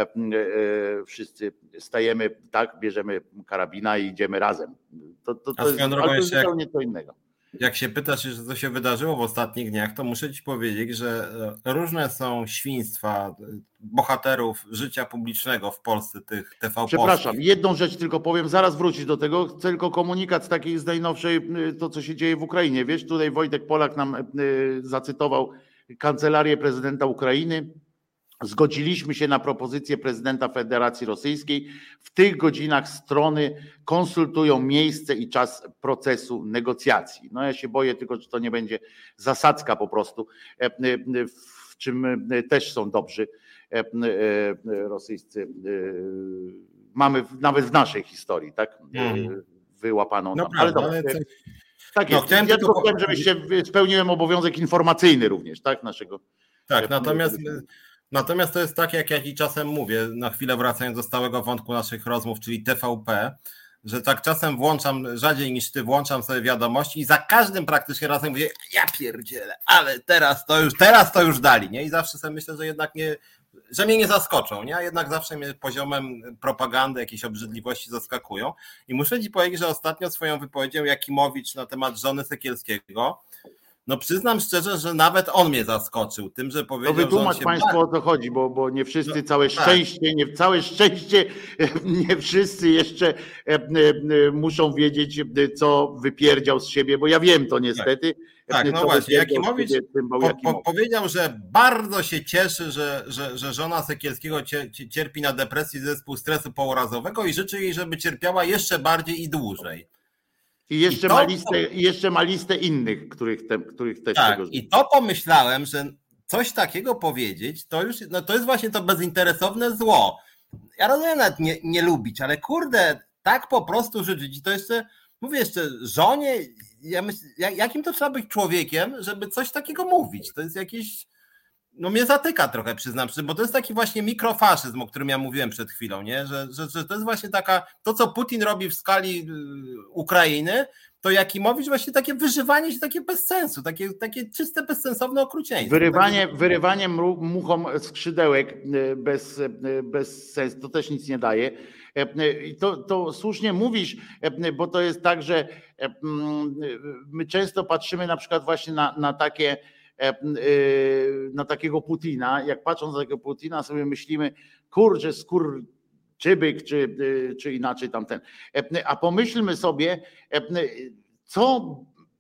wszyscy stajemy, tak, bierzemy karabina i idziemy razem. To, to, to jest, ale to jest zupełnie jak, co innego. Jak się pytasz, co się wydarzyło w ostatnich dniach, to muszę ci powiedzieć, że różne są świństwa bohaterów życia publicznego w Polsce, tych T V polskich. Przepraszam, jedną rzecz tylko powiem, zaraz wrócić do tego, chcę tylko komunikat z takiej z najnowszej, to co się dzieje w Ukrainie. Wiesz, tutaj Wojtek Polak nam zacytował Kancelarię Prezydenta Ukrainy. Zgodziliśmy się na propozycję prezydenta Federacji Rosyjskiej. W tych godzinach strony konsultują miejsce i czas procesu negocjacji. No ja się boję tylko, że to nie będzie zasadzka po prostu, w czym też są dobrzy rosyjscy. Mamy nawet w naszej historii, tak? Wyłapano no tam. Ale dobrze. Ale to... Tak jest. No, chciałem ja tylko powiem, żebyście spełniłem obowiązek informacyjny również, tak? Naszego. Tak, natomiast. Natomiast to jest tak, jak ja ci czasem mówię, na chwilę wracając do stałego wątku naszych rozmów, czyli T V P, że tak czasem włączam, rzadziej niż ty, włączam sobie wiadomości i za każdym praktycznie razem mówię, ja pierdzielę, ale teraz to już, teraz to już dali, nie? I zawsze sobie myślę, że jednak nie, że mnie nie zaskoczą, nie? A jednak zawsze mnie poziomem propagandy, jakiejś obrzydliwości zaskakują. I muszę ci powiedzieć, że ostatnio swoją wypowiedzią Jakimowicz na temat żony Sekielskiego, no przyznam szczerze, że nawet on mnie zaskoczył tym, że powiedział, to wytłumacz że on się Państwu, o co chodzi, bo, bo nie wszyscy, no, całe tak. szczęście, nie, całe szczęście, nie wszyscy jeszcze muszą wiedzieć, co wypierdział z siebie, bo ja wiem to niestety. Tak, tak no właśnie, Jakimowicz po, po, powiedział, że bardzo się cieszy, że, że, że żona Sekielskiego cierpi na depresję, zespół stresu pourazowego i życzy jej, żeby cierpiała jeszcze bardziej i dłużej. I jeszcze, I to, ma listę, jeszcze ma listę innych, których, te, których też tak, tego... I to pomyślałem, że coś takiego powiedzieć, to już no to jest właśnie to bezinteresowne zło. Ja rozumiem nawet nie, nie lubić, ale kurde, tak po prostu żyć. I to jeszcze, mówię jeszcze, żonie, ja myślę, jakim to trzeba być człowiekiem, żeby coś takiego mówić? To jest jakieś... No mnie zatyka trochę, przyznam się, bo to jest taki właśnie mikrofaszyzm, o którym ja mówiłem przed chwilą, nie? Że, że, że to jest właśnie taka, to co Putin robi w skali Ukrainy, to Jakimowicz właśnie takie wyżywanie się, takie bez sensu, takie, takie czyste, bezsensowne okrucieństwo. Wyrywanie, wyrywanie muchom skrzydełek bez, bez sensu, to też nic nie daje. I to, to słusznie mówisz, bo to jest tak, że my często patrzymy na przykład właśnie na, na takie na takiego Putina, jak patrząc na takiego Putina sobie myślimy, kurczę, skurczybyk, czy, czy inaczej tamten. A pomyślmy sobie, co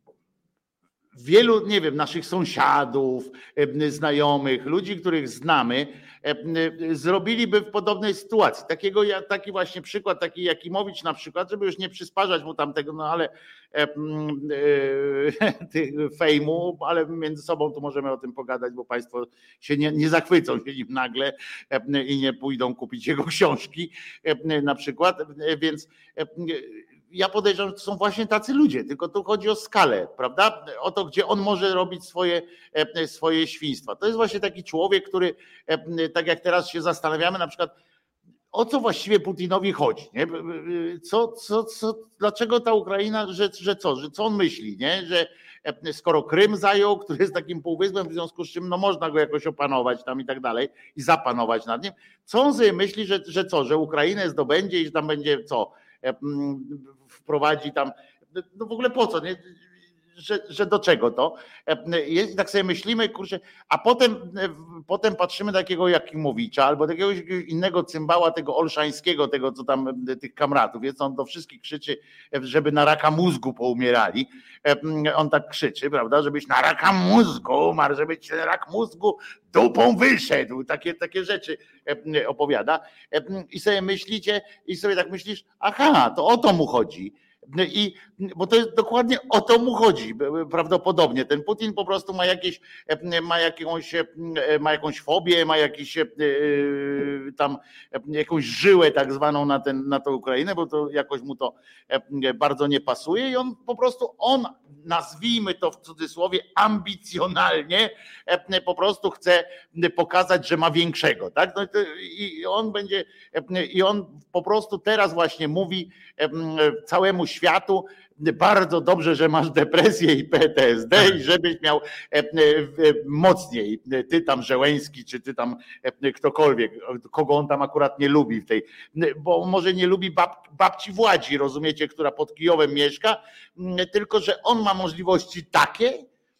wielu, nie wiem, naszych sąsiadów, znajomych, ludzi, których znamy, zrobiliby w podobnej sytuacji. Takiego, taki właśnie przykład, taki Jakimowicz na przykład, żeby już nie przysparzać mu tamtego, no ale fejmu, ale między sobą tu możemy o tym pogadać, bo państwo się nie, nie zachwycą się nim nagle i nie pójdą kupić jego książki na przykład, więc ja podejrzewam, że to są właśnie tacy ludzie, tylko tu chodzi o skalę, prawda? O to, gdzie on może robić swoje, swoje świństwa. To jest właśnie taki człowiek, który, tak jak teraz się zastanawiamy, na przykład, o co właściwie Putinowi chodzi, nie? Co, co, co, dlaczego ta Ukraina, że, że co, że co on myśli, nie? Że skoro Krym zajął, który jest takim półwyspem, w związku z czym no można go jakoś opanować tam i tak dalej i zapanować nad nim, co on sobie myśli, że, że co, że Ukrainę zdobędzie i że tam będzie co, wprowadzi tam, no w ogóle po co, nie? Że, że do czego to? I tak sobie myślimy, kurczę, a potem, potem patrzymy takiego Jakimowicza albo takiego innego cymbała, tego Olszańskiego, tego co tam, tych kamratów, jest on do wszystkich krzyczy, żeby na raka mózgu poumierali. On tak krzyczy, prawda, żebyś na raka mózgu umarł, żeby ci ten rak mózgu dupą wyszedł. Takie, takie rzeczy opowiada. I sobie myślicie, i sobie tak myślisz, aha, to o to mu chodzi. I, bo to jest dokładnie o to mu chodzi prawdopodobnie. Ten Putin po prostu ma jakieś, ma jakąś, ma jakąś fobię, ma jakiś tam jakąś żyłę tak zwaną na, ten, na tę Ukrainę, bo to jakoś mu to bardzo nie pasuje i on po prostu, on nazwijmy to w cudzysłowie ambicjonalnie, po prostu chce pokazać, że ma większego, tak? No i on będzie, i on po prostu teraz właśnie mówi całemu światu, bardzo dobrze, że masz depresję i P T S D i żebyś miał mocniej, ty tam Żeleński, czy ty tam ktokolwiek, kogo on tam akurat nie lubi w tej, bo może nie lubi bab, babci Władzi, rozumiecie, która pod Kijowem mieszka, tylko że on ma możliwości takie,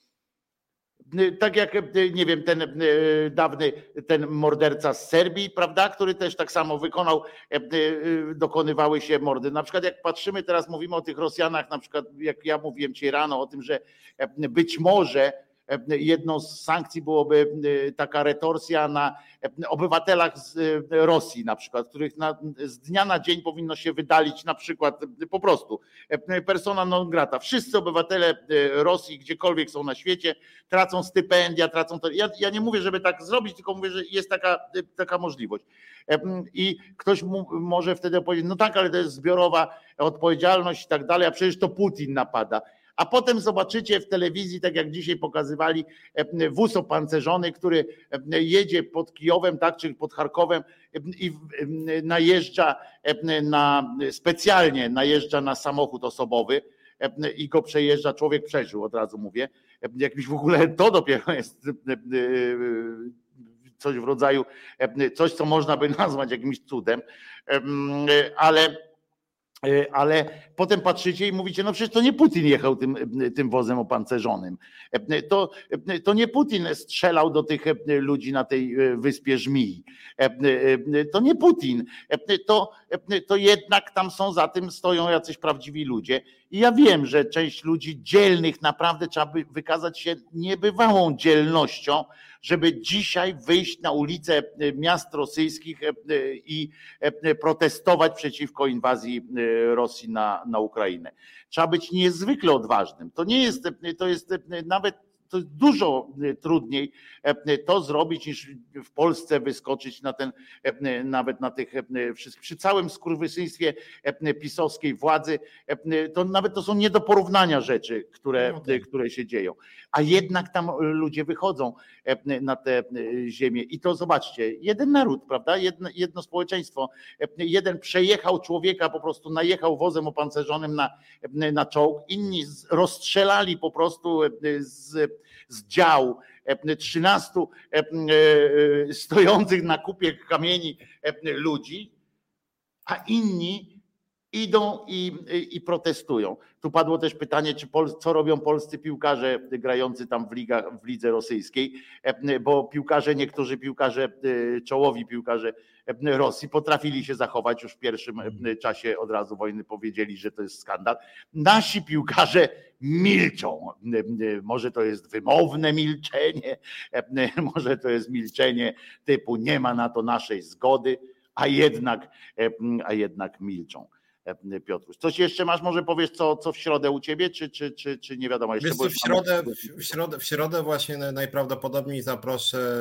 tak jak, nie wiem, ten dawny, ten morderca z Serbii, prawda, który też tak samo wykonał, dokonywały się mordy. Na przykład jak patrzymy, teraz mówimy o tych Rosjanach, na przykład jak ja mówiłem dzisiaj rano o tym, że być może jedną z sankcji byłoby taka retorsja na obywatelach z Rosji na przykład, których na, z dnia na dzień powinno się wydalić na przykład po prostu persona non grata. Wszyscy obywatele Rosji, gdziekolwiek są na świecie, tracą stypendia, tracą to. Ja, ja nie mówię, żeby tak zrobić, tylko mówię, że jest taka, taka możliwość. I ktoś mu, może wtedy powiedzieć, no tak, ale to jest zbiorowa odpowiedzialność i tak dalej, a przecież to Putin napada. A potem zobaczycie w telewizji, tak jak dzisiaj pokazywali, wóz opancerzony, który jedzie pod Kijowem, tak, czy pod Charkowem i najeżdża na, specjalnie najeżdża na samochód osobowy i go przejeżdża, człowiek przeżył, od razu mówię. Jakbyś w ogóle to dopiero jest coś w rodzaju, coś co można by nazwać jakimś cudem, ale Ale potem patrzycie i mówicie, no przecież to nie Putin jechał tym, tym wozem opancerzonym. To, to nie Putin strzelał do tych ludzi na tej wyspie Żmii. To nie Putin. To, to jednak tam są za tym, stoją jacyś prawdziwi ludzie. I ja wiem, że część ludzi dzielnych naprawdę trzeba by wykazać się niebywałą dzielnością, żeby dzisiaj wyjść na ulice miast rosyjskich i protestować przeciwko inwazji Rosji na, na Ukrainę. Trzeba być niezwykle odważnym. To nie jest, to jest nawet to jest dużo trudniej to zrobić, niż w Polsce wyskoczyć na ten, nawet na tych wszystkich, przy całym skurwysyństwie pisowskiej władzy, to nawet to są nie do porównania rzeczy, które, no tak. które się dzieją. A jednak tam ludzie wychodzą na tę ziemię i to zobaczcie, jeden naród, prawda, jedno, jedno społeczeństwo, jeden przejechał człowieka, po prostu najechał wozem opancerzonym na, na czołg, inni rozstrzelali po prostu z, z dział trzynastu stojących na kupie kamieni ludzi, a inni idą i, i protestują. Tu padło też pytanie, czy Pol, co robią polscy piłkarze grający tam w, liga, w lidze rosyjskiej, bo piłkarze, niektórzy piłkarze, czołowi piłkarze Rosji potrafili się zachować już w pierwszym czasie od razu wojny, powiedzieli, że to jest skandal. Nasi piłkarze milczą. Może to jest wymowne milczenie, może to jest milczenie typu nie ma na to naszej zgody, a jednak, a jednak milczą. Piotruś. Coś jeszcze masz, może powiesz, co, co w środę u ciebie, czy, czy, czy, czy nie wiadomo jeszcze? Wiesz, w, środę, w, środę, w środę właśnie najprawdopodobniej zaproszę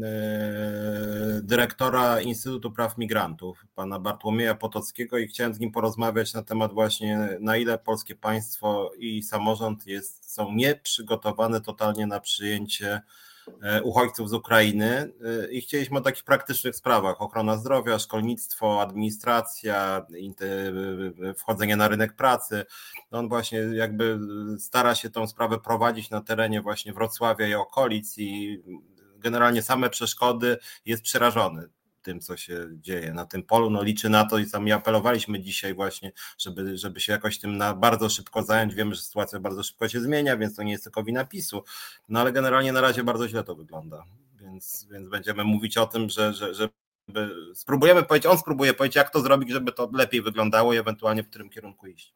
dyrektora Instytutu Praw Migrantów, pana Bartłomieja Potockiego, i chciałem z nim porozmawiać na temat właśnie, na ile polskie państwo i samorząd jest, są nieprzygotowane totalnie na przyjęcie uchodźców z Ukrainy, i chcieliśmy o takich praktycznych sprawach: ochrona zdrowia, szkolnictwo, administracja, wchodzenie na rynek pracy. On właśnie jakby stara się tą sprawę prowadzić na terenie właśnie Wrocławia i okolic, i generalnie same przeszkody, jest przerażony tym, co się dzieje na tym polu. No, liczy na to, i sami apelowaliśmy dzisiaj właśnie, żeby, żeby się jakoś tym na bardzo szybko zająć. Wiemy, że sytuacja bardzo szybko się zmienia, więc to nie jest tylko wina PiSu, no ale generalnie na razie bardzo źle to wygląda, więc, więc będziemy mówić o tym, że, że, że spróbujemy powiedzieć, on spróbuje powiedzieć, jak to zrobić, żeby to lepiej wyglądało i ewentualnie w którym kierunku iść.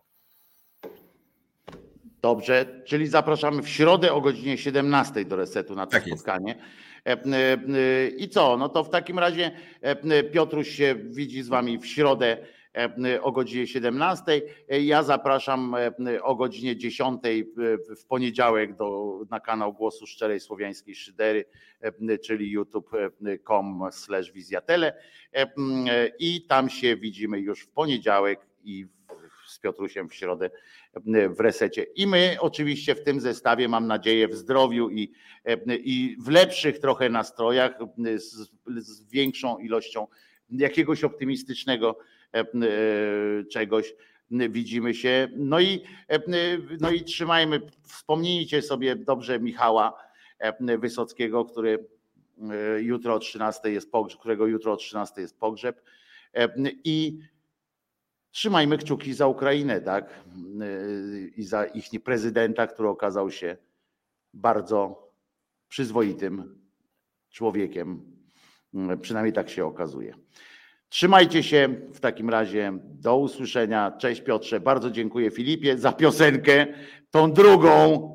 Dobrze, czyli zapraszamy w środę o godzinie siedemnastej do Resetu na to tak spotkanie. Jest. I co? No to w takim razie Piotruś się widzi z wami w środę o godzinie siedemnastej. Ja zapraszam o godzinie dziesiątej w poniedziałek do, na kanał Głosu Szczerej Słowiańskiej Szydery, czyli youtube kropka com slash wizjatele, i tam się widzimy już w poniedziałek i z Piotrusiem w środę w Resecie. I my oczywiście w tym zestawie, mam nadzieję, w zdrowiu i, i w lepszych trochę nastrojach, z, z większą ilością jakiegoś optymistycznego czegoś widzimy się. No i, no i trzymajmy, wspomnijcie sobie dobrze Michała Wysockiego, który jutro o trzynastej jest pogrzeb, którego jutro o trzynastej jest pogrzeb, i trzymajmy kciuki za Ukrainę, tak? I za ich prezydenta, który okazał się bardzo przyzwoitym człowiekiem. Przynajmniej tak się okazuje. Trzymajcie się w takim razie. Do usłyszenia. Cześć Piotrze. Bardzo dziękuję Filipie za piosenkę, tą drugą.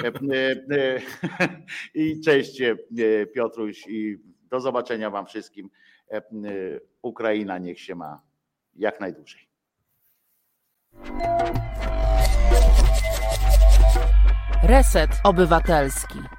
I cześć Piotruś, i do zobaczenia wam wszystkim. Ukraina niech się ma jak najdłużej. Reset Obywatelski.